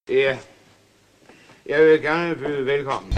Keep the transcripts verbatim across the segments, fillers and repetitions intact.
Ja, jeg vil gerne byde velkommen.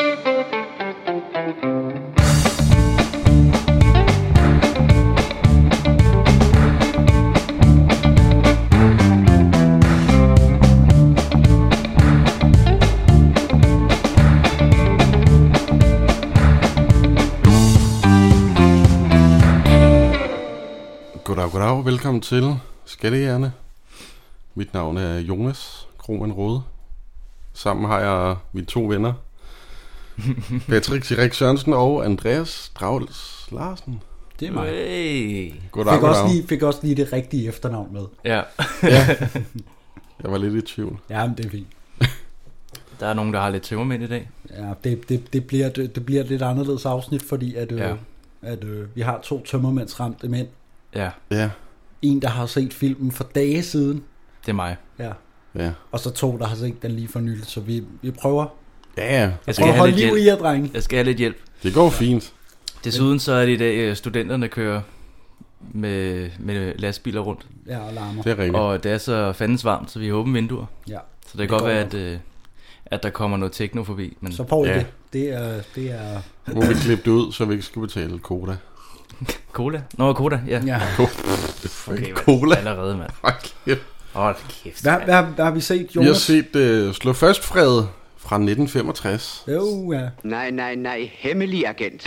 Goddag, goddag. Velkommen til Skattejægerne. Mit navn er Jonas Krohmann Rode. Sammen har jeg mine to venner, Patrick Sirik Sørensen og Andreas Dragels Larsen. Det er mig. Hey. Goddag, Fik også, goddag. lige, fik også lige det rigtige efternavn med. Ja. Ja, jeg var lidt i tvivl. Ja, men det er fint. Der er nogen, der har lidt tømmermænd i dag. Ja, det, det, det, bliver, det, det bliver et lidt anderledes afsnit, fordi at, Ja. øh, at øh, vi har to tømmermændsramte mænd. Ja, Ja, En, der har set filmen for dage siden. det er mig. Ja. ja. Og så to, der har set den lige for nylig. Så vi, vi prøver, Ja, ja. Jeg skal prøver at have holde lidt liv i hjælp. jer, drenge. Jeg skal have lidt hjælp. Det går fint. Desuden så er det i dag, øh, studenterne kører med, med lastbiler rundt. Ja, og larmer. Det er rigtigt. Og det er så fandens varmt, så vi har åbne vinduer. Ja. Så det kan Det godt går være, nok. at, øh, at der kommer noget techno forbi. Men Så får I Ja. det. Det er, det er... Nu må vi klippe det ud, så vi ikke skal betale Koda. cola? Nå, cola, ja. Ja. Okay, mand. Cola. Allerede, mand. Hold kæft. Hold kæft, Hvad, mand. hvad, hvad har vi set, Vi har Jonas? set uh, Slå Først Fred fra nitten femogtres. Jo, ja. Nej, nej, nej, hemmelig agent.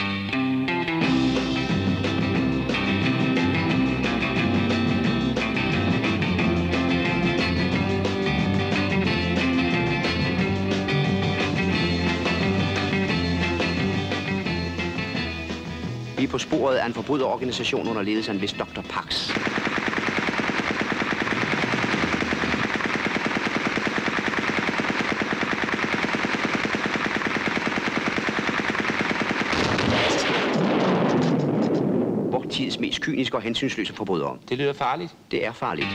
Vi er på sporet af en forbryderorganisation under ledelse af en vis doktor Pax. Vort tids mest kyniske og hensynsløse forbrydere. Det lyder farligt. Det er farligt.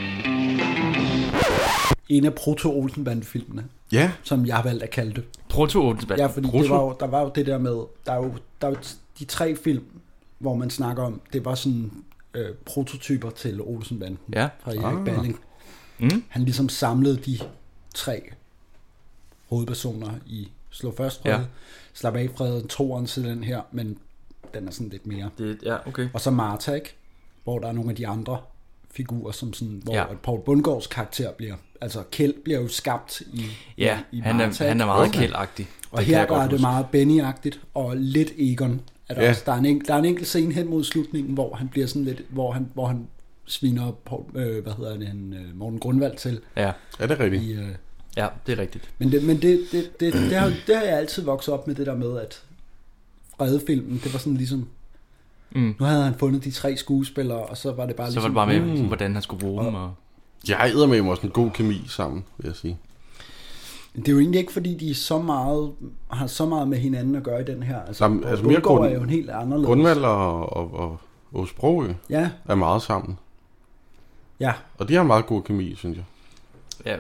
En af Proto-Olsenband-filmene, Ja, som jeg har valgt at kalde det. Proto-Olsenband. Ja, fordi Proto. det var jo, der var jo det der med, der er jo, der er jo de tre film, hvor man snakker om, det var sådan øh, prototyper til Olsenbanden Ja. fra Erik Ah. Balling. Mm. Han ligesom samlede de tre hovedpersoner i Slå Først Fred, Ja. Slap af Fred, toeren til den her, men den er sådan lidt mere. Det, ja, okay. Og så Martha, ikke? Hvor der er nogle af de andre figurer, som sådan, hvor Ja. ja. Paul Bundgaards karakter bliver, altså Kjeld bliver jo skabt i, Ja, i, i han Martha, er, han er ikke? meget Okay. kældagtig. Og Det her kan jeg der godt er det huske. meget Benny-agtigt, og lidt Egon. Er der, Ja. også, der, er en enkel, der er en enkelt scene hen mod slutningen, hvor han bliver sådan lidt, hvor han, hvor han sviner på, øh, hvad hedder det, han, øh, Morten Grundvald til. Ja, er det rigtigt? I, øh, ja, det er rigtigt. men det, men det, det, det, det, har, det har jeg altid vokset op med, det der med, at Fredefilmen, det var sådan ligesom, Mm. nu havde han fundet de tre skuespillere, og så var det bare Så var ligesom, det bare med, hvordan han skulle bruge dem. Og... Jeg æder med også en god kemi sammen, vil jeg sige. Det er jo egentlig ikke, fordi de er så meget, har så meget med hinanden at gøre i den her. Altså, Jamen, Paul altså mere Bundgaard grund- er jo en helt anderledes. Grundvald og, og, og, og Sprogø Ja, er meget sammen. ja. Og de har en meget god kemi, synes jeg. Ja,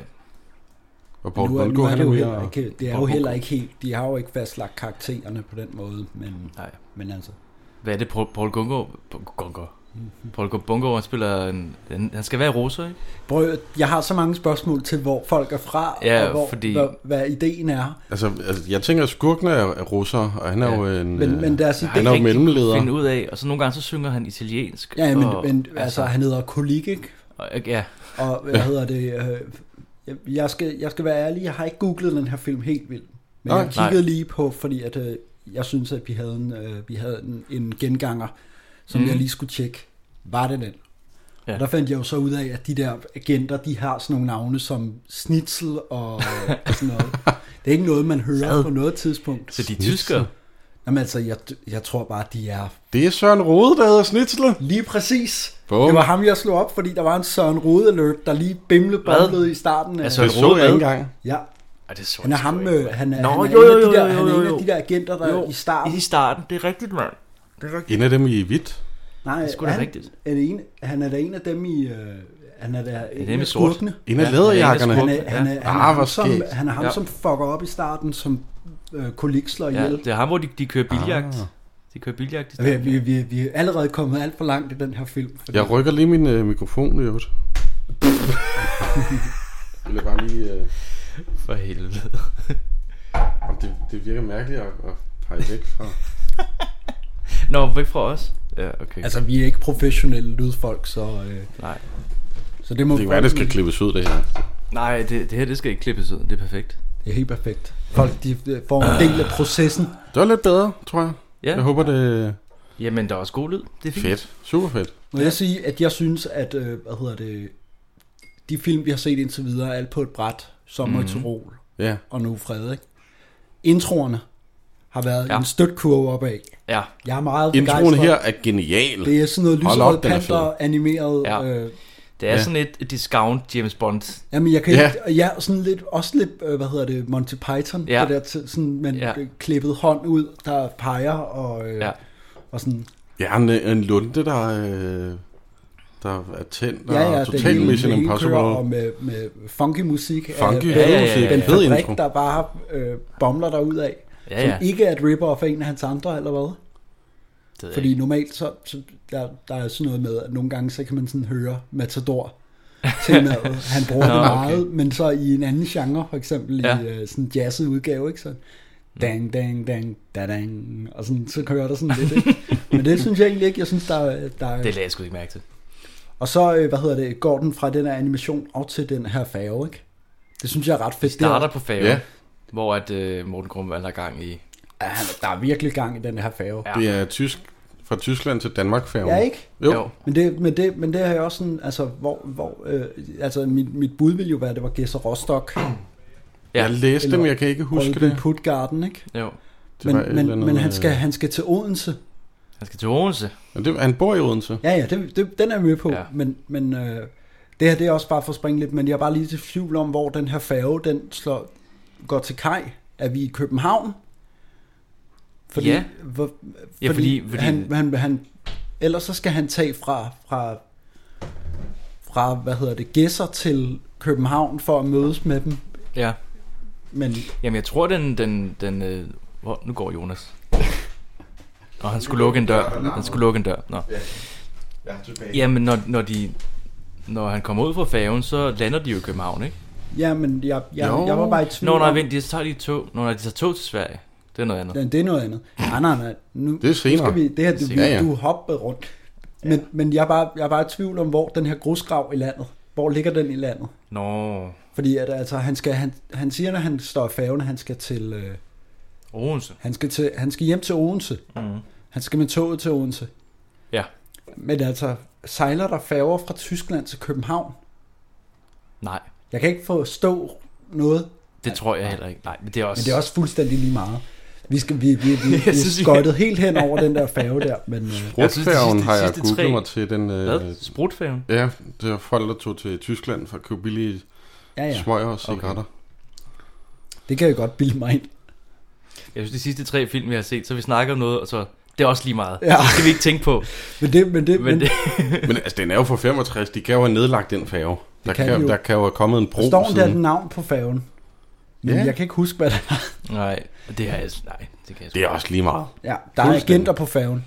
Og Paul Nu er, nu Bundgaard, er han det er jo mere... heller ikke, det er jo heller ikke helt, de har jo ikke fastlagt karaktererne på den måde, men, nej. men altså. Hvad er det, Paul, Paul Gungaard? Gungaard. Paul Bundgaard, han spiller en, han, han skal være russer, ikke? Prøv, jeg har så mange spørgsmål til, hvor folk er fra, Ja, og hvor, fordi- hvad, hvad ideen er. Altså, altså, jeg tænker, at skurkene er, er russer, og han er Ja. jo en... Men, øh, men deres Jeg idé, har han er jo ikke rigtig mellemleder. finde ud af, og så nogle gange så synger han italiensk. ja, men, og, men altså, han hedder Kolik, ikke? og, ja, Og hvad hedder det? Øh, jeg- jeg, skal, jeg skal være ærlig, jeg har ikke googlet den her film helt vildt. Men Nej. jeg kiggede lige på, fordi at, øh, jeg synes, at vi havde en, øh, vi havde en, en genganger, som Mhm. jeg lige skulle tjekke. Var det den? Ja. Og der fandt jeg jo så ud af, at de der agenter, de har sådan nogle navne som Schnitzel og, og sådan noget. Det er ikke noget, man hører Hvad? på noget tidspunkt. så de er tyskere. Jamen altså, jeg, jeg tror bare, de er Det er Søren Rode, der hedder Snitsle. lige præcis. Bum. Det var ham, jeg slog op, fordi der var en Søren Rode alert, der lige bimlede boblede i starten. Af, Altså, Det Søren så Rode jeg hvad? ikke engang. ja, Ej, det så han er jeg sgu ham, ikke. øh, han er, Nå, han er, jo, en, jo, af jo, de der, jo, han er jo, en jo. af de der agenter, der Jo, i starten. I starten, det er rigtigt, mand. Det er rigtigt. En af dem i hvidt. Nej, Det er sgu da han, rigtigt. Er det en, han er da en af dem i... Øh, han er da en dem i af sort? skurkene. En af Ja, læderjakkerne. Han han er, han er, han er, Ah, ham, hvor som, skægt. han er ham, Ja. som fucker op i starten, som øh, Kolik slår Ja, ihjel. det er ham, hvor de, de kører biljagt. Ah. De kører biljagt i Vi, starten. vi, vi, vi er allerede kommet alt for langt i den her film. Fordi, Jeg rykker lige min øh, mikrofon i øvrigt. Jeg vil bare lige... Øh... For helvede. Og det, det virker mærkeligt at, at pege væk fra. Nå, væk fra os? Ja, okay. Altså, vi er ikke professionelle lydfolk, så... Øh, Nej. Så det må Det kan være, det skal klippes ud, det her. Nej, det, det her det skal ikke klippes ud. Det er perfekt. Det er helt perfekt. Folk, de får en del af processen. Det var lidt bedre, tror jeg. Ja. Jeg håber, det Jamen, der er også god lyd. Det er fint. fedt. Super fedt. Må jeg sige, at jeg synes, at... Øh, hvad hedder det... De film, vi har set indtil videre, er alt på et bræt. Sommer Mhm. i Tyrol Ja. og nu Frederik. Introerne har været Ja. ja. en støtkurve opad. Ja. Jeg er meget Introen begejstret. her er genial. Det er sådan noget Hold lyserød op, den er panter animeret. Ja. Øh, Det er Ja. sådan et, et discount James Bond. jamen jeg kan Ja. ja. ja, sådan lidt, også lidt, øh, hvad hedder det, Monty Python. Ja. Det der til, sådan, med Ja. ja. klippet hånd ud, der peger og, øh, Ja. ja. og sådan. Ja, en, en lunde, der, øh, der er tændt, og Ja, ja, totalt det hele, Mission det hele Impossible. kører, og med, med funky musik. Funky af, ja, ja, ja, musik. ja. Den Fed fabrik, intro. der bare øh, bomler derud af. Ja, Som ja. ikke er et rip-off af en af hans andre, eller hvad? Det ved jeg Fordi ikke. normalt, så, så der, der er sådan noget med, at nogle gange, så kan man sådan høre Matador temaet. Han bruger Nå, det okay. meget, men så i en anden genre, for eksempel Ja. i uh, sådan en jazzet udgave, ikke så? Dang, dang, dang, da, dang, og sådan, så kører der sådan lidt, ikke? Men det synes jeg egentlig ikke, jeg synes, der, er- der er... Det lagde jeg sgu ikke mærke til. Og så, øh, hvad hedder det, går den fra den her animation og til den her færge, ikke? Det synes jeg er ret fedt. Vi starter Det på færgen, Ja. hvor at, uh, Morten Grunwald har gang i... er, ja, der er virkelig gang i den her færge. Ja. Det er tysk, fra Tyskland til Danmark færgen. Ja, ikke? Jo. Jo. Men det, men det, men det er jo også sådan, altså, hvor, hvor øh, altså, mit, mit bud ville jo være, at det var Gesser Rostock, Ja. Jeg læste Eller dem, jeg kan ikke huske det. Puttgarden, ikke? Jo. Men, var et men, eller andet, men han, skal, øh, han skal til Odense. Han skal til Odense. Ja, det, han bor i Odense. Ja, ja, det, det, den er jeg med på, Ja. ja. men, men øh, det her det er også bare for at springe lidt, men jeg er bare lige til tvivl om, hvor den her færge, den slår, går til kaj. Er vi i København? Fordi, Ja. Hvor, Ja, fordi- fordi- Han, han, han, ellers så skal han tage fra, fra, fra hvad hedder det, Gedser til København for at mødes med dem. Ja. Men Jamen, jeg tror, den... den, den øh, hvor, nu går Jonas. Og han skulle lukke en dør. Han skulle lukke en dør. Nå. Jeg er tilbage. Jamen, når, når de... Når han kommer ud fra færgen, så lander de jo i København, ikke? ja, men jeg, jeg, Jo. jeg var bare i tvivl Nå, nej, om- vent, de tager de tog. Nå, nej, de tager tog til Sverige. Det er noget andet. Ja, det er noget andet. Nej, nej, nej. Nu, Det er senere. Nu skal vi, det her, du, Ja, ja. du hopper rundt. Men, men jeg, er bare, jeg er bare i tvivl om, hvor den her grusgrav i landet, hvor ligger den i landet? Nå, Fordi at, altså, han, skal, han, han siger, når han står i færgen, at han skal til, øh, Odense. han skal til, han skal hjem til Odense. Mm. Han skal med toget til Odense. Ja. Men altså, sejler der færger fra Tyskland til København? Nej, Jeg kan ikke forstå noget, det tror jeg heller ikke. Nej, men det er også... men det er også fuldstændig lige meget. Vi, skal, vi, vi, vi, vi er synes, vi- skøjtet helt hen over den der færge der, men øh, Jeg synes, de Brudfærgen sidste- har jeg sidste googlet tre- mig til. Den, øh, Hvad? Sprutfærgen? Ja, det er folk, der tog til Tyskland for at købe billige ja, ja, smøger og cigaretter. det kan jeg godt bilde mig ind. Jeg synes, de sidste tre film, vi har set, så vi snakker om noget, og så... Det er også lige meget. Ja. Det skal vi ikke tænke på. Men det, men det, Men men det, Men altså, den er jo fra femogtres. De kan jo have nedlagt den færge. Der kan kan, de jo. der kan jo have kommet en bro der står der siden. et navn på færgen. Men Ja. jeg kan ikke huske, hvad det er. nej, det har jeg... Nej, det kan jeg sgu Det er også lige meget. Ja, der er Fuldstændig. agenter på færgen.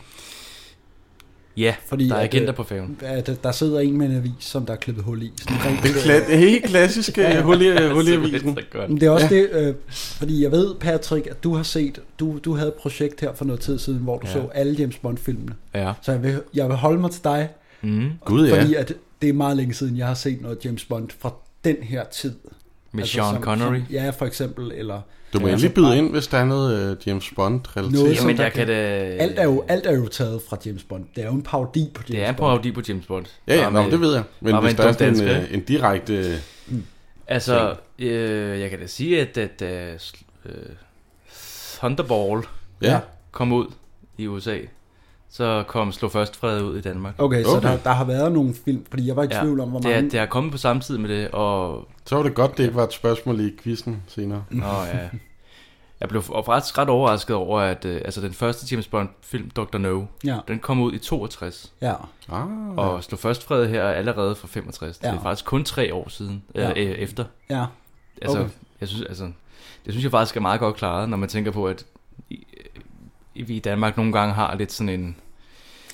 Ja, Fordi der er at, agenter øh, på færgen. At der sidder en med en avis, som der er klippet hul i. Sådan rent, Den kla- helt klassiske Ja, ja. hul i, hul i Det er avisen. så godt. Men det er også Ja. ja. det, øh, fordi jeg ved, Patrick, at du har set, du, du havde et projekt her for noget tid siden, hvor du Ja. ja. så alle James Bond-filmene. Ja. Så jeg vil, jeg vil holde mig til dig, Mm. Gud ja. fordi at det er meget længe siden, jeg har set noget James Bond fra den her tid. Med Altså, Sean som- Connery. Som, ja, for eksempel, eller... Du må Ja, endelig så byde bare- ind, hvis der er noget uh, James Bond-relateret. Noget, som Jamen, der jeg kan da... Alt er, jo, alt er jo taget fra James Bond. Det er jo en parodi på James Det er en Bond. parodi på James Bond. Ja, ja, Bare nå, med- det ved jeg. Men bare hvis med der en er sådan dum en, dansker, øh, en direkte... Altså, øh, jeg kan da sige, at, at uh, Thunderball Ja, kom ud i U S A, så kom Slå Først Fred ud i Danmark. Okay, så Okay. der, der har været nogle film, fordi jeg var i Ja, tvivl om, hvor Det er, mange... det er kommet på samme tid med det, og... så var det godt, det ikke var et spørgsmål i quizzen senere. Nå ja... Jeg blev faktisk ret overrasket over, at øh, altså, den første James Bond-film, doktor No, Ja, den kom ud i toogtres. ja. Ah, Og Slå Først Fred her er allerede fra femogtres. Det Ja. er faktisk kun tre år siden, Ja. øh, øh, efter. Ja, Altså, Okay. jeg synes, altså, det synes jeg faktisk er meget godt klaret, når man tænker på, at i, i, vi i Danmark nogle gange har lidt sådan en,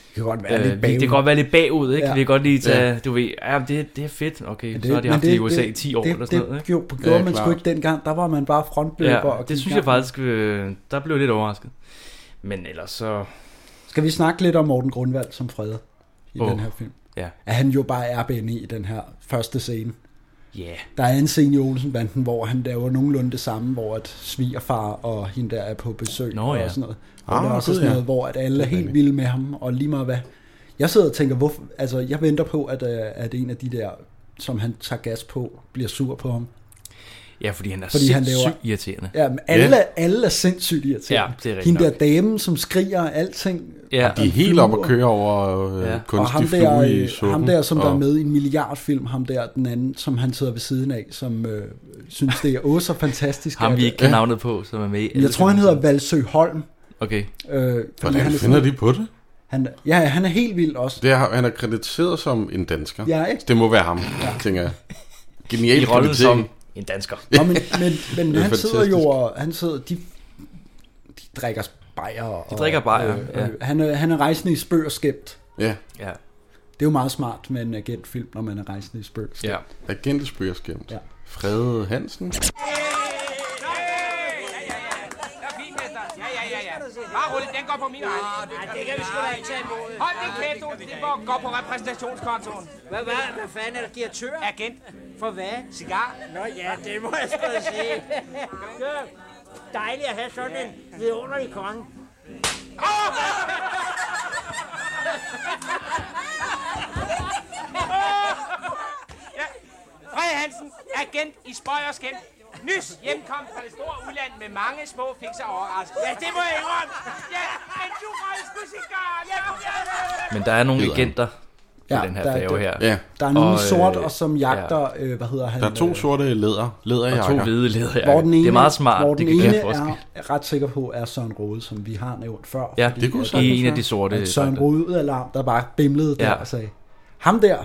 Det kan godt være Øh, lidt vi- bagud. det kan godt være lidt bagud, ikke? Ja. Vi kan godt lige tage, Ja. du ved, ja, det, det er fedt, okay, Men så har de men haft det i U S A i ti år det, eller sådan det, noget, Det ikke? gjorde, gjorde Ja, man sgu klart. ikke dengang, der var man bare frontløber. Ja, og det gik synes i jeg gang. faktisk, øh, der blev jeg lidt overrasket. Men ellers så, Skal vi snakke lidt om Morten Grundvald som Frede i Åh. den her film? ja, At han jo bare er Ben i den her første scene. ja, yeah. Der er en scene i Olsenbanden, hvor han laver nogenlunde det samme, hvor at svigerfar og hende der er på besøg Nå, og ja. sådan noget. Og Ah, der er også det sådan er- noget, hvor at alle er helt nemlig. vilde med ham, og lige meget hvad. Jeg sidder og tænker, hvorfor, altså jeg venter på, at, øh, at en af de der, som han tager gas på, bliver sur på ham. Ja, fordi han er Fordi han sindssygt laver- irriterende. Ja, men alle, Ja. alle er sindssygt irriterende. Ja, det er rigtigt Hende der nok. dame, som skriger alting. Ja, De er helt oppe at køre over øh, Ja. ja. Og kunstig ham flue der, i øh, suppen. ham der, som og, der er med i en milliardfilm, ham der, den anden, som han sidder ved siden af, som øh, synes, det er også så fantastisk. ham at- vi ikke kan navnet på, som er med i alle Jeg tror, han filmene. hedder Valsø Holm. Okay, Øh, fordi Hvordan han er finder sådan- de på det? Han, ja, han er helt vild også. det er, han er krediteret som en dansker. Ja, ikke? Det må være ham, ja. tænker jeg. Genial i rollen kreditering. som en dansker. Nå, men, men, men Det er han sidder jo fantastisk. og, han sidder, de, de drikker bajer. Og, De drikker bajer, øh, ja. øh, han, er, han er rejsende i spøg og skæmt. Ja, Ja, Det er jo meget smart med en agentfilm, når man er rejsende i spøg og skæmt. ja. agentespørgskæmt. Ja. Ja. Frede Hansen. Ja, ja, ja, ja. Bare roligt, den går på min egen. Nej, det kan vi sgu da ikke tage imod. Hold din kæft, du. Det går, går på repræsentationskontoen. Hvad, hvad, hvad fanden er der direktør? Agent. For hvad? Cigar. Nå ja, det må jeg sgu da sige. Det er dejligt at have sådan en vidunderlig konge. Ja. Frede Hansen, agent i spøg og skæmt. Nys hjemkomst fra det store udland med mange små fikser overraskelser. Ja, det må jeg indrømme. Ja, men du røg sgu cigar. Ja, ja. Men der er nogle Hedder han. agenter på Ja, den her der er færge det. her. Ja, Der er nogle Og, øh, sort, og som jagter, ja. øh, hvad hedder han? der er to øh, sorte læder, læderjakker. Og to hvide lederjakker. Hvor den ene, Det er meget smart. Hvor den det kan ene gøre forskel. er ret sikker på, er Søren Rode, som vi har nævnt før. Ja, fordi det kunne at- sagtens i en af være. de sorte at Søren dragter. Rode ud af alarm, der bare bimlede der Ja. og sagde, ham der,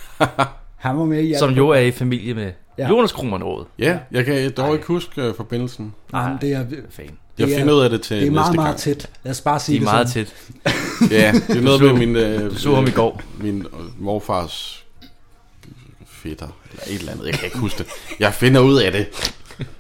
han var med i alt. Som jo er i familie med Ja. Jonas Krohmann Råd. Ja, jeg kan dog ikke huske uh, forbindelsen. Jamen, det er, Fan. Jeg Det er- finder ud af det til det er meget, næste meget gang. tæt. Lad os bare sige De er det meget sådan. tæt. Ja, det er noget Du så- med min, uh, Du så ham i går. min uh, morfars fætter, eller et eller andet, jeg kan ikke huske det. Jeg finder ud af det.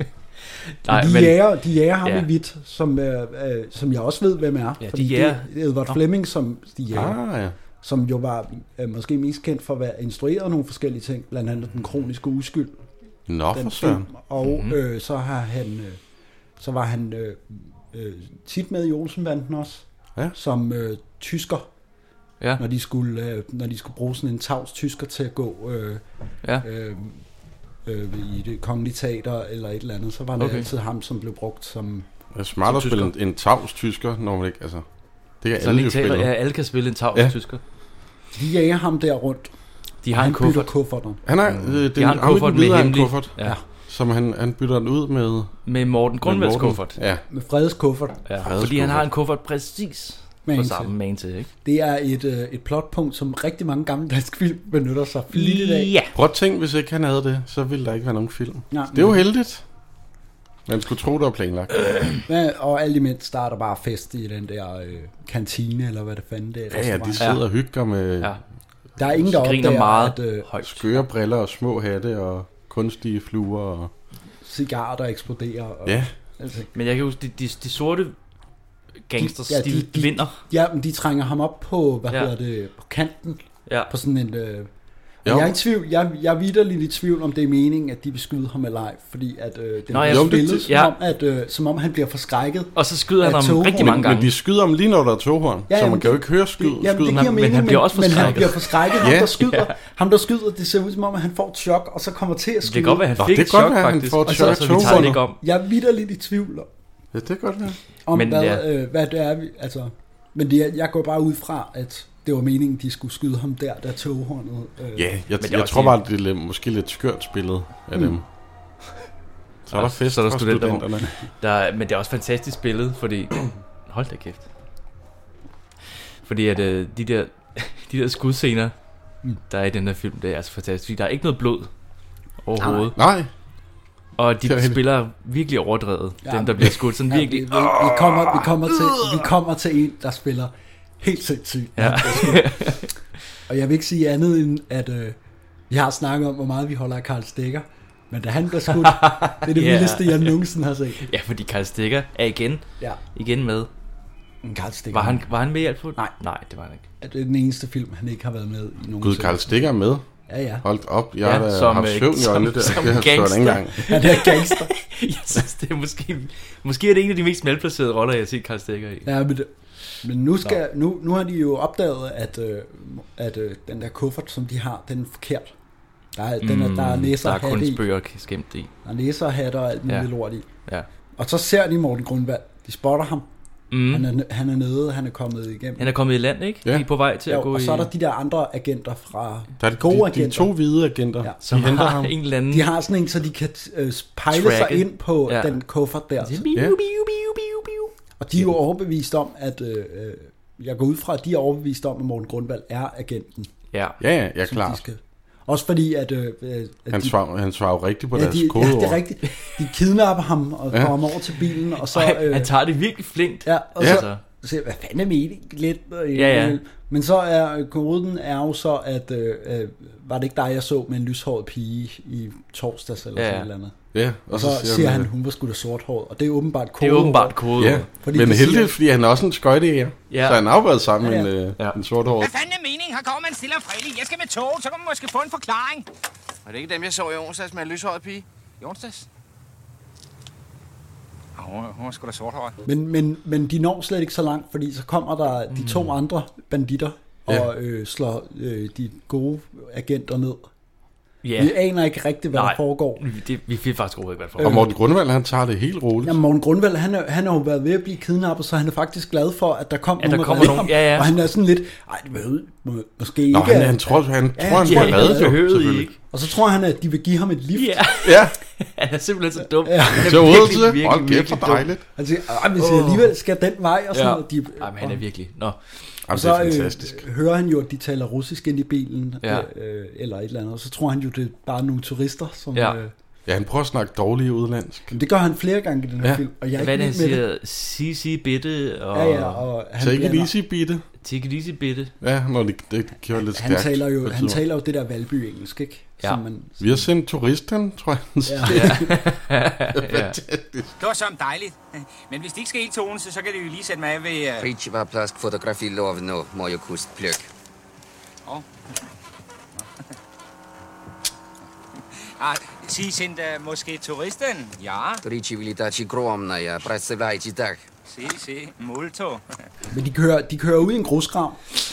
Nej, de, men jager, de jager ham Ja. i hvidt, som, øh, øh, som jeg også ved, hvem er. Ja, de fordi jager- det er Edvard Nå. Fleming, som de jager. Ah, ja. Som jo var øh, måske mest kendt for at være instrueret nogle forskellige ting. Blandt andet Den Kroniske Uskyld. Nå, for Den søren. film. Og mm-hmm. øh, så har han... Øh, så var han øh, øh, tit med i Olsenbanden også. Ja. Som øh, tysker. Ja. Når de skulle, øh, når de skulle bruge sådan en tavs tysker til at gå øh, Ja. øh, øh, i det kongelige teater eller et eller andet, så var det Okay. altid ham, som blev brugt som... Det er smart at Som spille en, en tavs tysker, når man ikke, altså, det kan Så alle lige jo taler, spille. ja, alle kan spille en tavs Ja. tysker. De jager ham der rundt. De og har han en kuffert. bytter kufferter. Han har, øh, den, har en ham i kuffert den med hvide har en hemmelig- kuffert, Ja. som han, han bytter den ud med... Med Morten Grundvalds med Morten. kuffert. Ja, Med Fredes kuffert. Ja, Fredes fordi han har kuffert. en kuffert præcis Med på en samme man til, ikke? Det er et, øh, et plotpunkt, som rigtig mange gamle danske film benytter sig flittigt af. Ja. prøv at tænke, hvis ikke han havde det, så ville der ikke være nogen film. Ja, Det er jo heldigt. Man skulle tro, det var planlagt. Ja, og alt imens starter bare fest i den der øh, kantine, eller hvad det fanden det er. Ja, ja, de restaurant. sidder og hygger med Ja. Der er ingen, der Griner opdager, meget at øh, højt. skøre briller og små hatte og kunstige fluer. Og... cigarer, der eksploderer. Og, Ja, altså, Men jeg kan huske, de, de, de sorte gangsters, De- de, ja, de, de- de de- vinder. ja, men de trænger ham op på, hvad Ja. hedder det, på kanten, Ja. på sådan en... Øh, Jo. jeg er i tvivl, jeg, jeg er vitterligt i tvivl, om det er meningen, at de vil skyde ham alive, fordi at øh, den Nå, ja, bliver jo, det- spillet, som, ja. om, at, øh, som om han bliver forskrækket. Og så skyder han Ja, ham toghorn. rigtig men, mange gange. men de skyder ham lige når der er toghorn, Ja, så jamen, man kan jo ikke høre skyd, Det, jamen, skyden. det giver ham, men mening, han bliver også men han forskrækket. bliver forskrækket. Ham, Ja. der skyder, ham, der skyder, det ser ud som om, at han får et chok, og så kommer til at skyde. Det kan godt være, at Nå, han fik det et kan godt chok, være, han faktisk. får et Og chok så, af så vi tager det toghornet. ikke om. Jeg er vitterligt i tvivl Ja, det kan godt være. om, Men hvad, ja. øh, hvad det er. vi- Altså, men det, er- jeg går bare ud fra, at det var meningen, de skulle skyde ham der, der toghornet. Øh, Ja, jeg, det er jeg også tror lige- bare, det er lidt- måske lidt skørt spillet af dem. Så er der Og fest så er der for studentervogn. studenterne. Der, er- men det er også fantastisk billede, fordi... Hold da kæft. Fordi at øh, de der, de der skudscener, Mm. der er i den her film, det er altså fantastisk. Fordi der er ikke noget blod overhovedet. Nej, Og Det er de helt- spiller virkelig overdrevet, Ja. dem der bliver skudt. Sådan Ja, virkelig... vi, vi, vi, kommer, vi, kommer til, vi kommer til en, der spiller helt sindssygt. Ja. Og jeg vil ikke sige andet end, at øh, vi har snakket om, hvor meget vi holder af Karl Stikker. Men da han bliver skudt, det er det Ja. vildeste, jeg nogensinde har set. Ja, fordi Karl Stikker er igen, Ja. igen med. Men Karl Stikker, Var han, var han med i alt for? Nej. Nej, det var han ikke. er det den eneste film, han ikke har været med i nogen Gud, Karl Stikker er med. Ja, ja. Hold op, jeg Ja, har som, haft øh, søvn i som- øjnene der. som Det har jeg ikke gangster. engang. Ja, det er gangster. Jeg synes, det er måske... Måske er det en af de mest malplacerede roller, jeg har set Karl Stikker i. Ja, men, det, men nu, skal, nu, nu har de jo opdaget, at, øh, at øh, den der kuffert, som de har, den er forkert. Der er, den er, der er næser Der og er hatte i. kunstbøger skæmt i. Der er næser og hatter og alt muligt Ja. lort i. Ja. Og så ser de Morten Grundvald. De spotter ham. Mm. Han, er, han er nede, han er kommet igennem. Han er kommet i land, ikke? Ja. Ja. På vej til Ja, at gå og i... så er der de der andre agenter fra Der er de gode de, de agenter. to hvide agenter. Ja. som de henter har ham. en eller anden... De har sådan en, så de kan øh, pejle sig Tracke. ind på Ja. den kuffert der. Biu, Så- biu, Ja. biu, biu, biu, biu. Og de er jo overbevist om, at... Øh, øh, jeg går ud fra, at de er overbevist om, at Morten Grundvald er agenten. Ja. Ja, ja, jeg er som klar. de skal. Også fordi, at... Øh, øh, at Han de, svarer, han svarer jo rigtigt på ja, deres de, ja, kodeord. det er rigtigt. De kidnapper ham og Ja. får ham over til bilen, og så... Ej, Øh, han tager det virkelig flinkt. ja, og Ja. så... Så siger, jeg, hvad fanden er meningen? Lidt, øh, Ja, ja. Men så er koden er jo så, at øh, øh, var det ikke dig, jeg så med en lyshåret pige i torsdags eller Ja, sådan ja. et eller andet. Ja, Og så siger han, hun var sgu da sorthåret, og det er åbenbart Det kode. er åbenbart kode. Ja, Fordi men de heldigt, siger- fordi han er også en skøjtejæger. Ja. Så han har jo været sammen Ja, ja. med en, øh, Ja. en sort hår. Hvad fanden er meningen? Her kommer man stille og fredeligt. Jeg skal med tog, så kan man måske få en forklaring. Var det ikke dem, jeg så i onsdags med en lyshåret pige? I onsdags? Ah, hun, hun var sgu da sorthåret. Men, men, men de når slet ikke så langt, fordi så kommer der de to andre banditter og øh, slår øh, de gode agenter ned. Ja. Vi aner ikke rigtigt, hvad Nej. der foregår. Det, vi fik faktisk overhovedet ikke, hvad Øh, for. Og Morten Grundvald, han tager det helt roligt. Jamen, Morten Grundvald, han, er, han har jo været ved at blive kidnappet, så han er faktisk glad for, at der kom Ja, der nogen og kommer reddede nogen. ham. Ja, ja. Og han er sådan lidt, ej, det behøver må, måske ikke. Nå, han, at- han tror, han, Ja, tror, han ja, bliver ja, reddet det jo, behøvede I selvfølgelig. ikke. Og så tror han, at de vil give ham et lift. Ja, Ja, han er simpelthen så dum. Ja. Han er så virkelig, Odense. virkelig, Hold kæft, virkelig for dum. dejligt. Han siger, ej, hvis jeg alligevel skal den vej, og sådan Ja. noget. De, Ej, men han er virkelig... Nå. Jamen, og det er så øh, fantastisk. hører han jo, at de taler russisk ind i bilen, Ja. øh, eller et eller andet, og så tror han jo, det er bare nogle turister, som... Ja. Øh, Ja, han prøver at snakke dårligt udlandsk. men det gør han flere gange i den her Ja. film, og jeg er Hvad er ikke det, han vild med det. siger? Sisi bitte og... Ja, ja, og han, Så ikke et blander- easy bitte. Take it easy bitte. Ja, når det, det kører lidt han stærkt. taler jo, på et han tidspunkt. taler jo det der Valby-engelsk, ikke? Ja. Som man, Vi har sendt turisten, tror jeg, han siger. ja. Ja. Det var som dejligt. Men hvis det ikke skal helt tone, så kan det jo lige sætte mig af ved... Uh... Притча пласт фотографировано мою кустплек. Oh. Ah, sig sind uh, måske turisten? Ja, Речи вылетачи огромная, представляете так. se, se, molto. Men de kører, de kører ud i en grusgrav,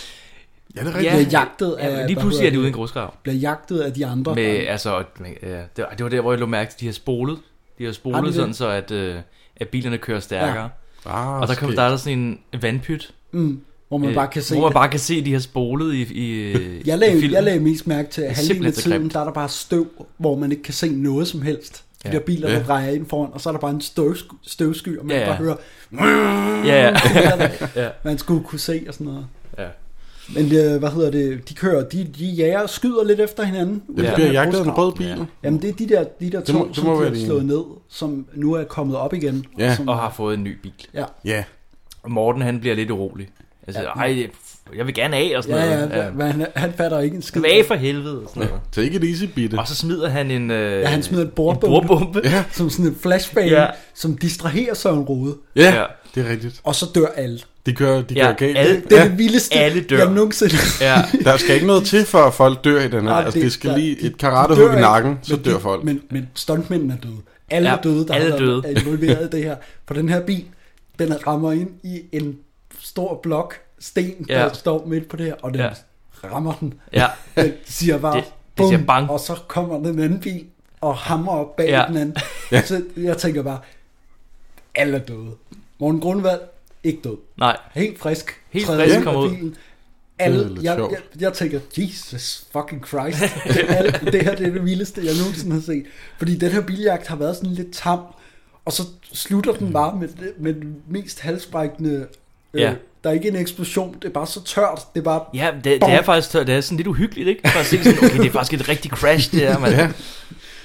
Ja, det er ja. rigtigt. bliver jagtet af... Ja, lige hvad pludselig hedder er de ude i en det? grusgrav. Bliver jagtet af de andre. Med, altså, med, ja, det, var, det var der, hvor jeg lå mærke til, de har spolet. De har Har spolet de det? sådan, så at, øh, at bilerne kører stærkere. Ah, Og der, kom, skægt. der er der sådan en vandpyt, Mm, hvor man øh, bare kan se... hvor man det. bare kan se, at de har spolet i, i, Jeg i lagde, filmen. jeg lagde mest mærke til, at er halvdelen af simpelthen så tiden, grimt. der er der bare støv, hvor man ikke kan se noget som helst. De Ja. der biler, Ja. der drejer ind foran, og så er der bare en støvsky, støvsky og man Ja, kan ja. bare høre, Ja, ja. ja. man skulle kunne se og sådan noget. ja. Men øh, hvad hedder det, de kører, de, de jager og skyder lidt efter hinanden. Ja, Ud det af bliver den her jagtet af en grusgrav. rød bil. Ja. Jamen det er de der, de der Det to, må- det som må de være har de- slået ned, som nu er kommet op igen. Ja. Som, Og har fået en ny bil. ja. Ja, Og Morten, han bliver lidt urolig. Altså, Ja. ej, jeg vil gerne af og sådan Ja, noget. ja, men han, han fatter ikke en skid. Skal af for helvede og sådan noget. take it easy bitte. Og så smider han en, øh, Ja, han smider en en bordbombe, bordbombe. Ja. som sådan en flashbang, Ja. som distraherer Søren Rode, Ja, Ja. det er rigtigt. og så dør alle. De kører, de Ja, kører galt. alle- Det er Ja, det vildeste, alle dør. jeg nogensinde... Ja. der skal ikke noget til, for at folk dør i den her. Nej, Altså, det skal der- lige de- et de karatehug dør i ikke, nakken, så men dør de- folk. Men, men stuntmændene er døde. Alle Ja, er døde, der alle har er døde. været involveret i det her. For den her bil, den rammer ind i en stor blok sten, der Ja. står midt på det her, og den Ja. rammer den. Ja. Den siger bare, Det- det siger bang. og så kommer den anden bil og hammer op bag Ja. den anden. Ja. Så jeg tænker bare, alle er døde. Morten Grundvald, ikke død. Nej. Helt frisk. Helt Træder frisk ind kommer af ud. bilen. Det er Alle, lidt jeg, sjovt. jeg, jeg tænker, Jesus fucking Christ. Alle, det her det er det vildeste, jeg nogensinde har set. Fordi den her biljagt har været sådan lidt tam, og så slutter den bare med, med den mest halsbrækkende... Øh, Ja. Der er ikke en eksplosion, det er bare så tørt. Det er bare... Ja, det, det er faktisk det er sådan lidt uhyggeligt, ikke? For at se sådan, okay, det er faktisk et rigtigt crash, det her, mand. Ja.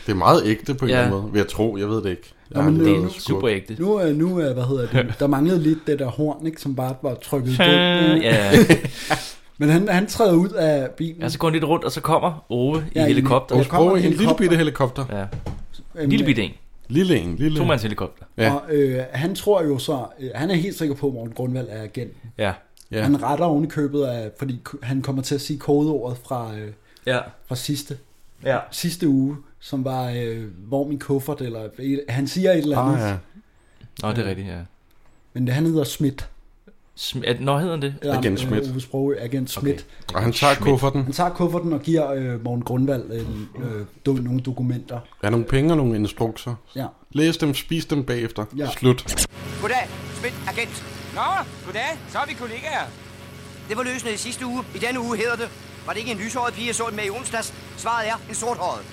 Det er meget ægte på en Ja. eller anden måde, vil jeg tro. Jeg ved det ikke. Jeg Nå, har men aldrig det er været Det er skurk. super ægte. Nu er, nu er, hvad hedder det, der manglede lidt det der horn, ikke, som bare var trykket i bunden. Ja, Men han, han træder ud af bilen. ja, så går han lidt rundt, og så kommer Ove i Ja, i- helikopter. Der Og kommer sprog en en lille helikopter. bitte helikopter. Ja. Øhm, En lille bitte en. Lille en, lille. To mands helikopter. Ja. Og øh, han tror jo så, øh, han er helt sikker på, at Morten Grundvald er agent. Ja. Ja. Han retter oven i købet af, fordi k- han kommer til at sige kodeordet fra, øh, Ja. fra sidste, Ja. sidste uge, som var, øh, hvor min kuffert, eller han siger et eller andet, Ah, ja. Nå, det er rigtigt, ja. men det, han hedder Schmidt. Sm- er- Nå, hedder han det? Eller, Agent Schmidt. Øh, Ove Sprogøe, agent Schmidt. Okay. Og han tager kufferten. Han tager kufferten og giver øh, Morten Grundvald øh, øh, do, nogle dokumenter. Der er nogle penge og nogle instrukser. Ja. Læs dem, spis dem bagefter. Ja. Slut. Goddag, Schmidt, agent. Nå, goddag. Så er vi kollegaer. Det var løsnet i sidste uge. I denne uge hedder det. Var det ikke en lyshåret pige, jeg så med i onsdags? Svaret er en sorthåret.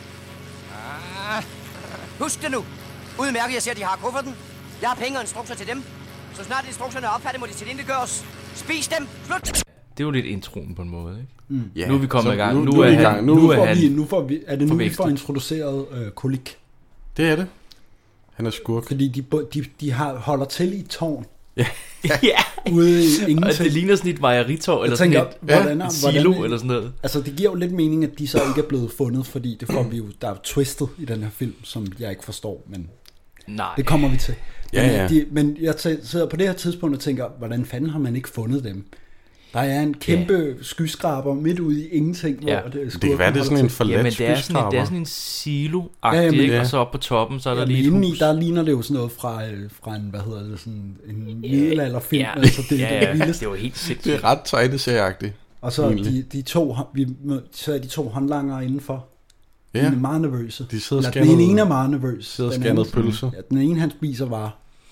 Ah. Husk det nu. Udmærket, jeg ser, at de har kufferten. Jeg har penge og instrukser til dem. Så snart instrukserne er opfattet, må de tilintetgøres. Spis dem. Slut. Det er jo lidt introen på en måde, ikke? Mm. Ja, Nu er vi kommet så i gang. Nu, Nu nu er er vi i han- gang. Nu, Nu, Nu er får han vi, nu får vi, er det nu, vi forvekslet. får introduceret øh, kolik. det er det. Han er skurk. Fordi de, bo- de, de har, holder til i et tårn ja. ude i Og ingenting. det ligner sådan et mejeritår, eller tænker, sådan et, hvordan- ja, en hvordan- silo, eller sådan noget. Altså, det giver jo lidt mening, at de så ikke er blevet fundet, fordi det får vi jo, der er jo twistet i den her film, som jeg ikke forstår, men Nej. det kommer vi til. Ja, men, ja. De, men jeg tæ- sidder på det her tidspunkt og tænker, hvordan fanden har man ikke fundet dem? Der er en kæmpe skyskraber midt ude i ingenting, Ja. hvor det, Det kan være, det er sådan en forladt Jamen, det er sådan, en- skyskraber. det er sådan en silo-agtig, Ja, jamen, ikke? ja. Og så op på toppen, så er der Ja, lige et indeni, hus. der ligner det jo sådan noget fra, øh, fra en, hvad hedder det, sådan en middelalderfilm. Ja, Altså, det, ja, det, ja, er det det vildeste. er jo helt Det sindssygt. er ret tegneserieagtigt. Og så de, de to, vi, så er de to håndlanger indenfor. Ja. De er meget nervøse. De sidder og Eller scanner- den ene er meget nervøs. sidder og Den scanner anden- pølser. Ja, den ene han spiser bare.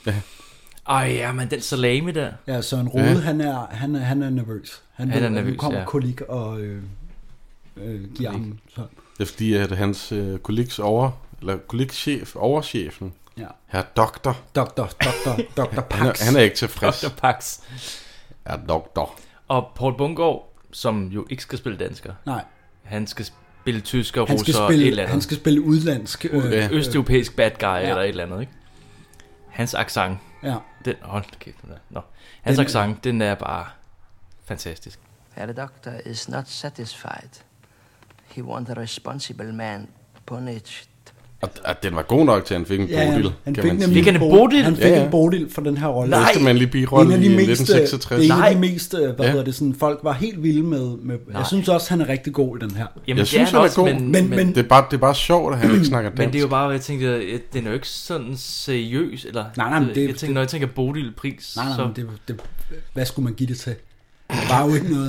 Ej, ja, men den salami der. Ja, Søren Rode, Ja. ja. han, er, han, er, han er nervøs. Han, Han ved, er at nu nervøs, kommer ja. kolik og øh, øh, giver ham. Så. Det er fordi, at hans øh, kollegs over, eller kollegschef, overchefen, Ja. herr doktor, Doktor, doktor, doktor han er, Pax. han er ikke tilfreds. doktor Pax. Ja, doktor. Og Paul Bungård, som jo ikke skal spille dansker. Nej, Han skal spille tysker, han skal, russer, et eller spille, andet. han skal spille udlandsk. Øh, Ja. Østeuropæisk bad guy, Ja. eller et eller andet, ikke? Hans accent, ja. den, hold da kæft, den er. Nå. Hans Den- accent, den er bare fantastisk. The doctor is not satisfied. He wants a responsible man punished. Og, og den var god nok til, at han fik en Ja, ja, bodil, han kan fik man nemlig sige. Fik han en bo- bodil? Han fik Ja, ja. en bodil for den her rolle. Nej. Bedste mandlige En birolle af i de nitten mest, seksogtres. det er en af de Nej. mest, øh, hvad Ja. hedder det, sådan, folk var helt vilde med, med jeg Nej. synes også, han er rigtig god i den her. Jamen, Jeg synes, han er god, men, men- men, Det er, bare, det er bare sjovt, at han ikke snakker dansk. men det er jo bare, jeg tænkte, at den er jo ikke sådan seriøs, eller... Nej, nej, men det- jeg tænker, det- når jeg tænker Bodil pris, Nej, nej, så... men det, det, hvad skulle man give det til? Det var jo ikke noget.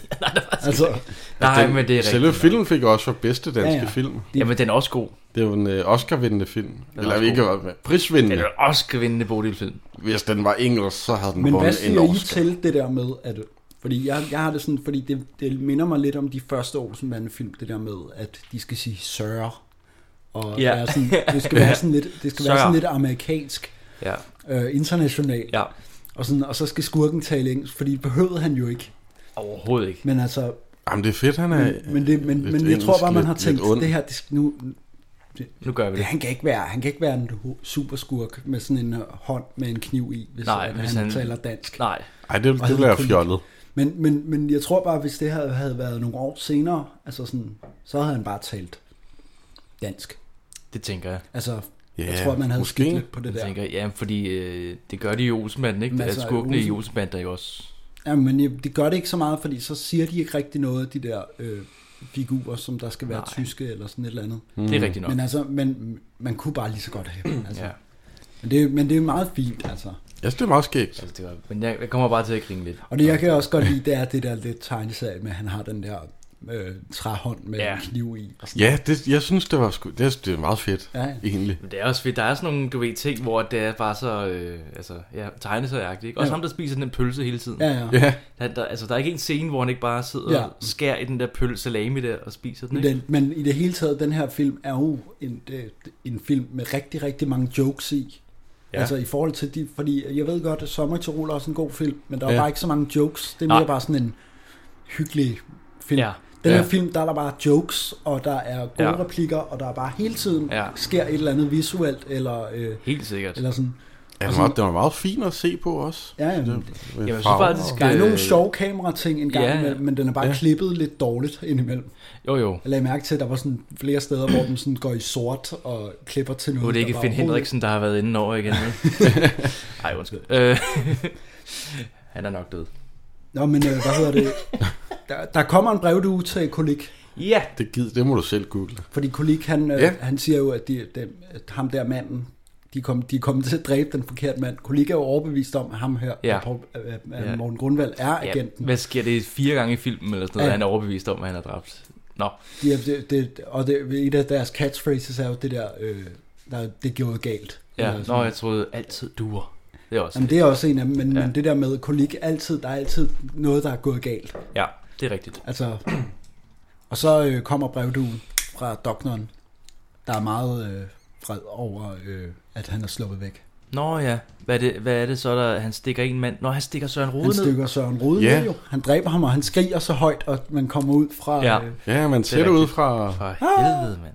altså, Nej, den, men det er selve rigtigt. filmen fik også for bedste danske Ja, ja. film. Jamen, den er også god. Det er jo en øh, Oscar-vindende film. Eller også ikke god. prisvindende. Den er også vindende Bodil-film. Hvis den var engelsk, så havde den men hvad vundet en siger I Oscar. til det der med, at... Fordi jeg, jeg har det sådan, fordi det, det minder mig lidt om de første Olsen-banden-film, det der med, at de skal sige sir. Og Ja. være sådan, det skal være sådan lidt, det skal være Sir. sådan lidt amerikansk, Ja. øh, internationalt. Ja. Og, sådan, og så skal skurken tale engelsk, fordi det behøvede han jo ikke. Overhovedet ikke. Men altså, Jamen, det er fedt, han er men, men, det, men, lidt men jeg tror engelsk, bare, man har lidt- tænkt, lidt ond. det her, det skal nu, Nu gør vi det, det. han kan ikke være, han kan ikke være en hu- superskurk med sådan en uh, hånd med en kniv i, hvis, Nej, Nej, hvis han, han- han taler dansk. Nej. Ej, det, Og det han bliver kunne- fjollet. Men, men, men jeg tror bare, hvis det her havde været nogle år senere, altså sådan, så havde han bare talt dansk. Det tænker jeg. Altså, Ja, jeg tror, man havde måske. skidt lidt på det Det der. tænker jeg. Ja, fordi øh, det gør de i Olsenbanden, ikke? Masser At af skurkene i Olsen. Olsenbanden er jo også... Ja, men jeg- det gør det ikke så meget, fordi så siger de ikke rigtig noget, de der øh, figurer, som der skal være Nej. tyske eller sådan et eller andet. Mm. Det er rigtigt nok. Men altså, men, man kunne bare lige så godt have dem. Altså. Ja. Men, det, men det er meget fint, altså. Jeg synes, det er meget skægt. Altså, det var, men jeg, jeg kommer bare til at grine lidt. Og det, jeg kan også godt lide, det er det der lidt tegneserie med, at han har den der øh, træhånd med Ja. en kniv i. Og sådan. Ja, det, jeg synes, det var sgu, det, er, det er meget fedt, Ja, ja. egentlig. Men det er også fedt. Der er sådan nogle, du ved, ting, hvor det er bare så, øh, altså, ja, tegneseriagtigt, ikke? Også Ja. ham, der spiser den pølse hele tiden. Ja, ja. Ja, Der, der, altså, der er ikke en scene, hvor han ikke bare sidder Ja. og skærer i den der pølse salami der og spiser den, Men, ikke? den, men i det hele taget, den her film er jo en, det, en film med rigtig, rigtig mange jokes i. Ja. Ja. Altså i forhold til de, fordi jeg ved godt, at Sommer i Tirol er også en god film, men der er Ja. bare ikke så mange jokes. Det er Nej. mere bare sådan en hyggelig film. Ja. Den Ja. her film, der er der bare jokes, og der er gode Ja. replikker, og der er bare hele tiden Ja. sker et eller andet visuelt, eller, øh, Helt sikkert. eller sådan. Ja, Og det, sådan- var, det var meget fint at se på også. Ja, jamen, Det- det- med Jamen, jeg synes farver faktisk, og- Der er Øh, nogle sjove kamerating en gang ja, ja. imellem, men den er bare Ja. klippet lidt dårligt indimellem. Jo, jo. Jeg lagde mærke til, at der var sådan flere steder, hvor den sådan går i sort og klipper til noget. Nu er det ikke der Finn bare Henriksen, der har været inde over igen. Nej, undskyld. Øh, han er nok død. Nå, men øh, hvad hedder det? Der, der kommer en brevdue til Kulik, Ja. Det, gider, det må du selv google. fordi Kulik, han, øh, Ja. han siger jo, at, de, de, at ham der manden, de er kom, de er kommet til at dræbe den forkerte mand. Kulik er jo overbevist om, at ham her, Ja. Paul, øh, øh, Ja. Morten Grundvald, er Ja, agenten. hvad sker det fire gange i filmen eller sådan noget, Ja. han er overbevist om, at han er dræbt? Nå, De er, det, det, og det, et af deres catchphrases er jo det der, øh, der det gjorde galt. ja. Eller sådan. Nå, jeg troede altid duer. Det er også Jamen, det er også en af dem, men, Ja. men det der med Kulik, altid, der er altid noget, der er gået galt. Ja, det er rigtigt. Altså, og så øh, kommer brevduen fra doktoren, der er meget øh, vred over, øh, at han er sluppet væk. Nå ja, hvad er det, hvad er det så, der han stikker en mand? Nå, han stikker Søren Rode Han ned. stykker Søren Rode Ja. ned jo. Han dræber ham, og han skriger så højt, og man kommer ud fra... Ja. Øh, Ja, man ser det rigtigt. ud fra... For helvede, mand.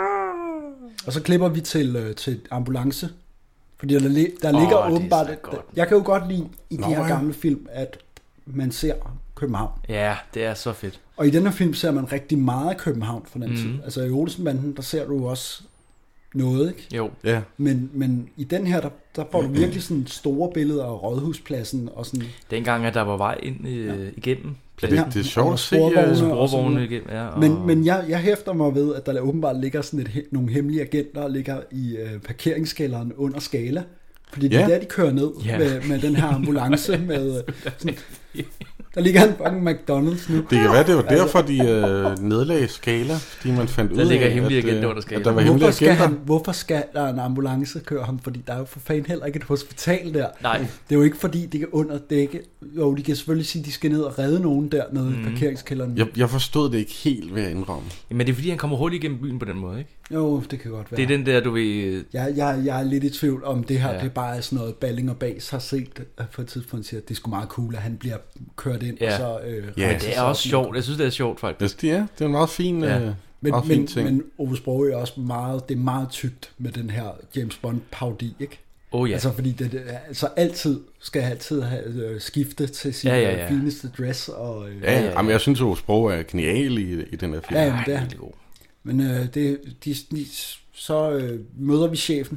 og så klipper vi til, øh, til ambulance. Fordi der, li- der ligger det er åbenbart... så godt. Jeg kan jo godt lide i Nå, de her ja. gamle film, at man ser København. Ja, det er så fedt. Og i den her film ser man rigtig meget af København fra den Mhm. tid. Altså i Olsenbanden, der ser du også noget, ikke? Jo, Ja, Men, men i den her, der, der får du virkelig sådan store billeder af Rådhuspladsen og sådan... dengang, at der var vej ind øh, igennem det, pladsen. det er sjovt at se. sporvogne. øh, og så Sporvogne videre. igennem, ja. Og... Men, men jeg, jeg hæfter mig ved, at der åbenbart ligger sådan et, he- nogle hemmelige agenter, der ligger i øh, parkeringskælderen under Skala. Fordi det er Ja. der, de kører ned Ja. med, med den her ambulance. med, øh, sådan, der ligger en fucking McDonald's nu. Det kan være, det var derfor, de øh, nedlagde Skala, fordi man fandt ud Der af, ligger hemmelige at, øh, agenter under Skala. at der var hemmelige Hvorfor skal, agenter. han, hvorfor skal der en ambulance køre ham? Fordi der er jo for fanden heller ikke et hospital der. Nej. Det er jo ikke fordi, de kan under dække. Jo, de kan selvfølgelig sige, at de skal ned og redde nogen der nede Mhm. i parkeringskælderen. Jeg, jeg forstod det ikke helt ved at indrømme. Men det er fordi, han kommer hurtigt igennem byen på den måde, ikke? Jo, det kan godt være. Det er den der, du ved... Jeg, jeg, jeg er lidt i tvivl om det her, Ja. ja. det er bare sådan noget, Balling og Bas har set øh, på et tidspunkt, siger, at det er sgu meget cool, at han bliver kørt ind, Ja. og så... Øh, Ja, rejser Det er sig også op. sjovt. Jeg synes, det er sjovt, faktisk. Altså, det er, det er en meget fin, Ja. ja. øh, Men, meget fin men, ting. men Ove Sprogøe er også meget, det er meget tykt med den her James Bond-paudi, ikke? Oh ja. Altså, fordi det, det, altså altid skal jeg altid have øh, skifte til sin Ja, ja, ja, ja, ja. ja. fineste dress. Og, øh, Ja, ja, ja, ja. Jamen, jeg synes, at sprog er genial i, i den her film. Ja, Ja, jamen, det er han. Virkelig god. Men øh, det, de, de, så øh, møder vi chefen.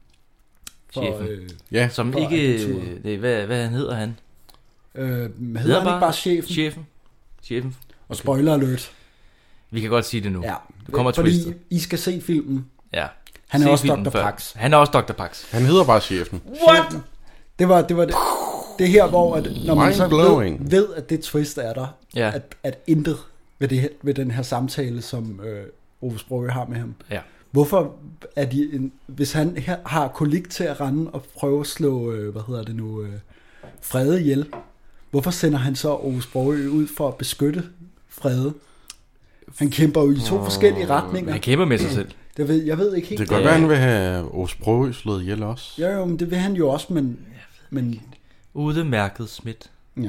Chefen. øh, ja. Som For ikke... agenturet. Det, hvad, hvad han hedder han? øh, hedder han ikke bare chefen? Chefen. Chefen. Og spoiler alert. Vi kan godt sige det nu. Ja, Nu kommer fordi twistet. I skal se filmen. Ja. Han er Se også filmen doktor før. Pax. Han er også doktor Pax. Han hedder bare chefen. What? Det var det, var det, det her, hvor at, når man så ved, Mind-blowing. ved, at det twist er der, Ja. at, at intet ved, det, her- ved den her samtale, som øh, Ove Sprogøe har med ham. Ja. Hvorfor er de, en, hvis han her har kolik til at rende og prøve at slå, øh, hvad hedder det nu, øh, Frede ihjel, hvorfor sender han så Ove Sprogøe ud for at beskytte Frede? Han kæmper jo i to forskellige retninger. Han kæmper med sig selv. Det ved, jeg ved ikke helt. Det kan godt være, han vil have Ove Sprogøe slået ihjel også. Jo, jo, men det vil han jo også, men... men Udemærket smidt. ja.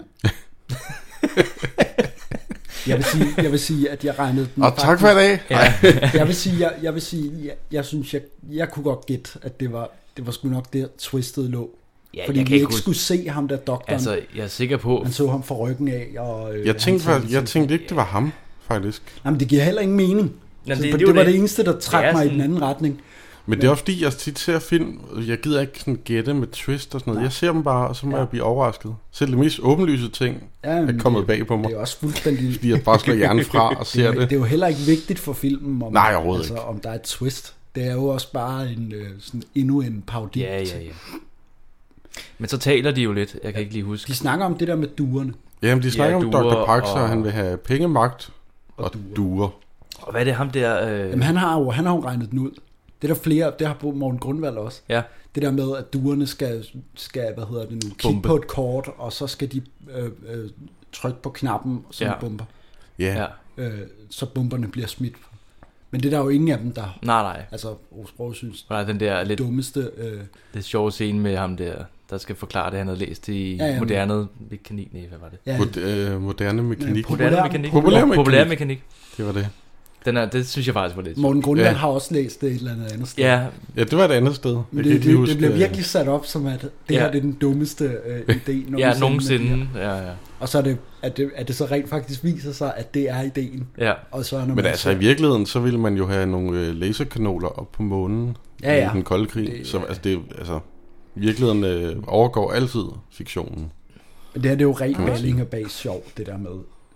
jeg, vil sige, jeg vil sige, at jeg regnede den... Og tak for i dag. Ja. jeg vil sige, jeg, jeg, vil sige, jeg, jeg synes, jeg, jeg kunne godt gætte, at det var, det var sgu nok der twistet lå. Ja, Fordi jeg vi kan ikke ikke huske- skulle se ham der doktoren. Altså, jeg er sikker på... Man så ham fra ryggen af. Og, øh, Jeg tænkte, han faktisk, jeg tænkte ikke, det var ham, faktisk. Jamen, det giver heller ingen mening. Jamen, Så, det- det, det er det jo var det. det eneste, der trak Det er mig i sådan- den anden retning. Men det er også fordi, jeg tit ser film, jeg gider ikke sådan gætte med twist og sådan noget. Jeg ser dem bare, og så må Ja. jeg blive overrasket. Selv de mest åbenlyse ting Ja, er men kommet det- bag på mig. Det er også fuldstændig... Fordi jeg bare slår hjernen fra og ser det, er, det. det er jo heller ikke vigtigt for filmen, om, Nej, overhovedet altså, ikke. om der er et twist. Det er jo også bare en, øh, sådan endnu en paudi. Ja, ja, ja. Men så taler de jo lidt. Jeg kan ikke lige huske. De snakker om det der med duerne. Jamen, de snakker Ja, om duer doktor Pax, og og- han vil have pengemagt og, og duer. Og hvad er det ham der... Øh... Jamen, han har jo, han har jo regnet den ud. Det er der flere, det har Morten Grundvald også. Ja. Det der med, at duerne skal, skal hvad hedder det nu, kigge Bombe. på et kort, og så skal de øh, øh, trykke på knappen, som Ja. ja. bomber. Ja. Ja. Øh, så bomberne bliver smidt. Men det er der jo ingen af dem, der... Nej, nej. Altså, Ove Sprogøe synes, Og der er den der lidt, dummeste... Øh, lidt sjove scene med ham der, der skal forklare det, han havde læst i Ja, ja, moderne mekanik. Nej, hvad var det? Ja. Mod, øh, moderne mekanik. Populær- Moderne mekanik. Populær mekanik. Populær mekanik. Det var det. Den er, det synes jeg faktisk var lidt. Morten Grundvald Ja. har også læst det et eller andet andet sted. Ja, Ja, det var et andet sted. Men Jeg kan det, ikke lige det, huske, det bliver øh, virkelig sat op som, at det Ja. her det er den dummeste øh, idé nogensinde. ja med nogensinde. det her. Ja, ja. Og så er det, at det, at det så rent faktisk viser sig, at det er ideen. ja. Og så, når Men man altså i virkeligheden, så ville man jo have nogle øh, laserkanoner op på månen Ja, ja. i den kolde krig. Det- Så altså, det, altså, i virkeligheden øh, overgår altid fiktionen. Men det her det er jo rent Balling og bag sjov, det der med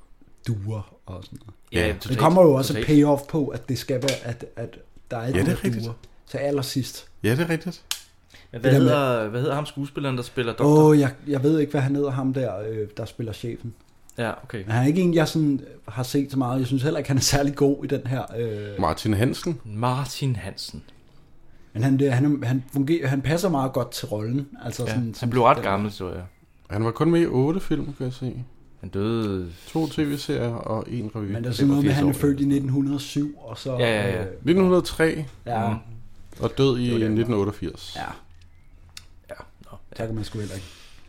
duer og sådan noget. Ja, Ja. totalt, Det kommer jo også et totalt. payoff på, at det skal være, at, at der er et Ja, det er ja, rigtigt. duer til allersidst. Ja, det er rigtigt. Men hvad, det der med- hedder, hvad hedder ham skuespilleren, der spiller doktor? Åh, oh, jeg, jeg ved ikke, hvad han hedder, ham der, øh, der spiller chefen. Ja, okay. Men han er ikke en, jeg sådan har set så meget. Jeg synes heller ikke, han er særlig god i den her. Øh, Martin Hansen. Martin Hansen. men han, det, han, han, fungerer, han passer meget godt til rollen. Altså Ja, sådan, han som- blev ret den- gammel, så jeg. Han var kun med i otte film, kan jeg se. Han døde... To tv-serier og en revy. Men der er sådan noget med, at han er femogfirs år. født i nitten hundrede og syv, og så... Ja, ja, ja. Øh, nitten hundrede og tre ja, Mm. og død i Det var det, nitten otteogfirs. ja, Ja, nå. der kan man sgu heller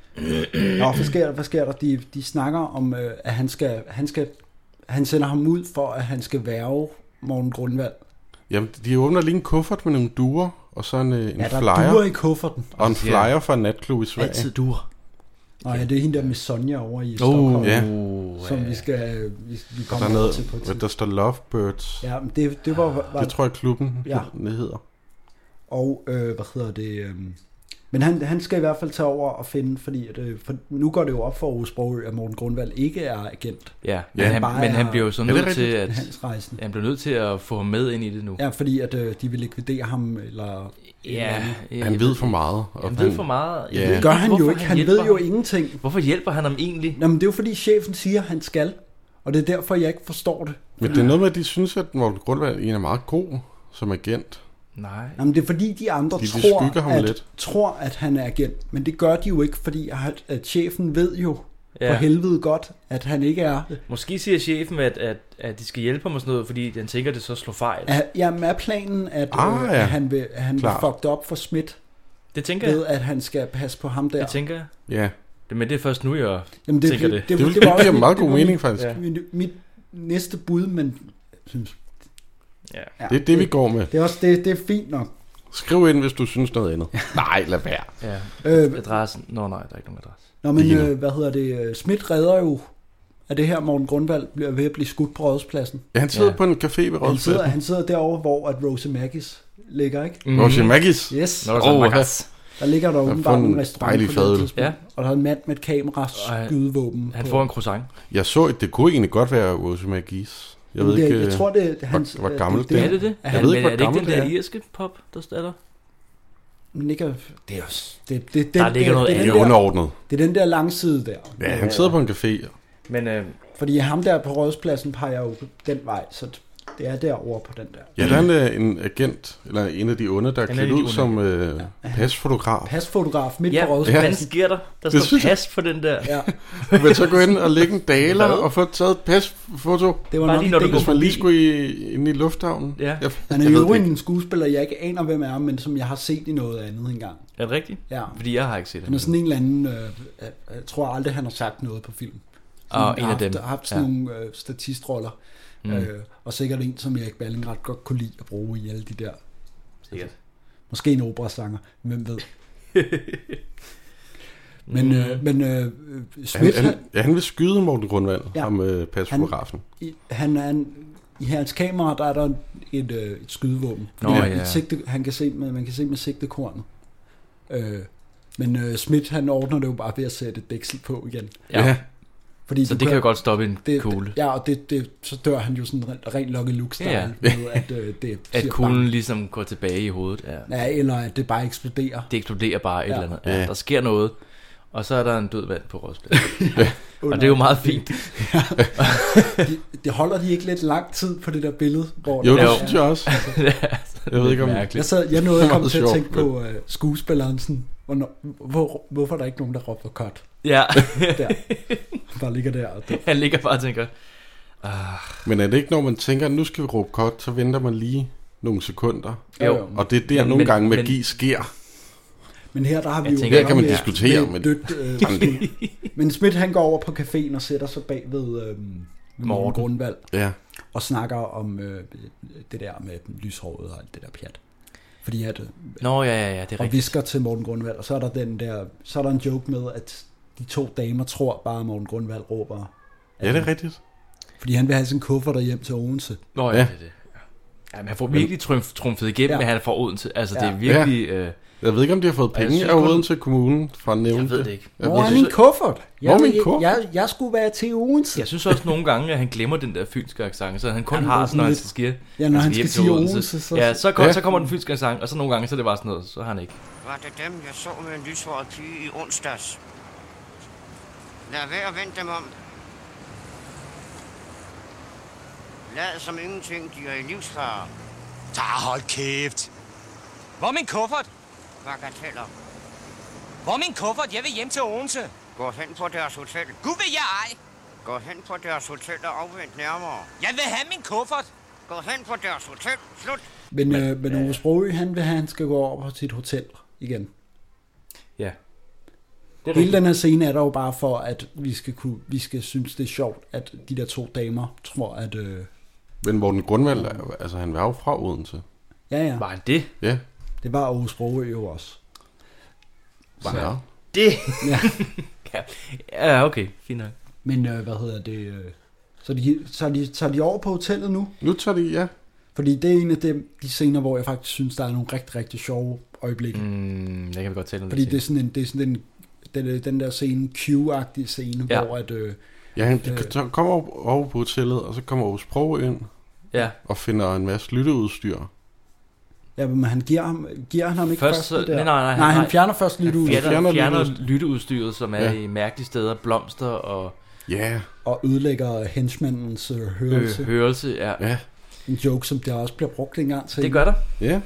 ikke. Nå, hvad sker der? Hvad sker der? De, de snakker om, øh, at han skal, han skal... Han sender ham ud for, at han skal værve Morten Grundvald. Jamen, de åbner lige en kuffert med nogle duer, og så en, øh, en Ja, der flyer. er duer i kufferten. Og en Ja. flyer fra en natklub i Sverige. Altid duer. Nå ja, det er hende der med Sonja over i Stockholm, Oh, Ja. som vi skal... Vi, vi Og kommer der er over til på et noget, der står Lovebirds. Ja, men det, det var... var Det tror jeg, klubben Ja. ja. hedder. Og, øh, hvad hedder det... Øh, men han, han skal i hvert fald tage over og finde, fordi at, øh, for nu går det jo op for Aarhus Sprogø, at Morten Grundvald ikke er agent. Ja, men, Ja, han, bare men han er- bliver jo så Er det nødt rigtigt? til En at... handelsrejsen. Han bliver nødt til at få ham med ind i det nu. Ja, fordi at øh, de vil likvidere ham, eller... ja, ja Han ved for meget. Og Han ved for meget. Jeg Ja. ved Det gør han hvorfor jo ikke. Han hjælper ved jo ham. ingenting. Hvorfor hjælper han ham egentlig? Nå, men det er jo fordi chefen siger, at han skal. Og det er derfor, jeg ikke forstår det. Men det er noget med, at de synes, at Morten Grundvald egentlig er meget god som agent. Nej. Jamen, det er fordi, de andre De- de tror, skygger ham at, lidt. tror, at han er agent. Men det gør de jo ikke, fordi at, at chefen ved jo ja. Ja. for helvede godt, at han ikke er det. Måske siger chefen, at, at, at de skal hjælpe ham og sådan noget, fordi han tænker, at det så slår fejl. Er, jamen, er planen, at, Ah, øh, ja. at han vil, at han vil Klart. fucked op for Schmidt, Det tænker jeg. ved at han skal passe på ham der? Det tænker jeg. Ja, Det, men det er først nu, jeg Jamen, tænker det. det, det, det, det, var det også giver mit- meget det god var mening, mit- faktisk. Ja. Mit, mit næste bud, men synes, Ja. ja, Det er det, vi går med. Det er også det, det er fint nok. Skriv ind, hvis du synes noget andet. Nej, lad være. Ja. Øh, Adressen. Nå nej, der er ikke nogen adresse. Nå, men Lige nu. øh, hvad hedder det? Schmidt redder jo, at det her Morten Grundvald bliver ved at blive skudt på Rådhuspladsen. Ja, han sidder Ja. på en café ved Han sidder, Rådhuspladsen. han sidder derovre, hvor at Rose Maggis ligger, ikke? Mm. Roger Maggis. Yes. Nå, der er sådan Åh, en makas. Der ligger der har åbenbart fået en en restaurant dejlig på fadøl. det tidspunkt. Ja. Og der er en mand med et kamera Ej. skydevåben. Han på. får en croissant. Jeg så, at det kunne egentlig godt være Roger Maggis. Jeg ved det, ikke, jeg øh, tror, det er hans... hvor gammelt det, det Er det det? er Er han- han, ved ikke, men er hvor det ikke den gammelt der det er. irske pop, der statter? Men ikke, det er også... Det, det, Der den, ligger noget det, det det, er er den der, underordnet. det er den der langside der. Ja, han sidder på en café. Men øh, Fordi ham der på Rådhuspladsen peger jo den vej, så det er derovre på den der. Ja, der er en, øh, en agent, eller en af de onde, der er Han er en klædt af de ud som øh, pasfotograf. Pasfotograf midt ja, på hvad Rådhuspladsen. sker der? Der Det står synes jeg- pas på den der. Ja, Du vil så gå ind og lægge en daler Hvad? og få taget et pasfoto, det var Bare nok lige når du ideen. går hvis man lige forbi. skulle i, ind i lufthavnen. Ja. Jeg, Han er jeg jo ved det en ikke. skuespiller, jeg ikke aner, hvem er, men som jeg har set i noget andet engang. Er det rigtigt? Ja. Fordi jeg har ikke set Han er det. sådan en eller anden, øh, jeg, jeg tror aldrig, han har sagt noget på film. Og Han en har af dem. haft, haft sådan Ja. nogle øh, statistroller, Mm. øh, og sikkert en, som Erik Balling ret godt kunne lide at bruge i alle de der. Sikkert. Måske en operasanger, hvem ved. Men, øh, men øh, Schmidt, Han, han, han, ja, han vil skyde Morten Grundvald, Ja. ja. ham øh, pasfotografen. i, han er en, i hans kamera, der er der et, øh, et skydevåben. Nå, Fordi ja. et sigte, han kan se med, man kan se med sigtekornet. Øh, men øh, Schmidt, han ordner det jo bare ved at sætte et dæksel på igen. Ja. Ja. Fordi Så du det kan jo godt stoppe en det, kugle. Ja, og det, det, så dør han jo sådan rent, rent Lucky Luke-style, Ja. med at øh, det At siger kuglen bang. ligesom går tilbage i hovedet. Ja. Ja, eller at det bare eksploderer. Det eksploderer bare et Ja. eller andet. Ja, Ja. der sker noget. Og så er der en død vand på Rådhuspladsen. Og det er jo meget fint. de, det holder de ikke lidt lang tid på det der billede? Hvor Jo, der, det Jo. synes jeg også. Jeg ved ikke, om- Jeg, Mærkeligt. sad, jeg nåede at Det er komme meget til at sjovt, tænke på uh, skuespilleren sådan, hvornår, hvor, hvorfor er der ikke nogen, der råber cut? Ja. Der. Bare ligger der og dør. Han ligger bare og tænker, ah, Men er det ikke, når man tænker, at nu skal vi råbe cut, så venter man lige nogle sekunder. Jo. Og det er der Men- nogle men- gange men- magi sker. Men her, der har vi Jeg jo... tænker, her kan man med- diskutere, med men- dødt, øh, skud. Men Schmidt, han går over på caféen og sætter sig bag ved øh, Morten Grundvald Ja. og snakker om øh, det der med lyshåret og alt det der pjat. Fordi at... Øh, Nå, ja, ja, ja, det er og rigtigt. visker til Morten Grundvald, og så er der den der... Så er der en joke med, at de to damer tror bare, at Morten Grundvald råber... Ja, det er rigtigt. Fordi han vil have sin kuffert hjem til Odense. Nå, ja, Ja. det er det. Ja, men han får virkelig trumf, trumfet igennem, Ja. ja. at han er fra Odense. Altså, Ja. det er virkelig... Ja. Øh, Jeg ved ikke, om de har fået jeg penge synes af kun- Odense Kommunen fra at nævne jeg ved det ikke. Jeg Hvor ved er det min ikke. kuffert? Hvor er min jeg, kuffert? Jeg, jeg skulle være til Odense. Jeg synes også nogle gange, at han glemmer den der fynske accent, så han kun Jamen, har det er sådan, når han lidt- skal ske. Ja, når han hjem skal til sige Odense, så- Ja, så, kom, Ja. så kommer den fynske accent, og så nogle gange, så er det bare sådan noget, så har han ikke. Var det dem, jeg så med en lyshåret pige i onsdags? Lad være at vente dem om. Lad som ingenting, de er i livsfare. Tag, hold kæft. Hvor er min kuffert? Bagateller. Hvor er min kuffert? Jeg vil hjem til Odense. Gå hen på deres hotel. Gud vil jeg ej. Gå hen på deres hotel og afvent nærmere. Jeg vil have min kuffert. Gå hen på deres hotel. Slut. Men, øh, men Ove Sprogøe, han vil have, at han skal gå over på sit hotel igen. Ja. Det Hele den her scene er der jo bare for, at vi skal, kunne, vi skal synes, det er sjovt, at de der to damer tror, at... Øh, Men Morten Grundvald, altså han var jo fra Odense. ja, ja. Var han det? Ja. Det var Ove Sprogøe jo også. Var ja. Det? Ja. ja. Ja, okay. Fint nok. Men øh, hvad hedder det... Øh, så de, så de, tager de over på hotellet nu? Nu tager de, ja. Fordi det er en af dem, de scener, hvor jeg faktisk synes, der er nogle rigtig, rigtig sjove øjeblikke. Mm, det kan vi godt tale om. Fordi det er sådan en, det er sådan en den, den der scene, Q-agtige scene, Ja. hvor at... Øh, Ja, han øh, så kommer over, over på hotellet, og så kommer Aarhus Sprog ind Ja. og finder en masse lytteudstyr. Ja, men han giver ham, giver han ham ikke Først først, så- det der? nej, nej, nej, nej, han nej. fjerner først lytteudstyret. Fjerner, fjerner fjerner lytteudstyr. lytteudstyret, som er Ja. i mærkelige steder, blomster og Ja. Og ødelægger henchmandens øh, hørelse. øh, hørelse. Ja. Ja. En joke, som der også bliver brugt en gang til. Det gør der. Ja.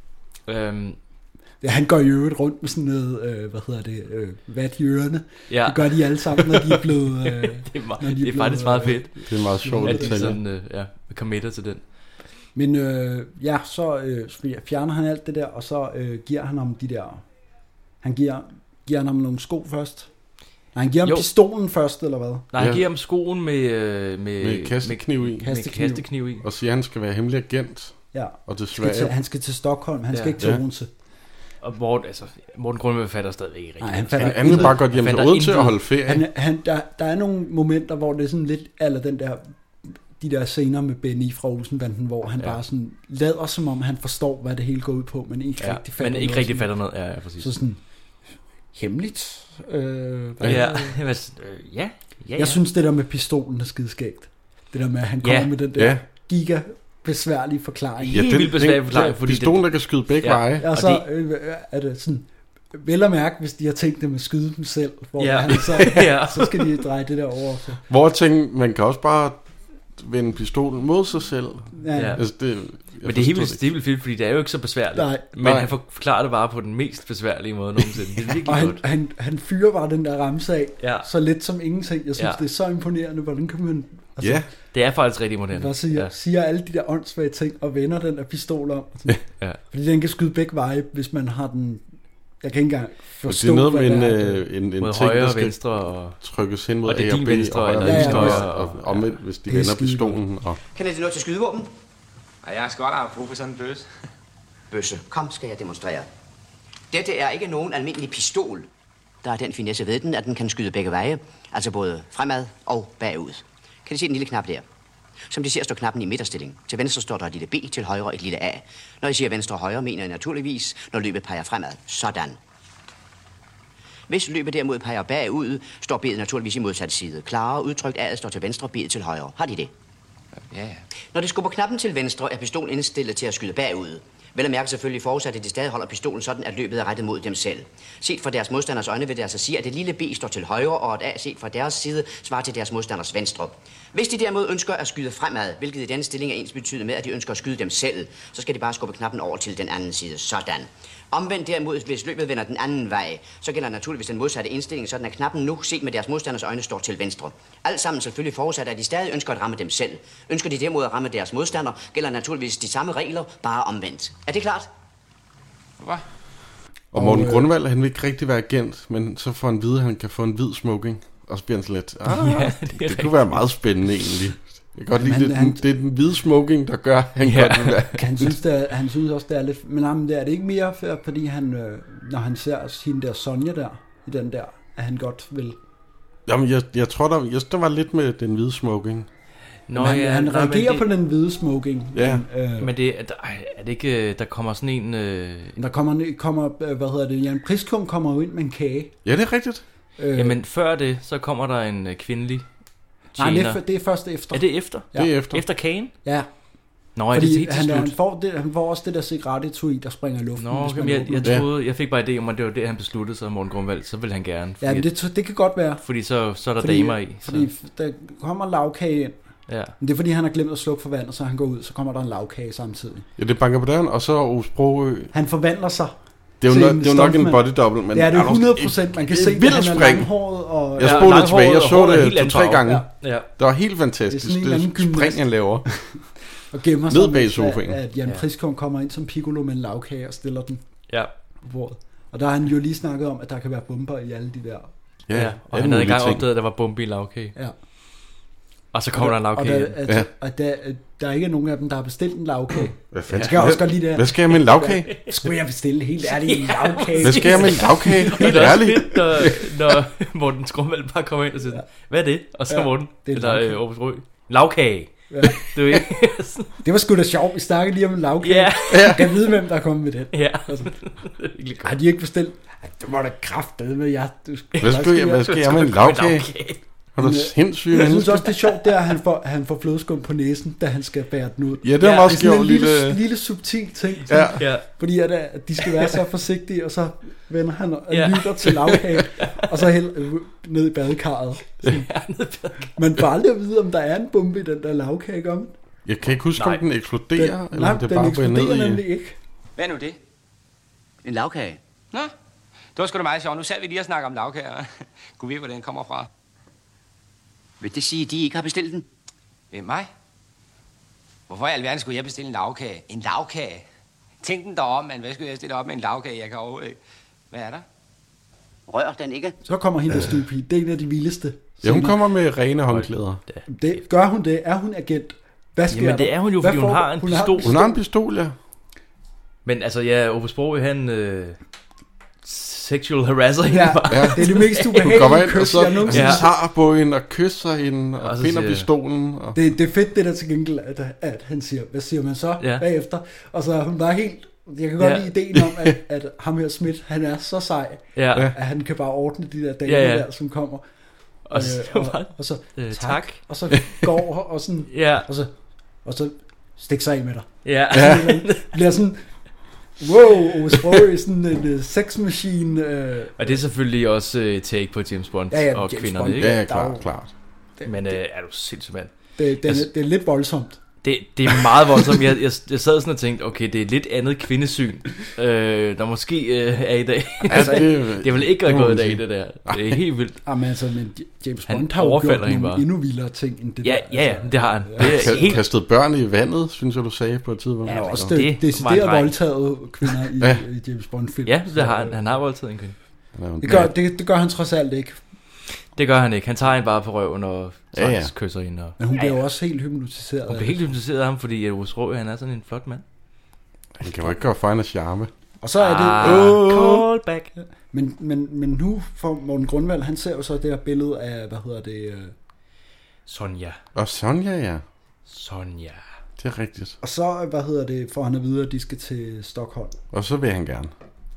Øhm, Ja, han går i øvrigt rundt med sådan noget, øh, hvad hedder det, øh, vat i ørerne. Ja. Det gør de alle sammen, når de er blevet... Øh, det er, meget, når de det er faktisk meget fedt. Det er en meget sjov at de detalje. sådan, øh, ja, committer til den. Men øh, ja, så øh, fjerner han alt det der, og så øh, giver han ham de der... Han giver, giver han ham nogle sko først. Nej, han giver ham Jo. pistolen først, eller hvad? Nej, han Ja. giver ham skoen med, øh, med, Med kastekniv i. med Kastekniv. kastekniv i. Og siger, at han skal være hemmelig agent. Ja. Og til Skal til, Sverige. han skal til Stockholm, han Ja. skal ikke til Ja. Odense. Og Morten, altså, Morten Grundvald fatter stadigvæk ikke rigtigt. Nej, han fatter Han, han vil bare godt hjem Han til fatter Odense og intet. holde ferie. Han, han, der, der er nogle momenter, hvor det er sådan lidt, eller den der, de der scener med Benny fra Olsenbanden, hvor han Ja. bare sådan lader som om, han forstår, hvad det hele går ud på, men ikke Ja, rigtig fatter men ikke noget rigtig sådan. fatter noget. Ja, ja, præcis. Så sådan, hemmeligt? Øh, hvad- Ja, jeg var sådan, øh, ja, ja, ja. Jeg synes, det der med pistolen er skideskægt. Det der med, at han Ja. kommer med den der Ja. giga besværlige forklaring. Ja, Helt vildt besværlig forklaring, fordi pistolen, det- der kan skyde begge Ja. veje. Og Og så øh, er det sådan, vel at mærke, hvis de har tænkt dem at skyde dem selv, hvor Ja. han så, Ja. så skal de dreje det der over. Så. Hvor jeg tænker, man kan også bare vende pistolen mod sig selv. Ja. Ja. Altså, det, Men det er helt vildt, det er vildt fedt, fordi det er jo ikke så besværligt. Nej. Men Nej. han forklarer det bare på den mest besværlige måde nogensinde. Det er virkelig Og han, godt. han, han fyrer bare den der ramse af, Ja. så lidt som ingenting. Jeg synes, Ja. det er så imponerende, hvordan kan man... Altså, Ja. Det er faktisk rigtig imponerende. bare siger, Ja. siger alle de der åndssvage ting, og vender den der pistol om. Og sådan. Ja. Fordi den kan skyde begge veje, hvis man har den... Jeg kan ikke engang forstå, Det er noget med en, hvad det er. øh, en, en Mod ting, højre der og skal venstre og... trykkes hen mod Og det er A og din B, venstre, og højre eller og din venstre, højre, og, og omvendt, hvis de Det er vender skide pistolen. Og, Kender de noget til skydevåben? Og jeg skal godt have brug for sådan en bøs. Bøsse, kom, skal jeg demonstrere. Dette er ikke nogen almindelig pistol. Der er den finesse ved den, at den kan skyde begge veje, altså både fremad og bagud. Kan I se den lille knap der? Som de ser, står knappen i midterstilling. Til venstre står der et lille B, til højre et lille A. Når jeg siger venstre og højre, mener jeg naturligvis, når løbet peger fremad. Sådan. Hvis løbet derimod peger bagud, står B'et naturligvis i modsat side. Klarere udtrykt A'et står til venstre, B'et til højre. Har de det? Ja, ja. Når de skubber knappen til venstre, er pistolen indstillet til at skyde bagud. Vel at mærke selvfølgelig forudsat, at de stadig holder pistolen sådan, at løbet er rettet mod dem selv. Set fra deres modstanders øjne vil det altså sige, at det lille B står til højre, og at A set fra deres side svarer til deres modstanders venstre. Hvis de derimod ønsker at skyde fremad, hvilket i denne stilling er ens betydende med, at de ønsker at skyde dem selv, så skal de bare skubbe knappen over til den anden side. Sådan. Omvendt derimod, hvis løbet vender den anden vej, så gælder naturligvis den modsatte indstilling, sådan at knappen nu, set med deres modstanders øjne, står til venstre. Alt sammen selvfølgelig forudsat, at de stadig ønsker at ramme dem selv. Ønsker de derimod at ramme deres modstander, gælder naturligvis de samme regler, bare omvendt. Er det klart? Hvad? Og Morten Og, øh, Grunwald, han vil ikke rigtig være agent, men så får han vide, at han kan få en hvid smoking. Og så bliver han sådan lidt, ah, Ja, det, det er det kunne være meget spændende egentlig. Jeg kan godt lide, Men det, er han- den, det er den hvide smoking, der gør, han Ja. godt vil være. Han synes, det er, han synes også, det er lidt... Men jamen, det er det ikke mere, for- fordi han, øh, når han ser sin der Sonja der, i den der, at han godt vil... Jamen, jeg, jeg tror, der, jeg, der var lidt med den hvide smoking. Nå, Men han, ja, han nej, men reagerer det- på den hvide smoking. Ja. Men, øh, Men det, er, der- ej, er det ikke, øh, der kommer sådan en... Øh, der kommer, kommer, øh, hvad hedder det, Jan Priskum kommer jo ind med en kage. Ja, det er rigtigt. Øh, jamen før det, så kommer der en øh, kvindelig nej, tjener. det er, det er først efter. Er det efter? Ja. Det er efter. Efter kagen? Ja, Nå, er det fordi helt til han, slut? han, får det, han får også det der cigarettetui, der springer i luften. Nå, hvis okay, man men jeg, åbner jeg, den. troede, jeg fik bare idé om, at det var det, han besluttede sig, Morten Grunwald, så vil han gerne. Fordi, Ja, men det, det kan godt være. fordi så, så er der Fordi, damer i. Så. fordi der kommer lavkage ind. Ja. Men det er fordi, han har glemt at slukke for vandet, så han går ud, så kommer der en lavkage samtidig. Ja, det banker på døren, og så Aarhus Broø. Han forvandler sig. Det er jo, til nok, en det er jo nok en stuntman. body double, men Det er det der hundrede procent. Man kan det er se, at vildt han er spring. langhåret. Og, Jeg Ja, spolede tilbage, jeg langhåret, så og håret er det helt anden to-tre farve. gange. Ja. Ja. Det var helt Det er fantastisk, sådan en eller anden det spring, gymnast. han laver. og gemmer Ned sig, bag mens, sofaen. At Jan Ja. Priskum kommer ind som piccolo med en lavkage og stiller den Ja. på bordet. Og der har han jo lige snakket om, at der kan være bomber i alle de der. Ja, ja. Og alle han havde mulige engang ting. opdaget, at der var bombe i lavkage. Ja. Og så kommer der en Og lavkage der, ind. at, Ja. at der, der er ikke nogen af dem, der har bestilt en lavkage. Hvad fanden Skal jeg også godt lide det Hvad her. skal jeg med en lavkage? Skulle jeg bestille helt ærligt en lavkage? Hvad skal jeg med en lavkage? Det Helt er også ærligt. fedt, når, når Morten Grunwald bare kommer ind og siger, ja. Hvad er det? Og så Ja, Morten, det er eller lavkage. øh, Aarhus Rø. Lavkage. Ja. Det er jo ikke... Det var sgu da sjovt. Vi snakkede lige om en lavkage. Ja. Jeg kan vide, hvem der er kommet med den. Ja. Altså, Det er virkelig har godt. de ikke bestilt? Ej, det var da kraftedeme med jer. Du, Hvad skal jeg, hvad skal jeg med en lavkage? Har du sindssygt Jeg synes menneske? også, det er sjovt, det er, at han får, han får flødeskum på næsen, da han skal bære den ud. Ja, det er Ja, meget Det er sådan skjort en lille, lille... lille, lille subtil ting. Ja. Ja. Fordi at, at de skal være så forsigtige, og så vender han og Ja. lytter til lavkage, og så hælder øh, ned i badekarret. Sådan. Man får aldrig at vide, om der er en bombe i den der lavkage om. Jeg kan ikke huske, om Nej. den eksploderer, Den, eller nej, om det den bare bliver eksploderer ned i... nemlig ikke. Hvad er nu det? En lavkage. Nå, det var sgu da meget sjovt. Nu sad vi lige og snakke om lavkager. Gud ved, hvor den kommer fra. Vil det sige, at de ikke har bestilt den? Hvem, mig? Hvorfor i alverden skulle jeg bestille en lavkage? En lavkage? Tænk den derom, mand. Hvad skulle jeg stille op med en lavkage? Jeg kan overhovedet ikke. Hvad er der? Rør den ikke. Så kommer hende der stuepige. Det er en af de vildeste. Ja, hun scener. kommer med rene håndklæder. Det, gør hun det? Er hun agent? Hvad sker Jamen, det der? er hun jo, Hvad fordi hun får- har en pistol. Hun har en pistol, ja. Men altså, ja, Ove Sprogøe, han øh, sexual harasser hende Ja, bare. Ja. det er det mest Hun kommer ubehagelige ind, og kys, så jeg nogensinde Ja. tager på hende og kysser hende, og Og så finder siger- pistolen. Og... Det, det er fedt det der til gengæld, at, at han siger, hvad siger man så Ja. ja. bagefter? Og så er hun bare helt, jeg kan godt Ja. lide ideen om, at, at ham her Schmidt, han er så sej, Ja. Ja. at han kan bare ordne de der damer Ja, ja. der, som kommer. Og så, Øh, og, og så øh, tak, tak. og så går og sådan, Ja. og så, og så stik sig af med dig. Ja. Ja. Bliver sådan, wow, Ove Sprogøe, sådan en uh, sexmaskine. Uh, Og det er selvfølgelig også øh, take på James Bond Ja, ja, og James kvinderne, Bond. ikke? Ja, ja, Der er jo- klart, klart. Men øh, er du sindssygt, mand? det, det, Altså- er, det er lidt voldsomt. Det, det er meget voldsomt. Jeg, jeg, jeg sad sådan og tænkte, okay, det er et lidt andet kvindesyn, øh, der måske øh, er i dag. altså, det- det vil ikke det være må gået i man dag, sige. det der. Det er helt vildt. Jamen altså, men James Han Bond har jo overfalder gjort hende nogle bare. endnu vildere ting end det Ja, der. ja, ja, det har han. Det er Ka- helt... Kastet børn i vandet, synes jeg, du sagde på et tidspunkt. Ja, også det det, var en decideret dreng. voldtaget kvinder i, Ja. i James Bond-film. Ja, det har han. Han har voldtaget en kvinde. Det gør, det, det gør han trods alt ikke. Det gør han ikke. Han tager hende bare på røven og Ja, ja. kysser hende. Og... Men hun bliver jo også helt hypnotiseret. Hun af bliver helt det. hypnotiseret af ham, fordi at Ove Sprogøe, han er sådan en flot mand. Han kan jo ikke gøre fejl af charme. Og så er det... Ah, call back. Men, men, men nu får Morten Grunwald, han ser jo så det her billede af, hvad hedder det... øh, Sonja. Og Sonja, ja. Sonja. Det er rigtigt. Og så, hvad hedder det, får han at vide, at de skal til Stockholm. Og så vil han gerne.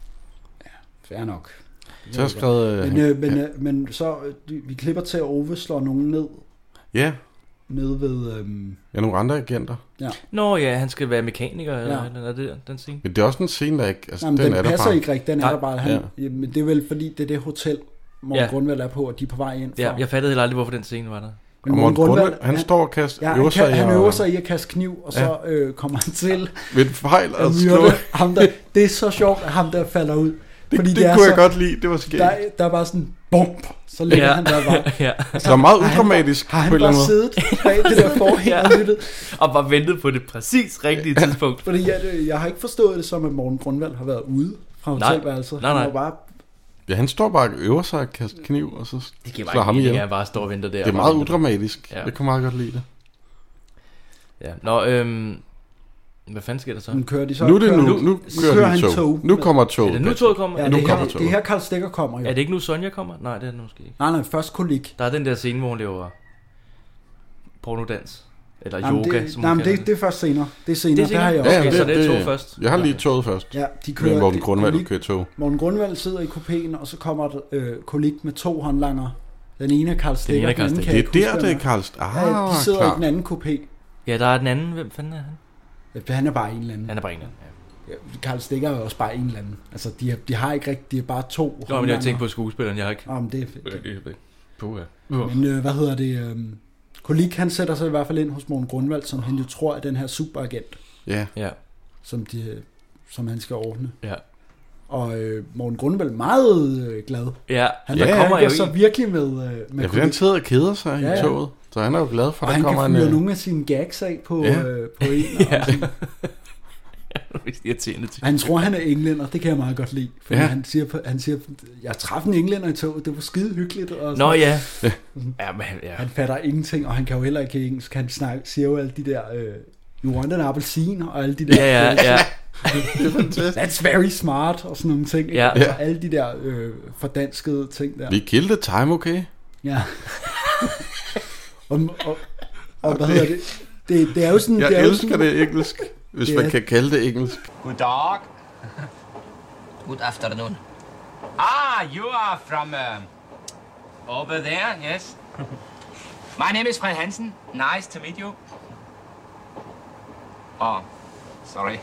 Fair nok. Så har jeg skrevet... Men, øh, øh, men, øh, men så, øh, de- vi klipper til, at Ove slår nogen ned, Ja, nede ved... Øhm, ja, nogle andre agenter. ja. Nå ja, han skal være mekaniker, eller Ja. ja. eller er det den scene? Men det er også en scene, der ikke... Altså, Jamen, den, den, er der passer bare. ikke rigtigt, den er Nej. der bare. Han, Ja. ja. Men det er vel fordi, det er det hotel, Morten Ja. Grunwald er på, og de er på vej ind fra. Ja, jeg fattede heller aldrig, hvorfor den scene var der. Men Og Morten Grunwald, han står og kaster, ja, øver han, sig kan, i han at- øver sig i at kaste kniv, og så øh, kommer han til Ved en fejl at at slå. myrde ham der. Det er så sjovt, at ham der falder ud. Det, Fordi det, det er kunne jeg så- godt lide, det var skægt. Der, der er bare sådan, bump, så ligger Ja. han der bare. ja. Og Det var meget har han udramatisk bare- Har på han en eller bare anden siddet bag det der forhæng og Ja. lyttet? Og bare ventet på det præcis rigtige tidspunkt. Fordi jeg, jeg har ikke forstået det som, at Morten Grunwald har været ude fra hotelværelset. Nej, nej. Han var bare... Ja, han står bare og øver sig at kaste kniv, og så Det giver slår bare ham ikke ihjel. mening, at han bare står og venter der. Det er meget udramatisk. Ja. Jeg kan meget godt lide det. Ja. Nå, øhm... Hvad fanden sker der så? Nu kører de så... Nu er det kører, nu. Nu, nu kører, kører han tog. tog. Nu kommer tog. Er det nu toget kommer? Ja, nu det, kommer her, tog. det her Karl Stikker kommer jo. Er det ikke nu Sonja kommer? Nej, det er det måske ikke. Nej, nej, først Kulik. Der er den der scene, hvor hun laver pornodans. Eller Nej, men yoga, det, som nej, hun men kalder det, det er først senere. Det er senere. Det er senere? har jeg Okay, også. Ja, så det er tog først. Jeg har lige toget først. Ja, de kører... Men Morten det- Grundvald Kulik- kører tog. Morten Grundvald sidder i kupéen, og så kommer der øh, Kulik med to håndlanger. Den ene er Karl ene Stikker, er Karl den anden Stikker. kan jeg Det ikke er huske, der, hvem det er Karl St- Ja, Ah, de sidder klar. i den anden kupé. Ja, der er den anden. Hvem fanden er han? Ja, han er bare en eller anden. Han er bare en eller anden, ja. Ja, Karl Stikker er jo også bare en eller anden. Altså, de, er, de har ikke rigtig, de er bare to Nå, men jeg har håndlanger. tænkt på skuespilleren, jeg har ikke... Jamen, det er fedt. Puh, ja. Men øh, hvad hedder det? Øh, Kulik, han sætter sig i hvert fald ind hos Morten Grundvald, som han jo tror er den her superagent, Ja. Ja. som, de, som han skal ordne. Ja. Og øh, Morten Grundvald er meget øh, glad. Ja, Han Ja, der han kommer jo jo så i- virkelig med, øh, med Ja, for Kulik. han sidder og keder sig Ja, i ja. toget. Så han er jo glad for, Og at han der kommer kan en... fyre øh, nogle af sine gags af på, Ja. øh, på en. Ja. Og sådan. Det er irriterende til. Han tror, han er englænder. Det kan jeg meget godt lide. For Ja. han siger, på- han siger, jeg traf en englænder i toget. Det var skide hyggeligt. Og Nå sådan. ja. Ja, men ja. Han fatter ingenting, og han kan jo heller ikke engelsk. Han snakker, siger jo alle de der, øh, you want an appelsin, og alle de der. Ja, ja, ja. Det er fantastisk. That's very smart, og sådan nogle ting. ikke? Ja. Altså, alle de der øh, fordanskede ting der. Vi killed the time, okay? Ja. og, og, og hvad hedder det? Det, det er jo sådan... Jeg det er jo elsker sådan, det engelsk, hvis Det man er- kan kalde det engelsk. Good dog. Good afternoon. Ah, you are from uh, over there, yes. My name is Fred Hansen. Nice to meet you. Oh, sorry.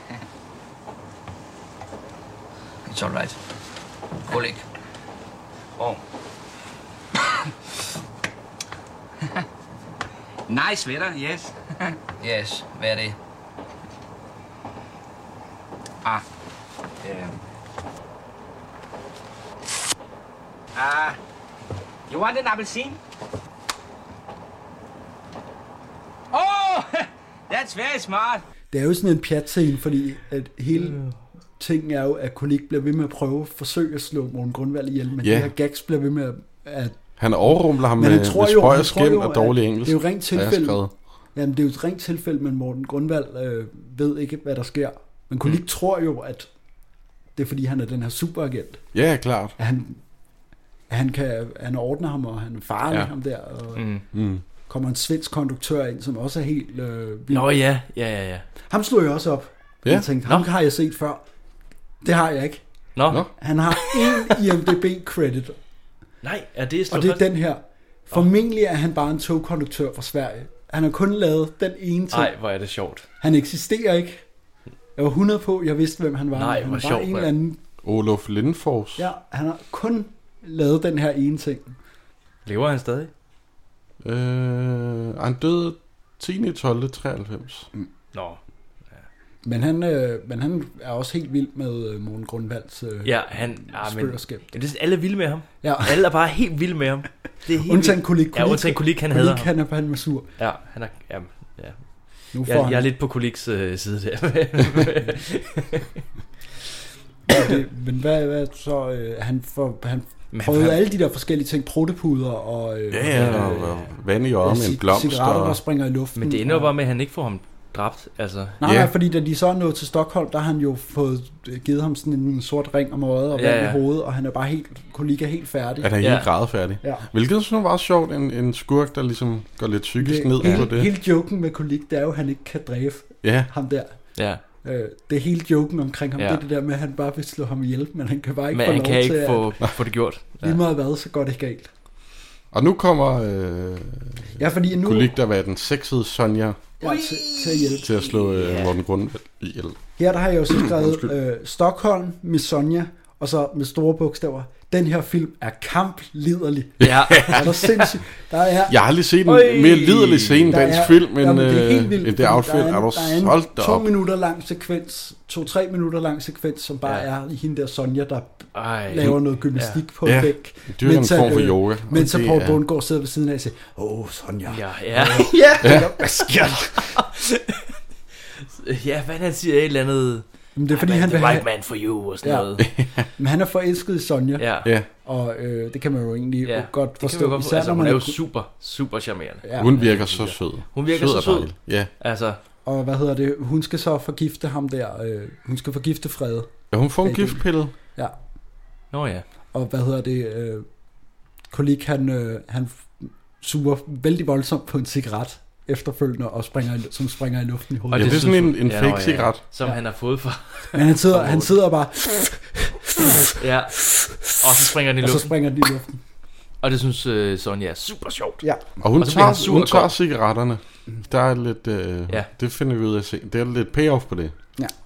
It's all right. Kulik. Oh. Nice sweater, yes. Yes, very. Ah. Yeah. Ah. You want an appelsin? Oh, that's very smart. det er jo sådan en pjatscene, fordi at hele ting er jo, at Kulik bliver ved med at prøve at forsøge at slå Morten Grundvald ihjel, men Ja. de her gags bliver ved med at... at Han overrumpler ham Men med, han tror med jo- spøj han og tror skæld jo, og dårlig at engelsk. det er jo rent har jeg tilfælde. skrevet. Jamen, det er jo et rent tilfælde, men Morten Grundvald øh, ved ikke, hvad der sker. Men Kulik mm. tror jo, at det er, fordi han er den her superagent. Ja, klart. At han, at han, kan, han ordner ham, og han er farlig, Ja. ja. ham der. Og Mm. Mm. kommer en svensk konduktør ind, som også er helt øh, vild. Nå ja, ja, ja, ja. Ham slog jeg også op. Ja. Jeg tænkte, ham Nå. har jeg set før. Det har jeg ikke. Nå, Nå. Han har en I M D B-credit, nej, er det og slået det er fast? den her. Formentlig er han bare en togkonduktør fra Sverige. Han har kun lavet den ene ting. Nej, hvor er det sjovt. Han eksisterer ikke. Jeg var hundrede på, jeg vidste, hvem han var. Nej, han hvor var bare sjovt, en mand. eller anden. Olof Lindfors. Ja, han har kun lavet den her ene ting. Lever han stadig? Øh, han døde tiende tolvte treoghalvfems. Nå. Men han, øh, men han er også helt vild med øh, Morten Grundvalds øh, Ja, han... Ja, men, spørgerskab. ja, det er, alle er vilde med ham. Ja. Alle er bare helt vilde med ham. Det er helt Undtagen vildt. Kulik. Ja, undtagen Kulik, han hader Kulik, ham. han er, han er sur. Ja, han er... Ja, ja. Nu får Jeg, han, jeg er lidt på Kuliks øh, side der. det, men hvad, hvad så? Øh, han får, han Men prøvede han- alle de der forskellige ting. Pruttepuder og... Øh, Ja, ja, og, og vand i øjet med en cig- blomst. cigaretter, der Og, springer i luften. Men det ender jo og- bare med, at han ikke får ham dræbt. Altså, Nej, Ja. nej, fordi da de så er nået til Stockholm, der har han jo fået givet ham sådan en sort ring om øjet og Ja, vand ja. i hovedet, og han er bare helt, Kulik er helt færdig. at han er Ja. helt grædefærdig. Ja. Hvilket sådan var sjovt, en, en skurk, der ligesom går lidt psykisk ned hele, på det. hele joken med Kulik, det er jo, at han ikke kan dræbe Ja, ham der. ja. Øh, det er hele joken omkring ham, Ja. det er det der med, at han bare vil slå ham ihjel, men han kan bare ikke Men få han lov kan til ikke at... få, få det gjort. Lige meget hvad, så går det galt. og nu kommer øh, Ja, fordi nu... Kulik, der var den sexede Sonja, Ja, til, til at hjælpe. til at slå øh, Ja. Morten Grundvald ihjel. Her der har jeg jo så skrevet øh, Stockholm med Sonja, og så med store bogstaver. Den her film er kampliderlig. Ja. Er der sindssygt? Der er... Jeg har aldrig set en Øj. mere liderlig scene i Der dansk er- film, end, jamen, det er helt øh, vildt, end det fordi outfit. der Er du der er en holdt to op? minutter lang sekvens, to-tre minutter lang sekvens, som bare Ja. er hende der Sonja, der Ej. laver noget gymnastik Ja. på en Ja. bæk. Det er jo en Mens at, form for øh, yoga. Mens så Det Poul er- Bundgaard sidder ved siden af og siger, åh, Sonja. Ja, ja. Ja, ja. Hvad sker der? Ja, hvad han siger et eller andet... Men det er fordi, I'm han the vil right have... man for you, og sådan Ja. noget. Men han er forelsket i Sonja. Ja. Ja. Og øh, det kan man jo egentlig Ja, godt det kan forstå. vi godt, især altså, når hun man er jo er- super, super charmerende. Ja. Hun virker så sød. Hun virker Sød så og sød. dejlig. Ja. Altså, Og hvad hedder det? Hun skal så forgifte ham der. Øh, hun skal forgifte Frede. Ja, hun får en Bag det. giftpille. Ja. nå ja. Og hvad hedder det? Øh, Kolik, han, øh, han suger vældig voldsomt på en cigaret efterfølgende, og springer, i- som springer i luften i hovedet. Ja, det er sådan en, en Ja, nå, fake cigaret. Som Ja. han har fået fra... Men han sidder, han sidder bare, Ja. Og så springer den i og så luften. springer den i luften. Og det synes uh, Sonja er super sjovt. Ja. Og hun Og så bliver han tager, sur hun og tager går. cigaretterne. Der er lidt... Øh, Ja. Det finder vi ud af at se. Det er lidt payoff på det.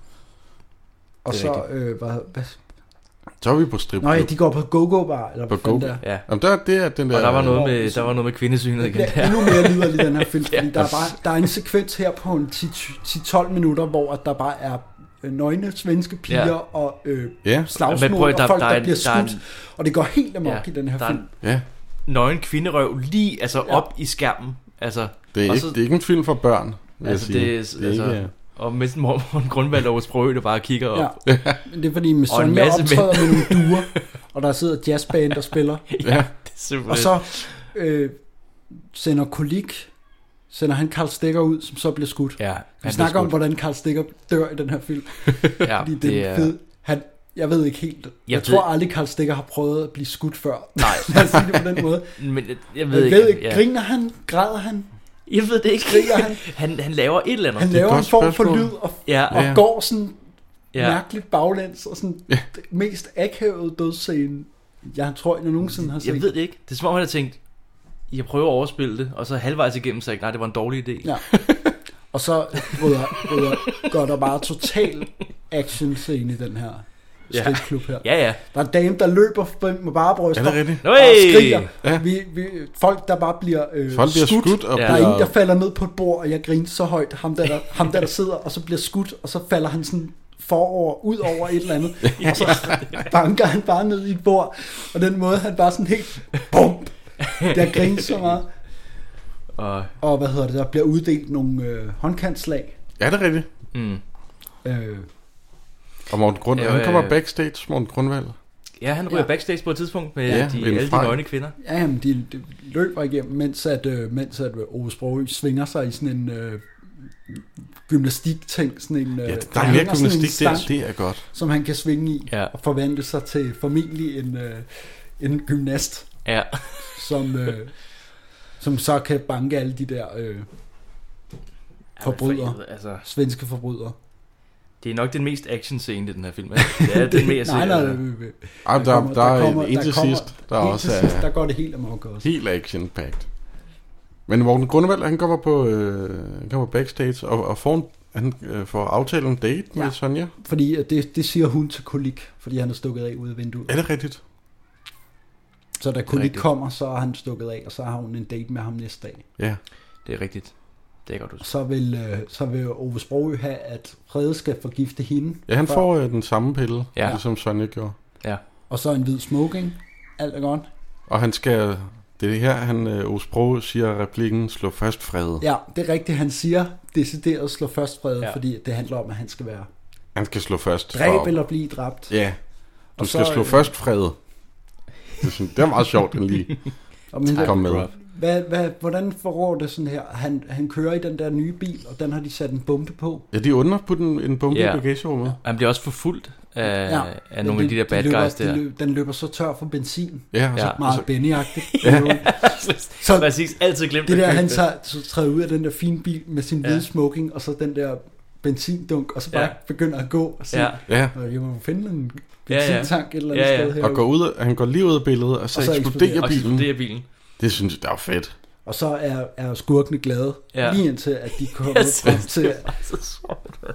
Og Det er så, øh, hvad, hvad? Så er vi på strip. Nå ja, de går på go-go bar, eller På hvad fanden go- der. Ja. Jamen, der, det er den der... Og der var noget Hvor- med, der var noget med kvindesynet Det igen bliver der. endnu mere liderlig, den her film, fordi der er, bare, der er en sekvens her på en ti til tolv minutter, hvor at der bare er øh, nøgne svenske piger Ja. og øh, Ja. slagsmål, Men prøv at- og der- folk, der der, er en- bliver der er skudt, en- og det går helt amok Ja, i den her der er film. en Ja. nøgen kvinderøv lige altså Ja. op i skærmen. Altså, Det er, og ikke, så- det er ikke en film for børn, vil altså, jeg sige. det, er, det er altså, ikke... og med sådan Morten Grundvald over Sprøø, der bare kigger op. Ja. Men det er fordi, med Og en Sonja masse optræder med nogle duer, og der sidder jazzband, der spiller. Ja, det er super Og så øh, sender Kolik, sender han Karl Stikker ud, som så bliver skudt. Ja, Vi han snakker bliver om, skudt. hvordan Karl Stikker dør i den her film. Ja, Fordi det, er fed. Han, jeg ved ikke helt. Jeg, Jeg jeg ved- tror aldrig, Karl Stikker har prøvet at blive skudt før. Nej. Lad os sige det på den måde. Men jeg, jeg Jeg ved ved ikke. ikke, ja. griner han? Græder han? Jeg ved det ikke. Skriger han? han, han laver et eller andet. Han Det er et laver en godt form for spørgsmål. lyd og, Ja. og Ja. går sådan Ja. mærkeligt baglæns og sådan det mest akavede dødsscene, jeg tror, jeg nogensinde har set. Jeg ved det ikke. Det er som om, han har tænkt, jeg prøver at overspille det, og så halvvejs igennem sagde, nej, det var en dårlig idé. Ja. Og så rydder, rydder, går der bare total action scene i den her Ja. stripklub her. Ja, ja. Der er en dame, der løber med bare bryster Er det rigtigt? og Nøj! skriger. Ja. Vi, vi, folk, der bare bliver, øh, Folk bliver skudt. skudt og Ja. Der er bliver... en, der falder ned på et bord, og jeg griner så højt. Ham der, der, ham der, der sidder, og så bliver skudt, og så falder han sådan forover, ud over et eller andet. Og så banker han bare ned i et bord. Og den måde, han bare sådan helt... Bum! Jeg griner så meget. Og, Og hvad hedder det, der bliver uddelt nogle øh, håndkantslag. Ja, det er rigtigt. mm. Øh, Og Morten Grund... Ja, han kommer øh, backstage, Morten Grundvald. Ja, han ryger Ja. ja. backstage på et tidspunkt med Ja, ja, de, med en alle de fejl. nøgne kvinder. ja, jamen, de, de løber igennem, mens at, øh, mens at øh, Ove Sprogøe svinger sig i sådan en øh, gymnastik-ting. Sådan en, øh, Ja, der der er mere hænger sådan en gymnastik der. stang, Det er godt. som han kan svinge i, Ja. og forvandle sig til formentlig en, øh, en gymnast, Ja. som, øh, som så kan banke alle de der øh, forbrydere, For, altså, svenske forbrydere. det er nok den mest action scene i den her film. ikke? Det er den mere nej, nej, altså. øh, øh, Ej, der, kommer- der, er kommer- en til kommer- sidst, der helt også til er sidst, der går det helt amok også. helt action-packed. Men Morten Grundvald, han kommer på, øh, han kommer backstage og, og får, en, han, øh, får aftalt en date med Ja. Sonja. Fordi at det, det siger hun til Kolik, fordi han er stukket af ude af vinduet. Er det rigtigt? Så da Kolik rigtigt. kommer, så er han stukket af, og så har hun en date med ham næste dag. Ja. Det er rigtigt. Det er godt ud. Så vil, øh, så vil Ove Sprogøe have, at Frede skal forgifte hende. Ja, han før- får øh, den samme pille, Ja. ja. ligesom Sonja gjorde. Ja. Og så en hvid smoking. Alt er godt. Og han skal, det er det her, han, øh, Osbro siger replikken, slå først Frede. Ja, det er rigtigt. Han siger decideret slå først Frede, Ja. ja. fordi det handler om, at han skal være Han skal slå først. dræb for- eller blive dræbt. Ja, du Og skal så, slå øh, først Frede. Det, synes, det er meget sjovt, den lige Og men, kom med. hvad, hvad, hvordan forgår det sådan her? Han, han kører i den der nye bil, og den har de sat en bombe på. Ja, de under på den, en bombe Ja. i bagagerummet. Han bliver også forfulgt af, Ja. af nogle af de der bad løber, guys der. de løber, den løber så tør for benzin. Ja, og så, Ja. og Meget så, Benny-agtigt. Ja. Så Præcis, altid glemt det at der, købe han tager, så træder ud af den der fine bil med sin hvide Ja. smoking, og så den der benzindunk, og så bare Ja. begynder at gå og sige, Ja. ja, "Øh, jeg må finde en Ja, ja. benzintank et eller andet Ja, ja. sted her. og går ud, han går lige ud af billedet, og så, Og så eksploderer eksploderer- Og bilen. eksploderer bilen. Det synes jeg, det er fedt. Og så er, er skurkene glade, Ja. ja. lige indtil at de kommer Jeg synes, frem til, det var så sjovt.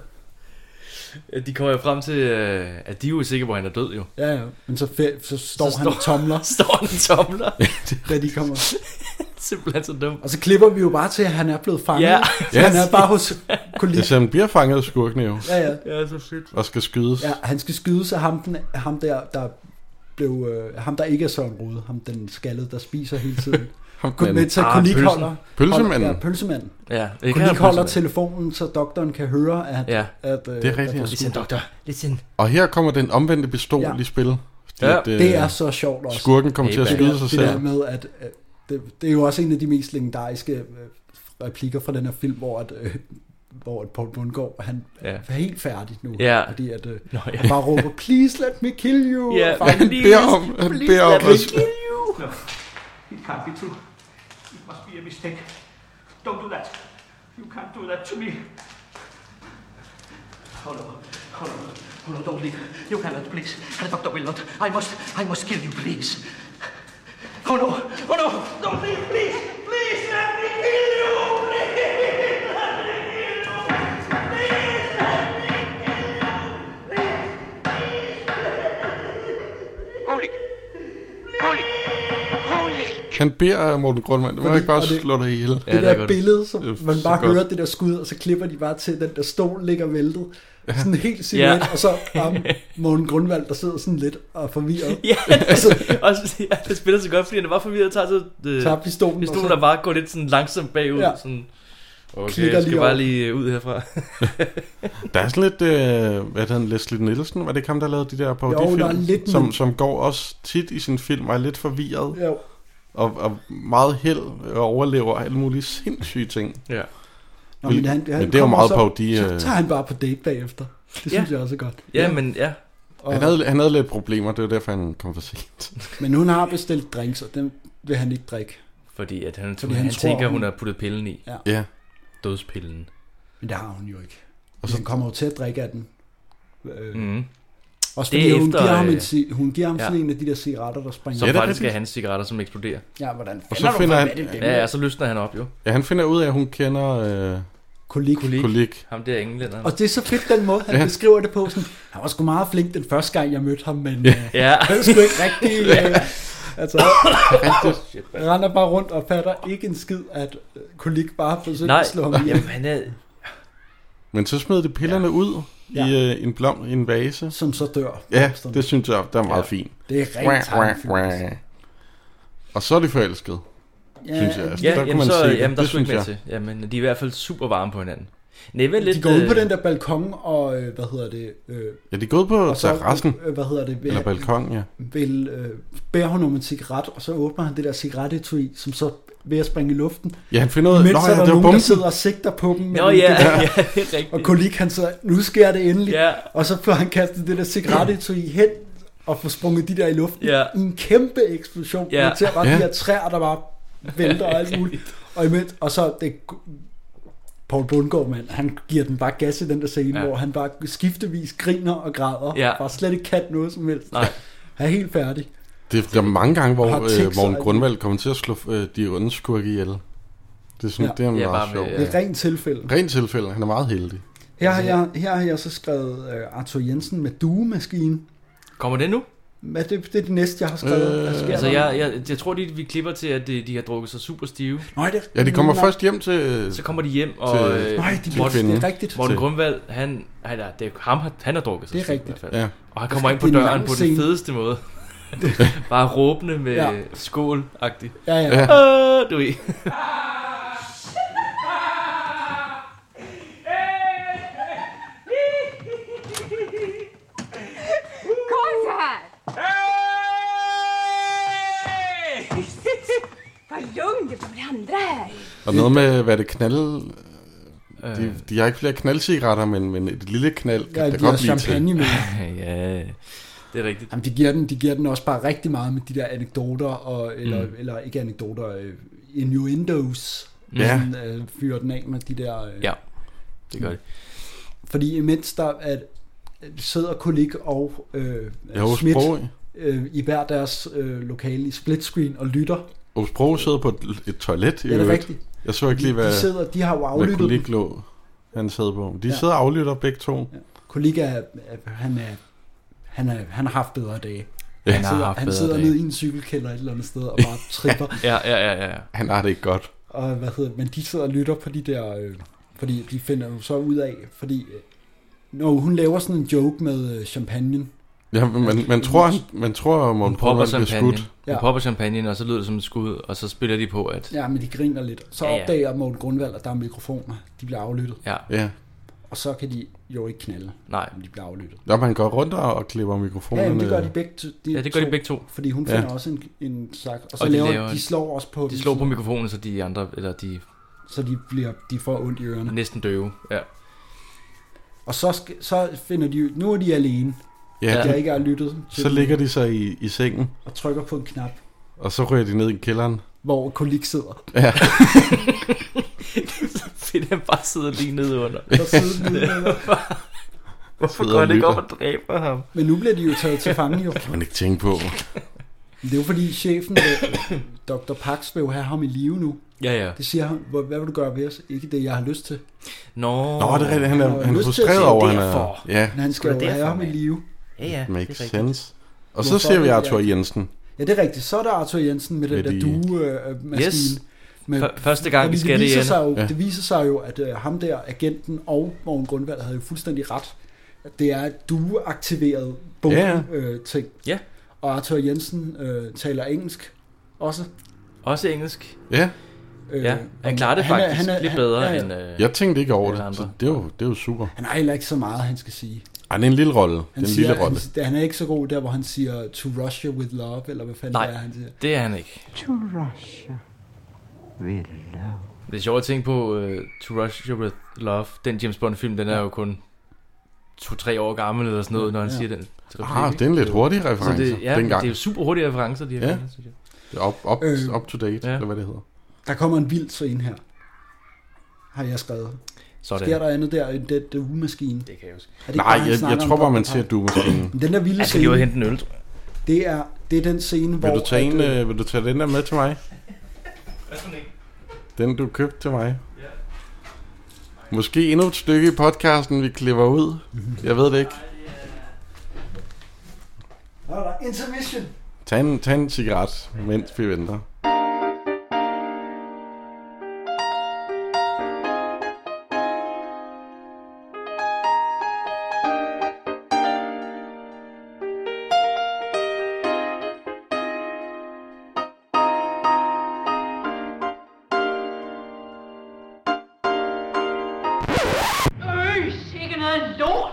De kommer jo frem til, øh, at de er jo sikre på, at han er død jo. ja, ja, men så, fe- så står Så han og står- tomler, Står han tomler. da de kommer. Simpelthen så dum. Og så klipper vi jo bare til, at han er blevet fanget. Ja. Så han er bare hos Det Kolik. er så, han bliver fanget af skurkene jo, Ja, ja. Ja, så fedt. og skal skydes. Ja, han skal skyde sig ham, den, ham der, der blev øh, ham, der ikke er Søren Rode, ham den skaldede, der spiser hele tiden. Ham Kun med til Ah, kolikholder. Pølsemanden. Ja, pølsemanden. Ja, det kan Kolikholder telefonen, så doktoren kan høre, at... Ja. at øh, Det er rigtigt. at Listen, doktor. Listen. Og her kommer den omvendte pistol Ja. i spil. Ja, at, øh, det er så sjovt også. Skurken kommer til at Hey, skyde det, sig det der selv. med, at, at det, det er jo også en af de mest legendariske øh, replikker fra den her film, hvor at, øh, hvor at Paul Bundgaard, han Ja. er helt færdig nu. Ja. Fordi at øh, Nå, ja. han bare råber, please let me kill you. Ja, Og far, Han beder om, han please beder om let me at kill you. No, it can't be true. It must be a mistake. Don't do that. You can't do that to me. Oh no, oh no, oh no, don't leave. You cannot, please. The doctor will not. I must, I must kill you, please. Oh no, oh no, don't leave, please. Please let me kill you, please. Let me kill you. Please let me kill you. Please. Rolig. Rolig. Rolig. Han beder Morten Grundvald, du må Fordi- ikke bare og det- slå dig ihjel. Ja, Det det er der godt. billede, som Det er man så bare godt. hører det der skud, og så klipper de bare til, den der stol ligger væltet. Sådan helt silhuet, Ja. og så um, Morten Grundvald, der sidder sådan lidt og er forvirret. Ja, altså, også, ja, det spiller så godt, fordi han er bare forvirret, tager så øh, Tager pistolen, pistolen og så- der bare går lidt sådan langsomt bagud. Ja. Sådan, okay, Klikker jeg skal lige bare over. lige ud herfra. Der er sådan lidt, øh, hvad hedder han, Leslie Nielsen, var det ikke ham, der lavede de der parodifilm? der er lidt som, men- som går også tit i sin film og er lidt forvirret. Jo. Og, og meget held og overlever alle mulige sindssyge ting. Ja. Nå, men, han, han men det er jo kommer meget så, parodi. Så øh. tager han bare på date bagefter. Det Ja. synes jeg også er godt. Ja, men ja. Og, Han havde, han havde lidt problemer, det var derfor, han kom for sent. Men hun har bestilt drinks, og dem vil han ikke drikke. Fordi at han, Fordi han, han han tror, tænker, hun hun- har puttet pillen i. Ja. Ja. Dødspillen. Men det har hun jo ikke. Og Og så- så han kommer jo til at drikke af den. Øh, Mm. Også Det fordi er hun, efter, giver ham øh, en, ci- hun giver ham ja. sådan en af de der cigaretter, der springer. Som Ja, det er faktisk er rigtigt. hans cigaretter, som eksploderer. Ja, hvordan Og så finder du finder for, han- hvad det er dem? Ja, ja, så løsner han op jo. Ja, han finder ud af, at hun kender øh, Kolik. Kolik. Kolik. Ham der englænderen. Og det er så fedt den måde, han Ja. ja. beskriver det på. Sådan, han var sgu meget flink den første gang, jeg mødte ham, men ja. øh, Ja. han er sgu ikke rigtig... Øh, altså, han render bare rundt og fatter ikke en skid, at øh, Kolik bare har forsøgt Nej, at slå ham ihjel. jamen, han er... Men så smed de pillerne ja. ud Ja. i øh, en blom, i en vase. Som så dør. Ja, det synes jeg, der er meget Ja. fint. Det er rent tegnefilm. Og så er de forelsket, Ja, synes jeg. Altså, Ja, der kan jamen, man så, se det. jamen, der Det skulle ikke synes mere jeg. til. Jamen, de er i hvert fald super varme på hinanden. Nej, vel lidt... De går ud på øh, den der balkon, og øh, hvad hedder det... Øh, Ja, de er gået på og så, terrassen. øh, hvad hedder det? Eller balkon, ja. Vil, øh, bærer hun om en cigaret, og så åbner han det der cigarettetui, som så ved at springe i luften. Ja, han finder ud af, Imens nå er ja, der det var nogen, der bomben. sidder og sigter på dem. Nå med ja, det der. ja, det er rigtigt. Og Kolik, han så, nu sker det endelig. Ja. Og så får han kastet det der cigarettetui hen, og får sprunget de der i luften. Ja. I en kæmpe eksplosion. Ja. Man ser bare Ja. de her træer, der bare vælter og alt muligt. Og, imens, og så det Paul Bundgaard, mand, han giver den bare gas i den der scene, Ja. ja. hvor han bare skiftevis griner og græder. Ja. Bare slet ikke kan noget som helst. Nej. Han er helt færdig. Det der er mange gange, Har hvor tekster øh, Morten og- Grundvald kommer til at slå øh, de onde skurke ihjel. Det er, sådan, Ja. det er Ja, meget bare med- sjovt. Det er rent tilfælde. Rent tilfælde, han er meget heldig. Her har jeg, her har jeg så skrevet uh, Arthur Jensen med duemaskine. Kommer det nu? Hvad det, det er det næste, jeg har skrevet. Øh, Hvad sker Altså, der? jeg, jeg, jeg tror, de, vi klipper til, at de, de har drukket sig super stive. Nej, det, Ja, de kommer nej, først hjem til... Så kommer de hjem, og Til- øh, Nej, de Morten, det er rigtigt. Morten til- Grundvald, han, han, er, det er, ham, har- han har drukket sig Det er stiv i rigtigt. hvert fald. Ja. Og han kommer ind på Det er en døren lang på scene. den fedeste måde. Bare råbende med Ja. ja. skål-agtigt. Ja, ja. Ja. Øh, du ved. Kom så her! Vad lugn det blir andra här. Og noget med, hvad det knald... Øh. De, de har ikke flere knaldcigaretter, men, men et lille knald kan Ja, det de godt har blive champagne til. med. Ja, det er rigtigt. Jamen, de, giver den, de giver den også bare rigtig meget med de der anekdoter, og, eller, Mm. mm. eller ikke anekdoter, øh, innuendos, Ja. sådan, øh, fyrer den af med de der... Øh, Ja, det gør det. Fordi imens der at, at sidder Kolik og øh, Ja, hos Schmidt Sprog. øh, i hver deres øh, lokale i split screen og lytter. Hos Sprog sidder på et, et toilet i Ja, det er øvrigt. rigtigt. Jeg så ikke lige, De, hvad, de, sidder, de har jo hvad aflyttet Kolik dem. lå, han sad på. De Ja. sidder og aflytter begge to. Ja. Kolik er, er, han er, han er, han har haft bedre dage. Ja. Han har sidder, haft han bedre sidder dage. nede i en cykelkælder et eller andet sted og bare tripper. Ja, ja, ja, ja. Han har det ikke godt. Og hvad hedder, men de sidder og lytter på de der, øh, fordi de finder jo så ud af, fordi øh, når hun laver sådan en joke med øh, champagnen, Ja, man, man tror, man tror, Morten Kornvald bliver skudt. Hun Ja. popper champagne, og så lyder det som et skud, og så spiller de på, at... Ja, men de griner lidt. Så Ja, ja. opdager Morten Grundvald, at der er mikrofoner. De bliver aflyttet. Ja. Ja. Og så kan de jo ikke knalde. Nej. Men de bliver aflyttet. Ja, man går rundt og, og klipper mikrofonerne. Ja, men det gør de begge to. Ja, det gør de begge to. Fordi hun Ja. finder også en, en sak. Og så Og de laver, laver de en- slår også på... De slår på mikrofonen, så de andre, eller de... Så de, bliver, de får ondt i ørerne. Næsten døve, ja. Og så, skal, så finder de... Nu er de alene. Ja, de de- ikke har lyttet til Så dem, ligger de sig i, i sengen, og trykker på en knap, og så ryger de ned i kælderen. hvor Kolik sidder. Ja. Fedt, han bare sidder lige nede under. Der sidder nede. Hvorfor Sidder går og han ikke op lytter. og dræber ham? Men nu bliver de jo taget til fange, jo. Kan man ikke tænke på. Det er jo fordi chefen, øh, doktor Pax, vil jo have ham i live nu. Ja, ja. Det siger han, "Hvor- hvad vil du gøre ved os? Ikke det, jeg har lyst til. Nå, Nå, det er rigtigt. Han er, har han er lyst til at frustreret sige over, det han er... derfor. Ja, Men han skal jo have ham i live. Ja, ja, det er makes rigtigt. sense. Og så Hvorfor ser vi det? Arthur Ja. Jensen. Ja, det er rigtigt. Så er der Arthur Jensen med den Med der de- due-maskine. Yes. F- første gang, fordi vi skal det det viser igen. sig jo, Ja. Det viser sig jo, at uh, ham der, agenten og Morten Grundvald, havde jo fuldstændig ret. At det er et due-aktiveret bombe Ja, øh, ting. Ja. Og Arthur Jensen øh, taler engelsk også. Også engelsk. Ja, Øh, Ja, han klarer det han er- faktisk han er- lidt han- bedre ja, ja. end... Øh, jeg tænkte ikke over Alle det, så andre. det er, jo, det er jo super. Han har heller ikke så meget, han skal sige. Ej, det er en lille rolle. Det er Han, en siger, lille rolle. han, han er ikke så god der, hvor han siger to Russia with love, eller hvad fanden Nej, det er, han siger. det er han ikke. To Russia with love. Det er sjovt at tænke på uh, To Russia With Love. Den James Bond-film, den er jo kun to-tre år gammel eller sådan noget, når han Ja. siger den. til replik, Ah, ikke? det er en lidt hurtig Så reference det, ja, dengang. det er jo super hurtige referencer, de her Ja. film, synes jeg. Det er up, up, Øh, up to date, ja. eller hvad det hedder. Der kommer en vild scene her, har jeg skrevet. Sådan. Sker der andet der, end den der ugemaskine? Det kan jeg huske. Er det ikke Nej, bare, han jeg, snakker jeg om tror bare, man doktor ser Park? du-maskinen. Den der vilde Jeg skal lige ud og scene, hente en øl, tror jeg. det er, det er den scene, hvor... Vil du tage, en, at, øh, øh, vil du tage den der med til mig? Den du købte til mig? Måske endnu et stykke i podcasten, vi klipper ud. Jeg ved det ikke. Nå, der er intermission. Tag en, tag en cigaret, mens vi venter. Øh, sikke noget lort!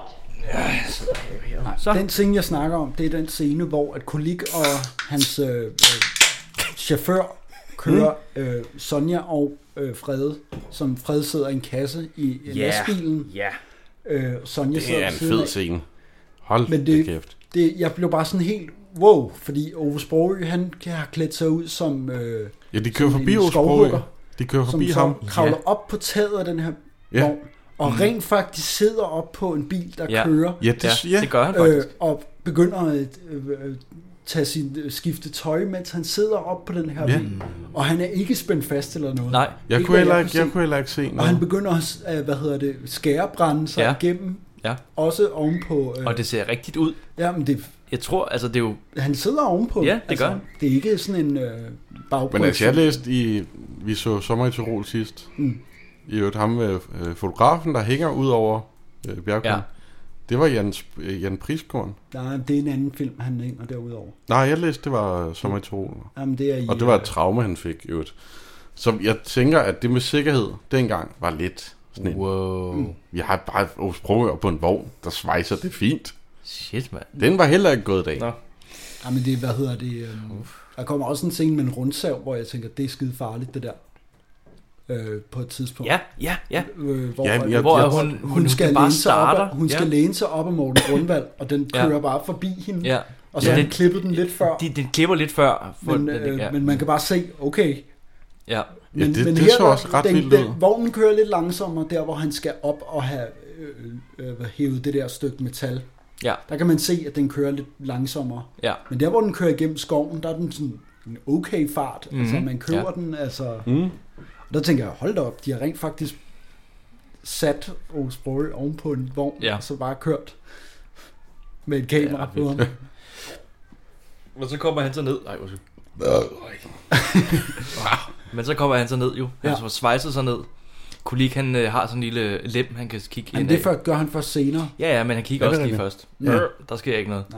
Så. Den scene, jeg snakker om, det er den scene, hvor at Kolik og hans øh, øh, chauffør kører øh, Sonja og øh, Frede, som Frede sidder i en kasse i Ja. lastbilen. Ja. Øh, Sonja Det sidder er ved en siden fed af. scene. Hold Men det, det- kæft. Det, jeg blev bare sådan helt wow, fordi Ove Sprogøe, han har klædt sig ud som, øh, Ja, de kører som forbi en Osprogø. skovhugger, De kører som forbi så ham. kravler op på taget af den her Ja. vogn, og rent faktisk sidder op på en bil, der Ja. kører, Ja, det, Ja, ja. det gør han øh, faktisk. og begynder at øh, øh, tage sin øh, skifte tøj, mens han sidder op på den her Ja. bil, og han er ikke spændt fast eller noget. Nej. Jeg Ikke kunne, hvad heller jeg ikke, kunne jeg se. kunne heller ikke se Og han noget. begynder at, øh, hvad hedder det, skærebrænde sig Ja. igennem, Ja. også ovenpå. Øh, Og det ser rigtigt ud. ja, men det, Jeg tror, altså det er jo... han sidder ovenpå. Ja, det gør han. Det er ikke sådan en øh, bagprojektion. Men altså, jeg læste i... Vi så Sommer i Tirol sidst. Mm. I øvrigt ham med øh, fotografen, der hænger ud over øh, bjergkæden. Ja. Det var Jan, øh, Jan Priskorn. Nej, det er en anden film, han hænger derudover. Nej, jeg læste, det var Sommer i Tirol. Jamen, det er i, Og det var et traume, han fik i øvrigt. Så jeg tænker, at det med sikkerhed dengang var lidt sådan en... Wow. Vi har bare Osprogø på en vogn, der svejser det fint. Shit, mand. Den var heller ikke gået i dag. Nå. Jamen, det, hvad hedder det? Øh, der kommer også en scene med en rundsav, hvor jeg tænker, det er skide farligt, det der. Øh, på et tidspunkt. Ja, ja, ja. Øh, hvor, Ja, jeg- Hvor jeg- er hun, hun, hun skal, bare læne sig op, starter. af- hun skal ja. læne sig op af Morten Grundvald, og den Ja. kører bare forbi hende. Ja. Og så Ja, har den- den klippet den lidt før. De, den klipper lidt før. For Men, den, øh, ja. men man kan bare se, okay. ja. Ja, det- det her, så der- også ret den, vildt den, ud. Vognen kører lidt langsommere, der hvor han skal op og have øh, øh, hævet det der stykke metal. Ja. Der kan man se, at den kører lidt langsommere. Ja. Men der hvor den kører igennem skoven, der er den sådan en okay fart. Mm-hmm. Altså man kører Ja. den, altså... Mm. Der tænker jeg, hold da op, de har rent faktisk sat Ove Sprogøe oven på en vogn, Ja. og så bare kørt med et kamera Ja, på ham. Men så kommer han så ned. Nej, undskyld. Men så kommer han så ned jo. Han Ja. får svejset sig ned. Kulik, han øh, har sådan en lille lem, han kan kigge Men ind det af. for, gør han først senere. Ja, ja, men han kigger Er det også lige rigtigt? først. Ja. Ja. Der sker ikke noget. Nej.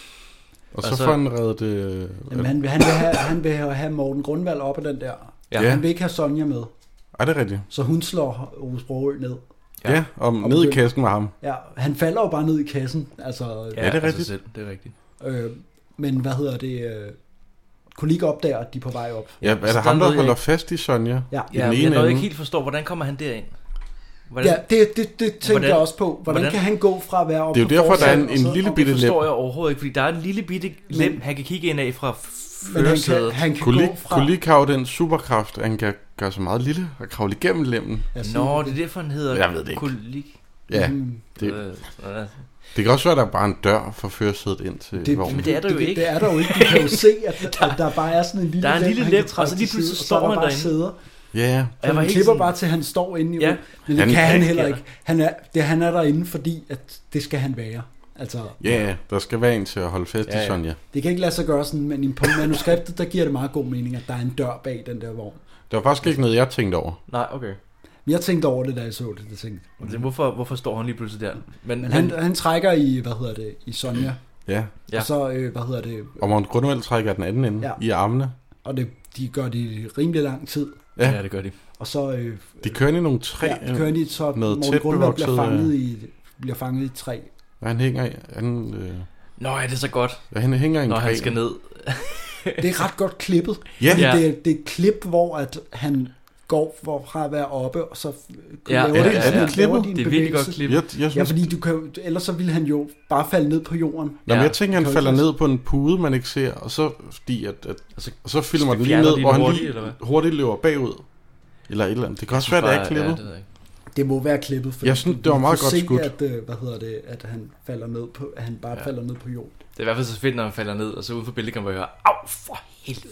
Og så får han reddet det... Jamen, han, vil- han, vil have, han vil have Morten Grundvald op af den der. Ja. Han vil ikke have Sonja med. Er det rigtigt? Så hun slår Ove Sprogøe ned. Ja, ja og, og ned i begynder- kassen med ham. Ja, han falder jo bare ned i kassen. Altså, Ja, er det rigtigt? Selv. Det er rigtigt. Øh, men hvad hedder det? Øh, Kulik opdager, at de er på vej op. Ja, er Så det der ham, er noget, der holder jeg- fast i Sonja? Ja. I Ja, den men jeg ene noget, jeg ende? ikke helt forstår, hvordan kommer han derind? Hvordan? Ja, det, det, det tænkte Hvordan- jeg også på. Hvordan, hvordan- kan han gå fra at være oppe Det er jo på derfor, der er en, forsædet, og en så lille op- bitte Det lem. forstår jeg overhovedet ikke, fordi der er en lille bitte lem, han kan kigge ind af fra Men han kan, førersædet. han kan Kulik, gå fra... Kulik har jo den superkraft, at han kan gøre sig meget lille og kravle igennem lemmen. Nå, det er derfor, han hedder Jeg ved det ikke. Kulik. Ja, Mm. det, Øh, øh. det kan også være, at der er bare en dør fra førersædet ind til Det, vognen. Men det er der jo det, ikke. Det er der jo ikke. Du kan jo se, at, at der bare er sådan en lille Der er en lille han lem, kan trække og så lige til pludselig side, står og så er han der bare derinde. sæder. Ja, Jeg Så var han helt klipper sådan- bare til, at han står inde i Ja. ja. Men det Han- kan han han- heller ja. ikke. Han er, det, han er derinde, fordi at det skal han være. Altså, ja, der skal være en til at holde fast Ja, i ja. Sonja. det kan ikke lade sig gøre sådan, men i- på manuskriptet, der giver det meget god mening, at der er en dør bag den der vogn. Det var faktisk ikke noget, jeg tænkte over. Nej, okay. Men jeg tænkte over det, da jeg så det. det tænkte. Men det- Hvorfor, hvorfor står han lige pludselig der? Men, Men han, han trækker i, hvad hedder det, i Sonja. Ja, Ja. Og så, øh, hvad hedder det, og Morten Grundvald trækker den anden ende Ja. i armene. og det, de gør det i rimelig lang tid. Ja. ja, det gør de. Og så øh, De kører ind i nogle træ. ja, kører de så, noget Morten tæt Grundvald bliver bevokset, fanget, øh, i, bliver fanget i et træ. Og han hænger i, han, øh, Nå, ja, det er så godt, ja, han hænger i en når han gren. skal ned. Det er ret godt klippet. Ja. Fordi Ja. det, er, det er et klip, hvor at han går for, fra at være oppe, og så Ja, laver ja, de, ja, ja. laver Klippet? de en Det er virkelig godt bevægelse. klippet. Jeg, jeg Ja, synes, fordi du kan, jo- ellers så ville han jo bare falde ned på jorden. Nå, men Ja. jeg tænker, han Kan du falder ikke ned på en pude, man ikke ser, og så fordi at, at Og så, og så filmer den lige fjerner ned, de hvor den han hurtigt, lige eller hvad? hurtigt løber bagud. Eller et eller andet. Det kan også være, det er klippet. Ja, det ved jeg ikke. Det må være klippet, fordi Jeg synes, du- det var du meget kunne godt se, skudt. At, øh, hvad hedder det, at han falder ned på, at han bare Ja. falder ned på jorden. Det er i hvert fald så fedt, når han falder ned, og så ude for billedet kan man høre, au, for helvede.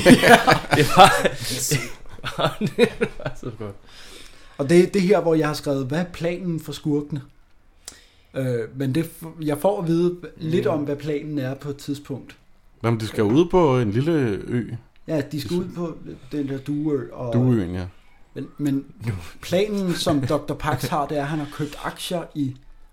det var... det var så godt. Og det er det her, hvor jeg har skrevet, hvad er planen for skurkene? Øh, men det, jeg får at vide lidt om, hvad planen er på et tidspunkt. Nå, men de skal ud på en lille ø. Ja, de skal ud på den der Dueø. Og, Dueøen, ja. Men, men planen, som doktor Pax har, det er, at han har købt aktier i,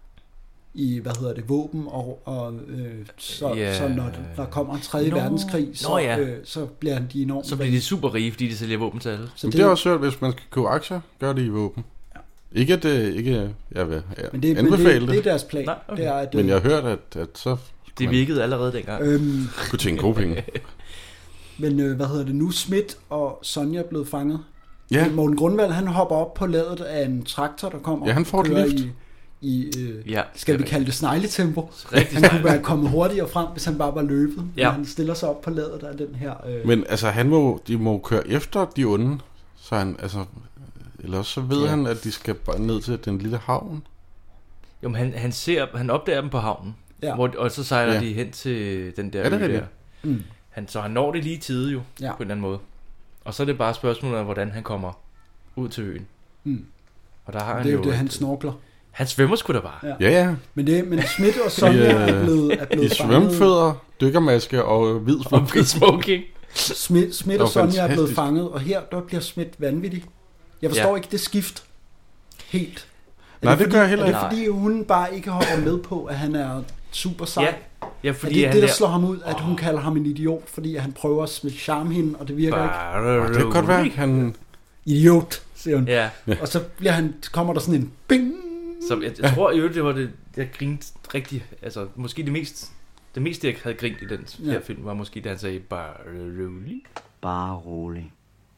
i hvad hedder det, våben, og, og øh, så, Ja. så når der kommer en tredje Nå. verdenskrig, så, Nå, ja. øh, så bliver de enormt Så bliver de super rige, fordi de sælger våben til alle. Så Men det er også hørt, hvis man skal købe aktier, gør det i våben. Ja. Ikke at det ikke, jeg vil ja, men det, men anbefale det, det, det er deres plan. Nej, okay. Det er, at, men jeg har hørt, at, at så Det virkede allerede dengang. øhm, kunne tjene gode penge. Men øh, hvad hedder det nu? Schmidt og Sonja er blevet fanget. Ja, Morten Grundvald, han hopper op på ladet af en traktor, der kommer Ja, han får og et kører lift. i, i øh, Ja, skal vi det er kalde det snegletempo. Rigtig Han kunne være kommet hurtigere frem, hvis han bare var løbet. Men Ja. han stiller sig op på ladet af den her... Øh, men altså, han må, de må køre efter de onde, så han, altså, eller også så ved Ja. han, at de skal bare ned til den lille havn. Jo, men han, han, ser, han opdager dem på havnen, Ja. hvor, og så sejler Ja. de hen til den der Er det ø rigtigt? der. Mm. Han, så han når det lige i tide jo, Ja. på en eller anden måde. Og så er det bare spørgsmålet af, hvordan han kommer ud til øen. Mm. Og der har han det er jo jo... det, han et- snorkler. Han svømmer sgu da bare. Ja. Ja, ja. Men, det, men Schmidt og Sonja er blevet, er I blevet svømmefødder, dykkermaske og hvid Og smoking. hvid smoking. Schmidt, Schmidt Det og var Sonja er blevet fantastisk. fanget, og her der bliver Schmidt vanvittig. Jeg forstår Ja. ikke det skift helt. Er Nej, det fordi, gør jeg heller er ikke. det fordi, hun bare ikke hopper med på, at han er super sej? Ja, ja, Er fordi det han det, der der- slår ham ud, at hun kalder ham en idiot, fordi han prøver at smitte charme hende, og det virker ikke? Bare Det kan godt være, han... Idiot, siger hun. Ja, Og så bliver han, kommer der sådan en bing. så jeg, jeg tror jo, det var det, jeg grinte rigtig, altså måske det mest, det meste jeg havde grint i den Ja. her film, var måske da han sagde, bare rolig. Bare rolig.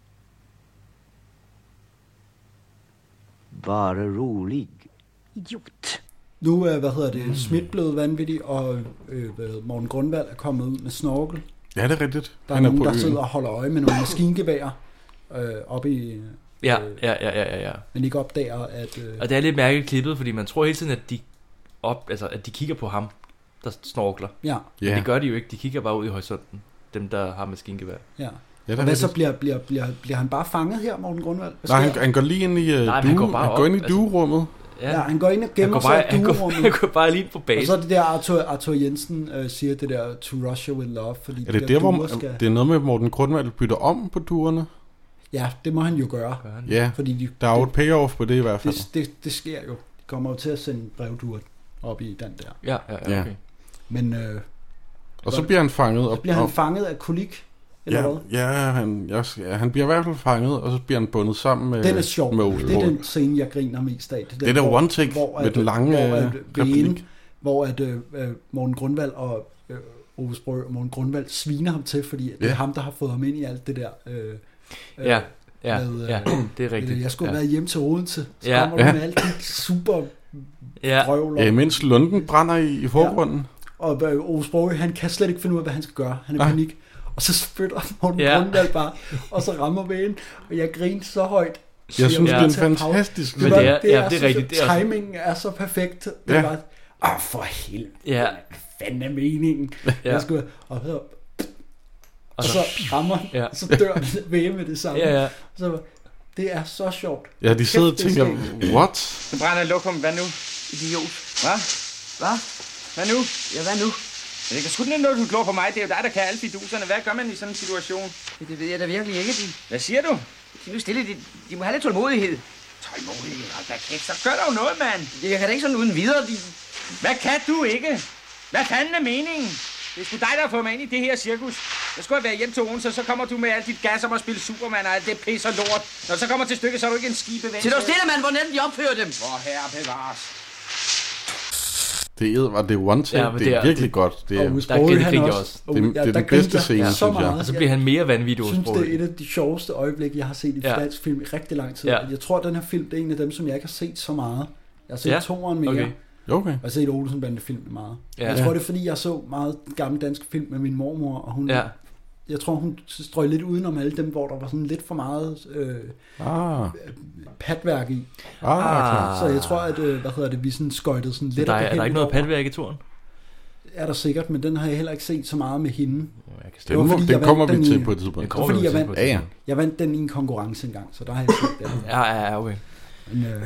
Bare rolig. Idiot. Nu er, hvad hedder Mm. det, Schmidt blevet vanvittig, og øh, hvad, Morten Grundvald er kommet ud med snorkel. Ja, det er rigtigt. Der er Han er nogen, på der øen. sidder og holder øje med nogle maskingeværer øh, oppe i... Ja, øh, ja, ja, ja, ja, ja. Men ikke opdager, at... Øh, Og det er lidt mærkeligt klippet, fordi man tror hele tiden, at de, op, altså, at de kigger på ham, der snorkler. ja, Men Ja, det gør de jo ikke, de kigger bare ud i horisonten, dem der har maskingevær. ja. ja, Og det er hvad så rigtigt. bliver, bliver, bliver, bliver han bare fanget her, Morten Grundvald? Hvad Nej, sker han, han går lige ind i uh, Nej, men due, han går bare han går ind i op, altså. duerummet. der? Ja, han går ind og han gemmer går sig bare, i han går, duerummet. han går bare lige på Og base. så er det der, Arthur, Arthur Jensen øh, siger det der, to Russia with love, fordi Er de det der, duer hvor skal... det er noget med, at Morten Grundvald bytter om på duerne? Ja, det må han jo gøre. Ja, fordi de, der er jo det, et payoff på det i hvert fald. Det, det, det sker jo. De kommer jo til at sende brevduer op i den der. Ja, ja, ja okay. Men, øh, og så bliver han fanget. Så bliver han fanget af kolik, eller ja, hvad? Ja, han, jeg, ja, han bliver i hvert fald fanget, og så bliver han bundet sammen med... Den er sjov. Med det er den scene, jeg griner mest af. Det, det er der one take hvor, med den lange hvor at, replik. Vene, hvor at øh, Morten Grundvald og øh, Ove Sprogøe og Morten Grundvald sviner ham til, fordi det er ja. ham, der har fået ham ind i alt det der... Øh, ja, ja, med, øh, ja, det er rigtigt. Jeg skulle ja. være hjemme til Odense. Så ja. kommer du med alt det super ja. røvler. Ja, mens Lunden brænder i, i forgrunden. Ja. Og øh, Ove Sprogøe, han kan slet ikke finde ud af, hvad han skal gøre. Han er i ah. panik. Og så spytter Morten ja. Grundvald bare, og så rammer Vægen. Og jeg griner så højt. Jeg synes, ja. det er en fantastisk det, var, det er, det er, ja, det er rigtigt. Det er timingen er så perfekt. Det ja. var, ah for helvede, ja. hvad fanden er meningen? Ja. Jeg skulle, og, så, og så rammer han, ja. så dør Vægen med det samme. Ja, ja. Så, det er så sjovt. Ja, de sidder og tænker, what? Så brænder lokum, hvad nu? Idiot. Hvad? Hvad? Hvad nu? Ja, hvad nu? Men det kan sgu ikke noget, du glor på mig. Det er jo dig, der kan alle fiduserne. Hvad gør man i sådan en situation? Det, det ved jeg da virkelig ikke. De... Hvad siger du? De er stille. De, de må have lidt tålmodighed. Tålmodighed? Hold da kæft, så gør der jo noget, mand. Jeg kan da ikke sådan uden videre. De... Hvad kan du ikke? Hvad fanden er meningen? Det er sgu dig, der har fået mig ind i det her cirkus. Jeg skulle have været hjem til Odense, så kommer du med alt dit gas om at spille Superman og alt det pis og lort. Når så kommer til stykket, så er du ikke en skibevægelse. Til dog stille, mand. Hvordan de opfører dem? Hvor herre bevares. Det er, det er one take, ja, det, det er er virkelig det, godt. Det er, og Sprogøe, han også. også. Det, det, ja, det er den bedste scene, ja, synes jeg. Og så bliver han mere vanvittig. Jeg synes, det er et af de sjoveste øjeblikke, jeg har set i ja. dansk film i rigtig lang tid. Ja. Jeg tror, at den her film, det er en af dem, som jeg ikke har set så meget. Jeg har set ja. toeren mere. Okay. Okay. Og jeg har set Olsen-bande-film meget. Ja. Jeg tror, det er, fordi jeg så meget gamle danske film med min mormor, og hun... Ja. Jeg tror, hun strøg lidt udenom alle dem, hvor der var sådan lidt for meget øh, ah. patværk i. Ah, okay. Så jeg tror, at øh, hvad hedder det, vi sådan skøjtede sådan lidt. Der er, er der ikke noget patværk i turen? Er der sikkert, men den har jeg heller ikke set så meget med hende. Jeg kan det, var, fordi, den kommer vi til på et tidspunkt. Det var, fordi jeg vandt, ja, ja. jeg vandt den i en konkurrence engang, så der har jeg set den. ja, ja, okay. Men, øh,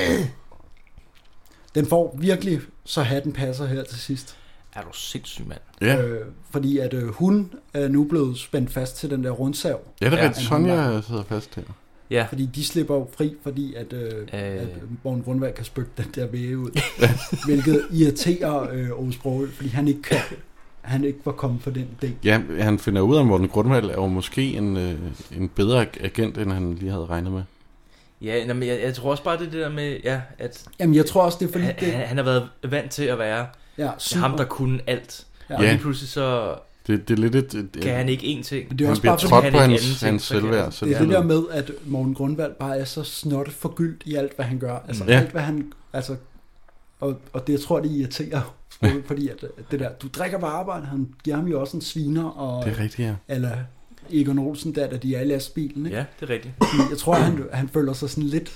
den får virkelig, så hatten passer her til sidst. Er du sindssyg, mand? Ja. Øh, fordi at øh, hun er nu blevet spændt fast til den der rundsav. Ja, det er rigtigt. Sonja sidder fast her. Ja. Fordi de slipper jo fri, fordi at, øh, øh. at Morten Grundvald kan spytte den der væge ud. Hvilket irriterer øh, Ove Sprogøe, fordi han ikke kan, han ikke var kommet for den idé. Ja, han finder ud af, at Morten Grundvald er jo måske en, øh, en bedre agent, end han lige havde regnet med. Ja, men jeg, jeg tror også bare det der med, ja, at... Jamen, jeg tror også, det er fordi... Han, det... han har været vant til at være ja, ham, der kunne alt. Ja. Og lige pludselig så... Det, det er lidt et, et, kan han ikke én ting. Men det er også han bare bliver trådt på hans, hans selvværd. Det er det der med, at Morten Grundvald bare er så snottet forgyldt i alt, hvad han gør. Altså ja. alt, hvad han... Altså, og, og det, jeg tror, det irriterer, fordi at det der, du drikker bare arbejde, han giver ham jo også en sviner, og... Det er rigtigt, ja. Eller Egon Olsen, der, der de er i lastbilen, ikke? Ja, det er rigtigt. Jeg tror, han, han føler sig sådan lidt...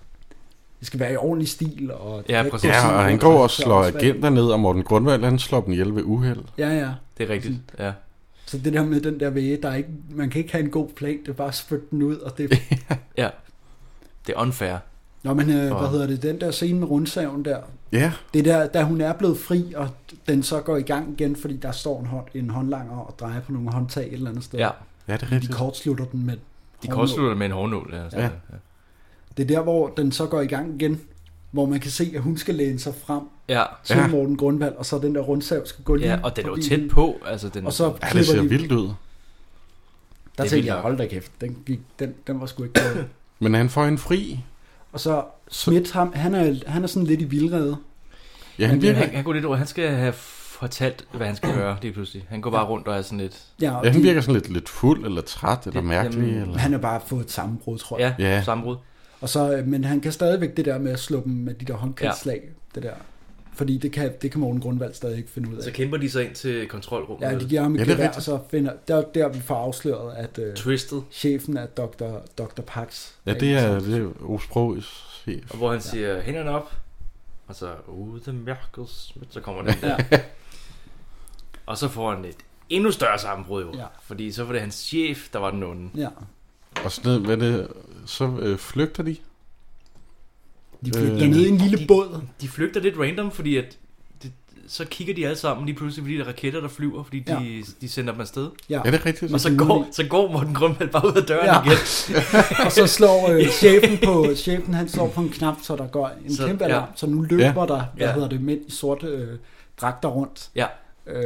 Det skal være i ordentlig stil. Og ja, præcis. Ja, og han går og slår agenter ned, og Morten Grundvald, han slår dem ihjel ved uheld. Ja, ja. Det er rigtigt, ja. Så det der med den der væge, der er ikke, man kan ikke have en god plan, det er bare at spytte den ud, og det... ja, det er unfair. Nå, men øh, hvad hedder det, den der scene med rundsaven der, ja. Det der, da hun er blevet fri, og den så går i gang igen, fordi der står en, hånd, en håndlanger og drejer på nogle håndtag et eller andet sted. Ja, ja det er rigtigt. De kortslutter den med De kortslutter den med en hårnål, ja. ja. ja. Det er der, hvor den så går i gang igen, hvor man kan se, at hun skal læne sig frem ja. til ja. Morten Grundvald, og så den der rundsav skal gå lige. Ja, og den er jo tæt på. Altså, den... Og så ja, det ser de... vildt ud. Der det tænkte jeg, hold da kæft, den, gik, den, den var sgu ikke god. Men han får en fri. Og så Schmidt, ham, han, er, han er sådan lidt i vildrede. Ja, han, han, han går lidt over, han skal have fortalt, hvad han skal gøre lige pludselig. Han går bare ja. rundt og er sådan lidt... Ja, ja han virker sådan lidt, lidt fuld, eller træt, det, eller mærkelig. Jamen, eller... Han har bare fået et sammenbrud, tror jeg. Ja, ja. sammenbrud. Og så, men han kan stadigvæk det der med at slå dem med de der håndkastslag, ja. det der. Fordi det kan, det kan Morten Grundvald stadig ikke finde ud af. Så kæmper de sig ind til kontrolrummet? Ja, de giver ham et ja, gevær, og så finder... Der, der vi får afsløret, at uh, Twisted. chefen er doktor doktor Pax. Ja, det er, det er Ove Sprogøes chef. Og hvor han siger, ja. hænderne op, og så, uh, the Merkels, så kommer den der. Ja. Og så får han et endnu større sammenbrud, jo. Ja. Fordi så var det hans chef, der var den onde. Ja. Og så, hvad det, så øh, flygter de. De flygter øh, ned i en lille båd. De flygter lidt random, fordi at det, så kigger de alle sammen lige pludselig, fordi der er raketter, der flyver, fordi de, Ja. de sender dem afsted. Ja. Ja, det er rigtigt. Og så går, så går Morten Grønvald bare ud af døren Ja. igen. Og så slår øh, chefen på chefen, han slår på en knap, så der går en Så- kæmpe ja. alarm, så nu løber Ja. der, hvad Ja. hedder det, mænd i sorte øh, dragter rundt. Ja. Øh,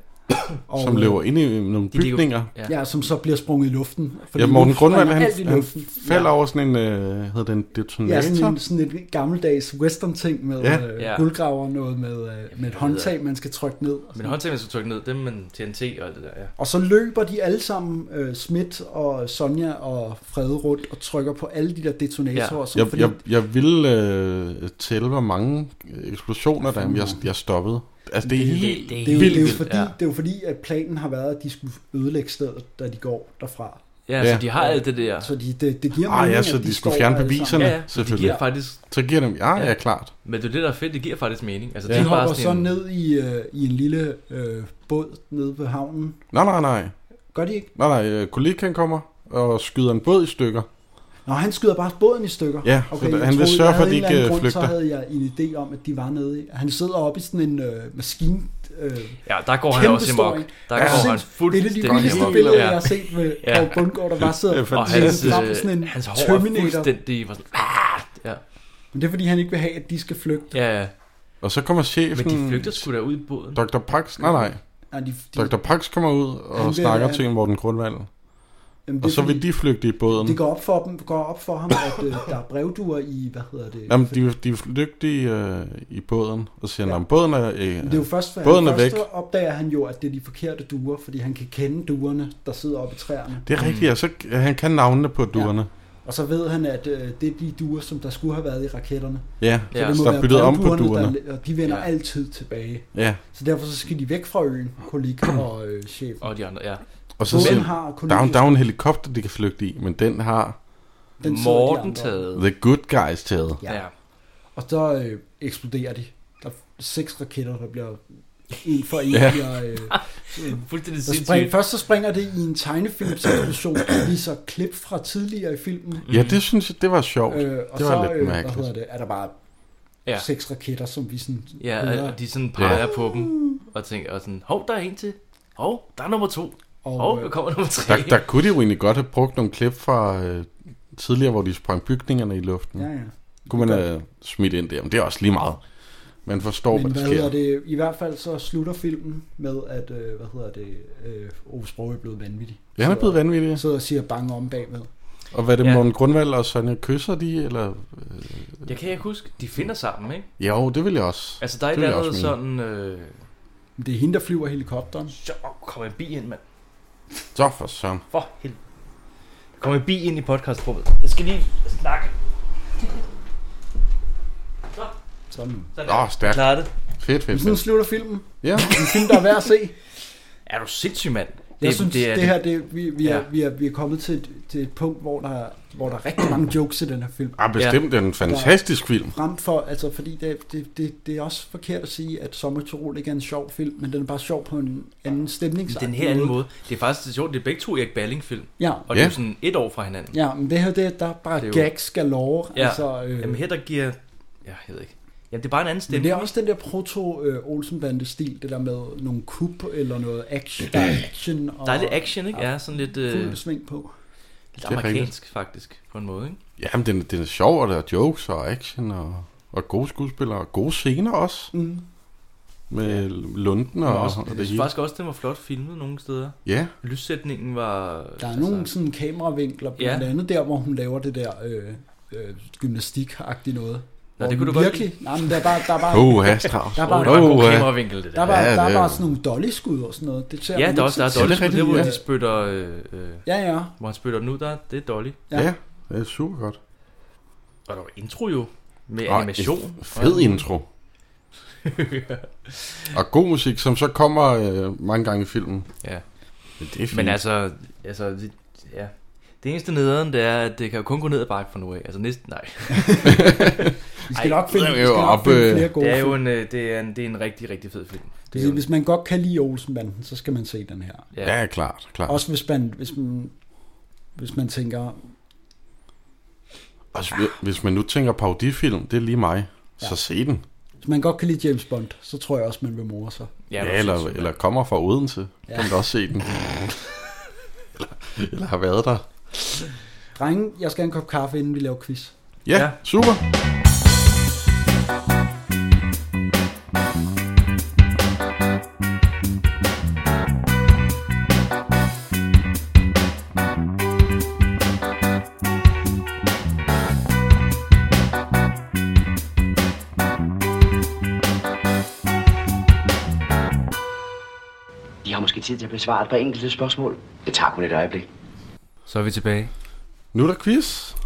og, Som løber ind i nogle De- de- bygninger. Ja. Ja, som så bliver sprunget i luften. Ja, Morten nu Grønvald, springer han, alt i han luften. falder Ja. over sådan en, øh, hedder den detonator? Ja, sådan en, sådan et gammeldags western-ting med Ja. øh, Ja. guldgraver, noget med, øh, med et håndtag, man skal trykke ned. og Men sådan. håndtaget, man skal trykke ned, dem med T N T og alt det der, ja. Og så løber de alle sammen, øh, Schmidt og Sonja og Frede rundt, og trykker på alle de der detonatorer. Ja. Så, Jeg, fordi, jeg, jeg ville øh, tælle, hvor mange eksplosioner der er, men jeg, jeg stoppede. Altså, det er det, helt det, det, er jo, det, er jo vildt. fordi, ja. det er jo fordi, at planen har været, at de skulle ødelægge stedet, da de går derfra. Ja, Ja. så de har alt det der. Så de, det, det giver Ah, mening, ja, så at de de skulle står fjerne alle beviserne, sammen. Ja, ja, det selvfølgelig. giver faktisk... Så giver dem, ja, ja, Ja. klart. Men det er det, der er fedt, det giver faktisk mening. Altså, De det er bare hopper så sådan en... ned i, øh, i en lille øh, båd nede ved havnen. Nej, nej, nej. Gør de ikke? Nej, nej, øh, kollegaen kommer og skyder en båd i stykker. Nå, han skyder bare båden i stykker. Ja, så jeg han vil troede, sørge jeg for, havde at de en eller anden ikke grund, flygter. Så havde jeg en idé om, at de var nede i. Han sidder oppe i sådan en øh, maskine. Øh, Ja, der går han kæmpe også stor amok. en. Der Jeg går synes, han fuldstændig Det er det de vildeste amok. billeder, Ja. jeg har set med Ja. Paul Bundgaard, der bare sidder Det er og fantastisk. Og frem hans, sådan en øh, hans hår er Terminator. fuldstændig... var sådan, ah! Ja. Men det er fordi, han ikke vil have, at de skal flygte. ja, ja. Og så kommer chefen... Men de flygter sgu da ud i båden. doktor Pax, nej, nej. Nej, de, de, doktor Pax kommer ud og Han vil- snakker han- til Morten Grønvald. jamen, det Og er så fordi, vil de flygte i båden. det går op for dem, går op for ham, at øh, der er brevduer i, hvad hedder det? Jamen, de, de er flygtige øh, i båden, og siger, Ja. at båden er, øh, Men det er jo først, båden er han, væk. først opdager han jo, at det er de forkerte duer, fordi han kan kende duerne, der sidder oppe i træerne. Det er rigtigt, og så han kan navnene på duerne. Og så ved han, at øh, det er de duer, som der skulle have været i raketterne. Ja, Så Ja. det så må der er være byttet om på brevduerne, duerne. der, og de vender Ja. altid tilbage. Ja, Så derfor så skal de væk fra øen, Kolik og øh, chef. Og de andre, ja. og så Båden siger har han, Kolik. der, er jo- der er jo en helikopter, de kan flygte i, men den har Den sidder de Morten andre. taget. The Good Guys taget. Ja. Ja. Og så øh, eksploderer de. Der er seks raketter, der bliver en for en. Ja. Bliver, øh, Fuldstændig der spring, sindssygt. først så springer det i en tegnefilmseksplosion, der viser klip fra tidligere i filmen. Ja, det synes jeg, det var sjovt. Øh, og det så var lidt øh, hvad mærkeligt. hedder det, er der bare Ja. seks raketter, som vi sådan Ja, hører. og de sådan peger på dem og tænker og sådan, hov, der er en til. Hov, der er nummer to. Og, Hov, øh, der kommer nummer tre. Der, der kunne de jo egentlig godt have brugt nogle klip fra øh, tidligere, hvor de sprang bygningerne i luften. Ja, ja. Kunne man have smidt ind der, men det er også lige meget. Man forstår, Men hvad hvad der hedder sker. det? I hvert fald så slutter filmen med, at, øh, hvad hedder det, øh, Ove Sprogøe er blevet vanvittig. Ja, han er blevet vanvittig. Han sidder og siger bange om bagved. Og hvad er det, Ja. Morten Grønvald og Sonja, kysser de, eller? Jeg kan ikke huske, de finder sammen, ikke? Jo, det vil jeg også. Altså, der er et Det vil eller jeg andet også sådan... Øh... Men det er hende, der flyver helikopteren. Så kommer en bi ind, mand. Så for søren. For helvede. Der kommer en bi ind i podcastrummet. Jeg skal lige snakke. Så. Sådan. Sådan Åh, der. stærkt. Klarer det. Fedt, fedt, Men sådan fedt. slutter filmen. Ja. En film, der er værd at se. Er du sindssyg, mand? Jeg det, synes, det, er det her, det, vi, vi, er, Ja. vi, er, vi er kommet til et, til et punkt, hvor der, er- hvor der er rigtig mange jokes i den her film. Ah, bestemt, det er en fantastisk film. Frem for, altså, fordi det, det, det, det er også forkert at sige, at Sommer i Tyrol ikke er en sjov film, men den er bare sjov på en anden stemningsagtig Den her anden måde. Det er faktisk det sjovt, det er begge to Erik Balling-film. Ja. Og det er Ja. jo sådan et år fra hinanden. Ja, men det her, det, der er bare Det er jo- gags galore. Ja. Altså, øh, Jamen her der giver... Ja, jeg ved ikke. Jamen det er bare en anden men stemning. det er også den der proto-Olsenbande-stil, det der med nogle kup eller noget action. Der er action. Og, Der er lidt action, ikke? Ja, sådan lidt... Øh, fuld sving på. lidt Det er amerikansk, faktisk, på en måde, ikke? Jamen, den, den er sjov, og der er jokes og action, og, og gode skuespillere, og gode scener også. Mm. Med Lunden og, Og også, og jeg det synes hele. faktisk også, den var flot filmet nogle steder. Ja. Lyssætningen var... Der er nogle sådan kameravinkler, blandt Ja. andet der, hvor hun laver det der øh, øh, gymnastik-agtigt noget. Nå, Hvor det kunne hun du godt virkelig, lide. nej, men der er bare, der er bare, Åh, ja, Strauss. der er Åh, bare, det var en god Åh, ja. kameravinkel, det der der. er bare, Ja, der er det bare er- sådan nogle dolly-skud og sådan noget. Det ser Ja, man der er ikke også der er så Dolly, det er der hvor rigtigt, de spytter... Øh, øh, Ja, ja. hvor han spytter den ud der, det er Dolly. Ja. Ja, det er super godt. Og der var intro jo, med Og animation. en fed intro. Og god musik, som så kommer øh, mange gange i filmen. Ja. Men det er fint. Men altså, altså det, ja. Det eneste nederen, det er, at det kan jo kun gå ned ad bakke fra nu af. Altså næsten, nej. Vi skal Ej, nok finde, det er vi jo skal nok op, finde øh, flere gode Det er jo film. en, øh, det er en, det er en rigtig, rigtig fed film. Det er Så jo, hvis man godt kan lide Olsenbanden, så skal man se den her. ja. Ja, klart, klart. Også hvis man, hvis man, hvis man tænker, Også, hvis man nu tænker parodifilm, det er lige mig. Så Ja. se den. Hvis man godt kan lide James Bond, så tror jeg også, man vil more sig. Ja, ja eller, eller kommer fra Odense. Ja. Kan du også se den. eller, eller har været der. Drenge, jeg skal have en kop kaffe, inden vi laver quiz. Ja, ja. Super. De har måske tid til at besvare et par enkelte spørgsmål. Det tager kun et øjeblik. Så er vi tilbage. Nu er der quiz.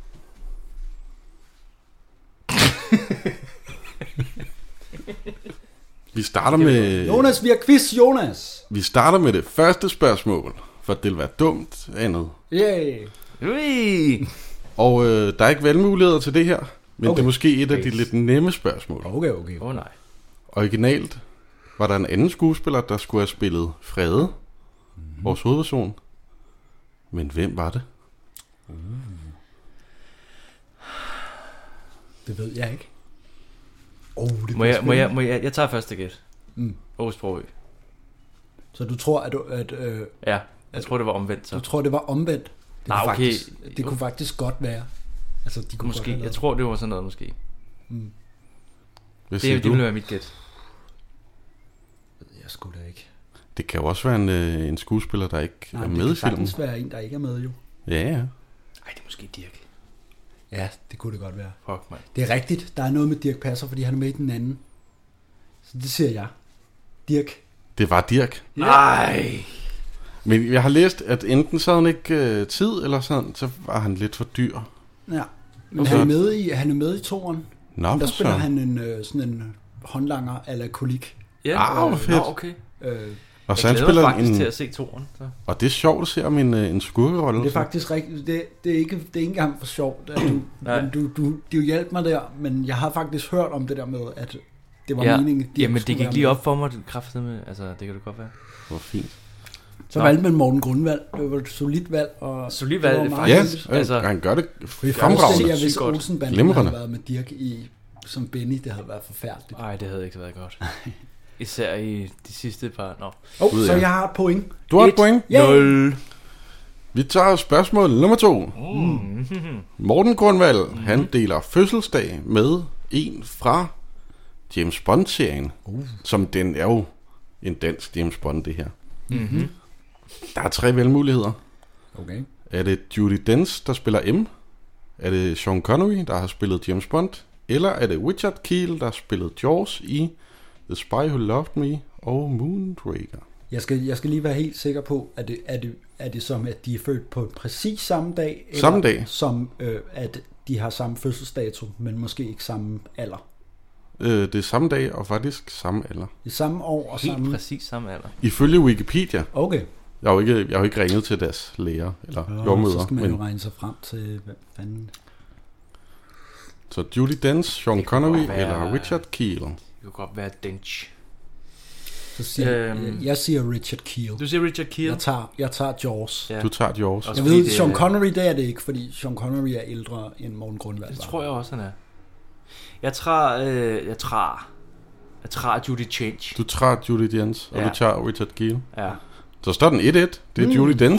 Vi starter med... Jonas, vi har quiz, Jonas. Vi starter med det første spørgsmål, for det vil være dumt andet. Yay. Ui. Og øh, der er ikke valgmuligheder til det her, men Okay. det er måske et af de lidt nemme spørgsmål. Okay, okay. Åh oh, nej. Originalt var der en anden skuespiller, der skulle have spillet Frede, mm-hmm. vores hovedperson. Men hvem var det? Mm. Det ved jeg ikke. Oh, det må, jeg, må, jeg, må jeg, jeg tager første gæt. Mm. Aarhus Brogø. Så du tror, at... Du, at øh, ja, jeg tror, det var omvendt. Så. Du tror, det var omvendt? Det, Nej, kunne, okay. faktisk, det kunne faktisk godt være. Altså, de kunne måske. Godt Jeg tror, det var sådan noget, måske. Mm. Hvad det, det ville være mit gæt. Jeg skulle da ikke. Det kan jo også være en, øh, en skuespiller, der ikke Nej, er med i filmen. det kan faktisk være en, der ikke er med, jo. Ja, ja. Ej, det er måske Dirk. Ja, det kunne det godt være. Fuck, man. Det er rigtigt. Der er noget med Dirk Passer, fordi han er med i den anden. Så det siger jeg. Dirk. Det var Dirk. Nej. Men jeg har læst, at enten så havde han ikke øh, tid, eller sådan, så var han lidt for dyr. Ja, men Okay. han er med i, han er med i toren. Nå, Men der for spiller søren. han en, øh, sådan en håndlanger ala kolik. Ja, Ah, hvor fedt. Nå, okay. Øh, Og så jeg han glæder mig spiller faktisk en, til at se toren. Så. Og det er sjovt at se om en, øh, en skurkerolle. det er faktisk rigtigt. Det, det, er ikke, det er ikke engang for sjovt. At du, Nej. men du, du, du hjalp mig der, men jeg har faktisk hørt om det der med, at det var Ja. meningen. at Dirk Jamen, det skulle gik være lige med. op for mig, det kræftede med. Altså, det kan det godt være. Hvor fint. Så Nå. valgte man Morten Grundvald. Det var et solidt valg. Og Solidt det var valg, meget Ja, hyggeligt. altså, Altså- han gør det Vi fremragende. forestiller, hvis Godt. Olsenbanden Glimrende. havde været med Dirk i, som Benny, det havde været forfærdeligt. Nej, det havde ikke været godt. Især i de sidste par... Nå. Oh, Gud, så ja. jeg har et point. Du har et Et. point. Ja. Nul. Vi tager spørgsmål nummer to. Mm. Morten Grundvald, mm. han deler fødselsdag med en fra James Bond-serien. Uh. Som den er jo en dansk James Bond, det her. Mm-hmm. Der er tre valgmuligheder. Okay. Er det Judi Dench, der spiller M? Er det Sean Connery, der har spillet James Bond? Eller er det Richard Kiel, der har spillet Jaws i The Spy Who Loved Me og Moonraker? Jeg skal, jeg skal lige være helt sikker på, at det, er, det, er det som, at de er født på præcis samme dag? Eller Samme dag. som, øh, at de har samme fødselsdato, men måske ikke samme alder? Øh, det er samme dag og faktisk samme alder. I samme år og Helt samme... præcis samme alder. Ifølge Wikipedia. Okay. Jeg har jo ikke, jeg har jo ikke ringet til deres læger eller Nå, jordmøder. så skal man Men, jo regne sig frem til, hvad fanden... så Judi Dench, Sean Det kunne Connery godt være- eller Richard Kiel? Det kunne godt være Dench. Så siger, Øhm. jeg, jeg siger Richard Kiel. Du siger Richard Kiel? Jeg tager, jeg tager Jaws. Ja. Du tager Jaws. Også Jeg fordi ved, det Sean er- Connery, det er det ikke, fordi Sean Connery er ældre end Morten Grundvald. Det var. tror jeg også, han er. Jeg tager... Øh, jeg tager... Jeg tager Judy Change. Du tager Judi Dench, og Ja. du tager Richard Kiel. Ja. Så står den et et. Det er Mm. Judi Dench.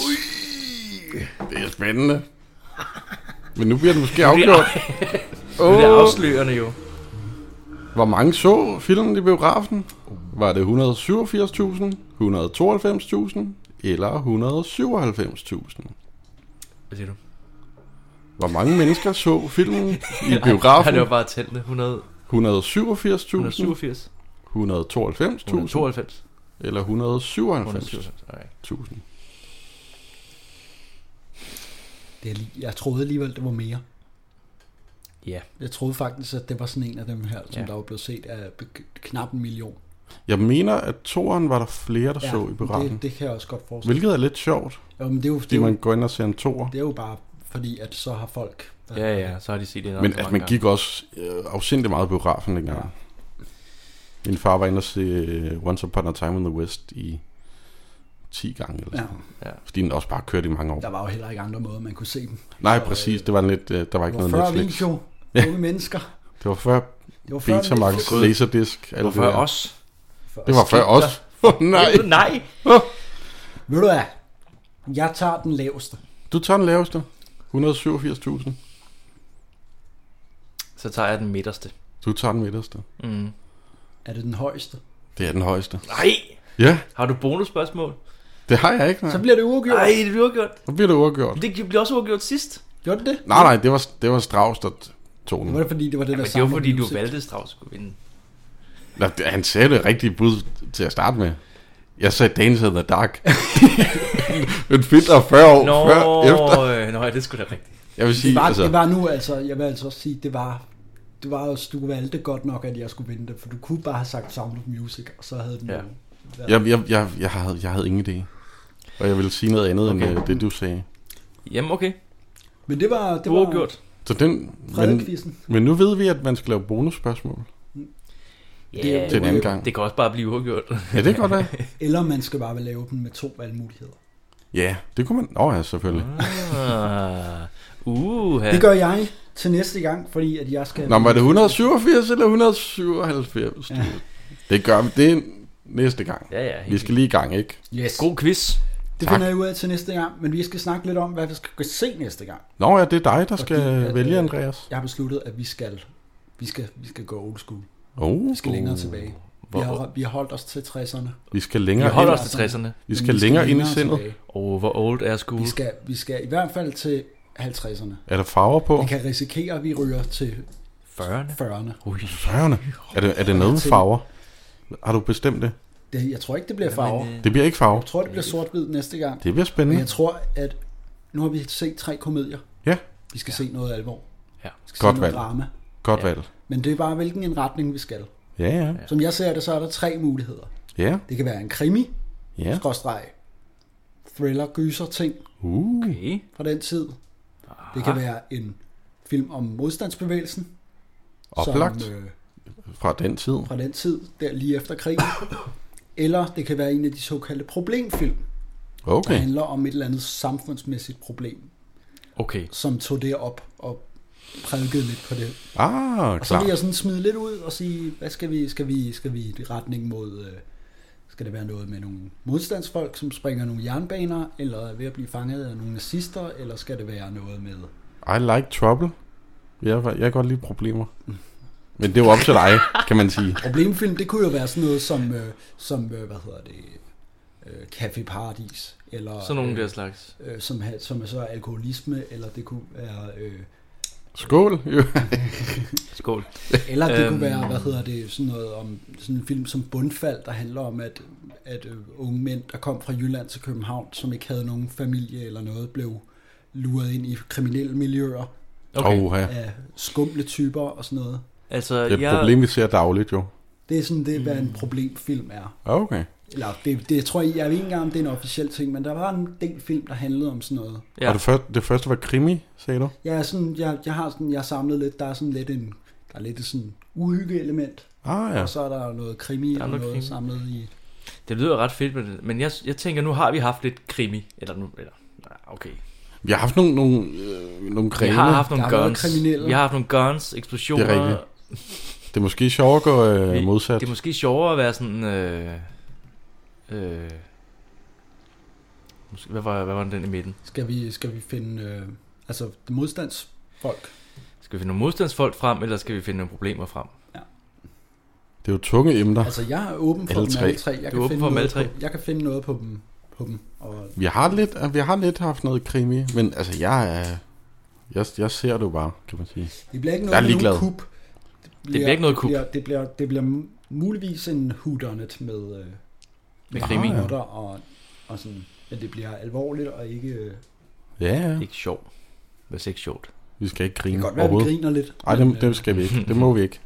Det er spændende. Men nu bliver det måske Nu bliver- afgjort. Det er Åh. afslørende jo. Hvor mange så filmen i biografen? Var det et hundrede og syvogfirs tusind, et hundrede og tooghalvfems tusind eller et hundrede og syvoghalvfems tusind? Hvad siger du? Hvor mange mennesker så filmen i Nej, biografen? det var bare tællende. hundrede, et hundrede og syvogfirs et hundrede og tusind, syvogfirs. et hundrede og tooghalvfems et hundrede og tusind tooghalvfems. eller et hundrede og syvoghalvfems et hundrede og syvoghalvfems. Okay. tusind? Det er, lige- jeg troede alligevel, det var mere. Ja. Jeg troede faktisk, at det var sådan en af dem her, som Ja. der var blevet set af be- knap en million. Jeg mener, at toeren var der flere, der så i biografen. det, det kan jeg også godt forestille. Hvilket er lidt sjovt, Jo, men det er jo, det fordi er jo, man går ind og ser en toer. det er jo bare fordi, at så har folk... Ja, ja, så har de set det. Men altså, man gik også øh, afsindigt meget i biografen dengang. Ja. Min far var inde og se øh, Once Upon a Time in the West i ti gange eller Ja. sådan. Ja. Fordi den også bare kørte i mange år. Der var jo heller ikke andre måder, man kunne se dem. Nej, Så, præcis. Det var lidt, øh, der var ikke det var noget før Netflix. video, Ja. unge mennesker. Det var før var før Betamax, Netflix. Laserdisc. Det var før os. Det var før os. Oh, nej. Nej. Oh. Ved du hvad? Jeg tager den laveste. Du tager den laveste. et hundrede og syvogfirs tusind. Så tager jeg den midterste. Du tager den midterste. Mm. Er det den højeste? Det er den højeste. Nej. Ja. Har du bonusspørgsmål? Det har jeg ikke. Nej. Så bliver det uafgjort. Nej, det bliver uafgjort. Så bliver det uafgjort. Men det bliver også uafgjort sidst. Gjorde det det? Nej, nej, det var, det var Strauss, der tog den. Det var det, fordi det var det, Ja, der men det var Sound of fordi, du Music. valgte Strauss skulle vinde. Nå, det- han sagde det rigtige bud til at starte med. Jeg sagde Dance in the Dark. Men fedt og fyrre år Nå, før, efter. øh, nå, ja, det skulle da rigtigt. Jeg vil sige, Det var, altså, det var nu altså, jeg vil altså også sige, det var, det var også, du valgte godt nok, at jeg skulle vinde det, for du kunne bare have sagt Sound of Music, og så havde den Ja. jo været- jeg, jeg, jeg, jeg, havde, jeg havde ingen idé. Og jeg ville sige noget andet Okay. end uh, det, du sagde. Jamen, okay. Men det var, det var Uafgjort. Så den, men, Frederikvisten. men nu ved vi, at man skal lave bonusspørgsmål. Ja, Det er jo- Til en anden gang. Det kan også bare blive uafgjort. Ja, det kan godt være. Eller man skal bare lave den med to valgmuligheder. Ja, det kunne man. Åh oh, ja, selvfølgelig. Ah. Uh, Det gør jeg til næste gang, fordi at jeg skal... Nå, var det et hundrede og syvogfirs eller et hundrede og syvoghalvfems? Ja. Det gør vi. Det er næste gang. Ja, ja, helt Vi skal lige i gang, ikke? Yes. God quiz. Det Tak. finder jeg ud af til næste gang, men vi skal snakke lidt om, hvad vi skal se næste gang. Nå ja, det er dig, der skal Fordi, at, vælge, øh, Andreas. Jeg har besluttet, at vi skal, vi skal, vi skal gå old school. Oh, Vi skal længere tilbage. Vi Hvor- har, vi har holdt os til tresserne. Vi skal Vi længere holder ind. os til tresserne. Vi skal Men vi skal længere ind i længere sindet. tilbage. Og hvor old er school? Vi skal, vi skal i hvert fald til halvtredserne. Er der farver på? Vi kan risikere, at vi ryger til fyrrerne. fyrrerne. Ui. Fyrrerne. Er det, er det noget med farver? Har du bestemt det? Det, jeg tror ikke, det bliver farver. Jamen, øh, Det bliver ikke farver. Jeg tror, det bliver sort-hvid næste gang. Det bliver Men spændende. jeg tror, at nu har vi set tre komedier. Ja. Vi skal se noget alvor. Ja. Vi skal Godt se noget valg. drama. Godt Ja. valg. Men det er bare, hvilken en retning vi skal. Ja, ja. Som jeg ser det, så er der tre muligheder. Ja. Det kan være en krimi, Ja. skråstreg, thriller, gyser ting Uh. Okay. fra den tid. Det kan være en film om modstandsbevægelsen. Oplagt. Som, øh, Fra den tid. fra den tid, der lige efter krigen. Eller det kan være en af de såkaldte problemfilm, der Okay. handler om et eller andet samfundsmæssigt problem, Okay. som tog det op og prædikede lidt på det. Ah, Og så vil klar. jeg sådan smide lidt ud og sige, hvad skal vi, skal vi, skal vi i retning mod, øh, skal det være noget med nogle modstandsfolk, som springer nogle jernbaner, eller er ved at blive fanget af nogle nazister, eller skal det være noget med... I like trouble. Jeg, jeg kan godt lide problemer. Men det er jo op til dig, kan man sige. Problemfilm, det kunne jo være sådan noget som, øh, som øh, hvad hedder det, øh, Café Paradis, eller... Sådan nogle øh, der slags. Øh, som, ha- som er så alkoholisme, eller det kunne være... Øh, Skål. Jo. Skål. eller det Øhm. kunne være, hvad hedder det, sådan noget om sådan en film som Bundfald, der handler om, at, at øh, unge mænd, der kom fra Jylland til København, som ikke havde nogen familie eller noget, blev luret ind i kriminelle miljøer Okay. Oha. af skumle typer og sådan noget. Altså, Det er et jeg... problem, vi ser dagligt jo. Det er sådan, det, hvad en problemfilm er. Okay. Eller det, det jeg tror jeg, jeg ved ikke engang, om det er en officiel ting, men der var en del film, der handlede om sådan noget. Ja. Og det første, det første var krimi, sagde du? Jeg er sådan, jeg, jeg har sådan, jeg har samlet lidt, der er sådan lidt en, der er lidt et sådan uhygge-element, Ah ja. og så er der noget krimi Der er og noget noget krimi. samlet i. Det lyder ret fedt, men, men jeg, jeg tænker, nu har vi haft lidt krimi. Eller nu, eller, nej, okay. Vi har haft nogle, nogle, øh, nogle Vi grene. har haft nogle Der har været guns. kriminelle. Vi har haft nogle guns, eksplosioner. Det er rigtigt. Det er måske sjovere at gå øh, Vi- modsat. Det er måske sjovere at være sådan... Øh, øh, måske- hvad, var, hvad var den i midten? Skal vi, skal vi finde, øh, altså modstandsfolk? Skal vi finde nogle modstandsfolk frem, eller skal vi finde nogle problemer frem? Det er jo tunge emner. Altså jeg er åben for Alle dem tre. alle tre. Jeg Du er kan åben finde for dem noget alle tre? På, jeg kan finde noget på dem. På dem og Vi har lidt, vi har lidt haft noget krimi, men altså jeg er, jeg, jeg ser det jo bare, kan man sige. det bliver ikke Jeg er noget med ligeglad. nogen kup. Det bliver ikke noget kup. Det bliver, det bliver, det bliver muligvis en whodunit med, øh, Med krimi. morder og, og sådan. Men det bliver alvorligt og ikke... Øh, Ja, ja. Ikke sjovt. Det er ikke sjovt. Vi skal ikke det grine kan godt være, at vi overhovedet. griner lidt. Nej, men, det, det skal vi ikke. Det må vi ikke.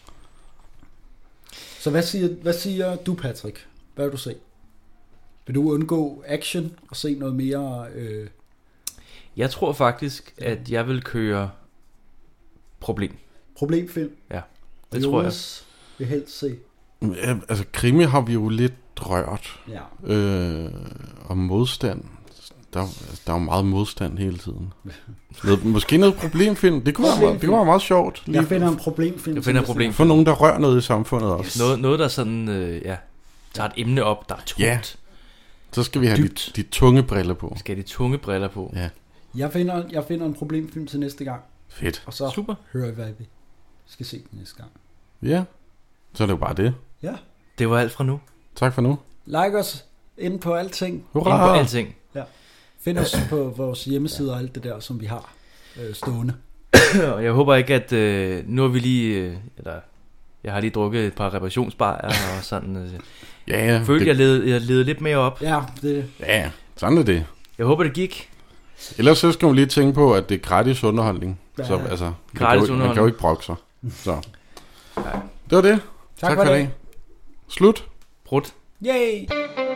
Så hvad siger, hvad siger du, Patrick? Hvad vil du se? Vil du undgå action og se noget mere... Øh, Jeg tror faktisk, at jeg vil køre problem. problemfilm? Ja, Og det tror jeg. Jonas vil helst se... Ja, altså krimi har vi jo lidt rørt. Ja. Øh, og modstand. der, der er jo meget modstand hele tiden. Noget, måske noget problemfilm. Det kunne, være, det kunne være meget sjovt. Lige jeg finder en problemfilm. Jeg finder en problem. For nogen, der rører noget i samfundet også. Yes. Noget, noget, der sådan, øh, ja, tager et emne op, der er tungt. Ja. Så skal vi have de, de tunge briller på. Skal de tunge briller på. Ja. Jeg finder, jeg finder en problemfilm til næste gang. Fedt. Og så Super. hører vi, hvad vi skal se den næste gang. Ja. Så er det jo bare det. Ja. Det var alt fra nu. Tak for nu. Like os inde på alting. Hurra. Inde på alting. Ja. Find os på vores hjemmeside og alt det der, som vi har øh, stående. Og jeg håber ikke, at øh, nu har vi lige, øh, eller jeg har lige drukket et par reparationsbajer og sådan. Øh, ja, ja. Følte, det... jeg led, jeg led lidt mere op. Ja, det... Ja, sådan er det. Jeg håber, det gik. Ellers så skal man lige tænke på, at det er gratis underholdning. Ja. Så altså, gratis man, kan jo, man kan jo ikke brokke sig. Så. Ja. Det var det. Tak, tak for, for det. Slut. Brut. Yay!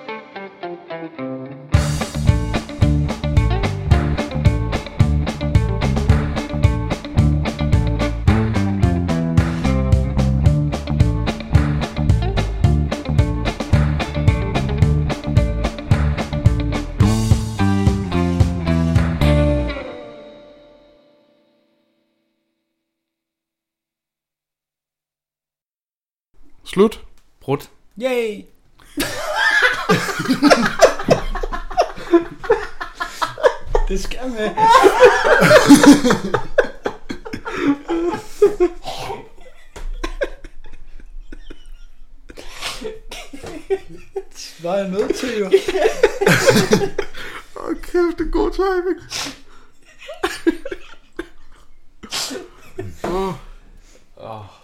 Slut. Brut. Yay! Det skal med. Det var jeg nødt til, jo. Åh, kæft, det er god timing. Åh. Åh.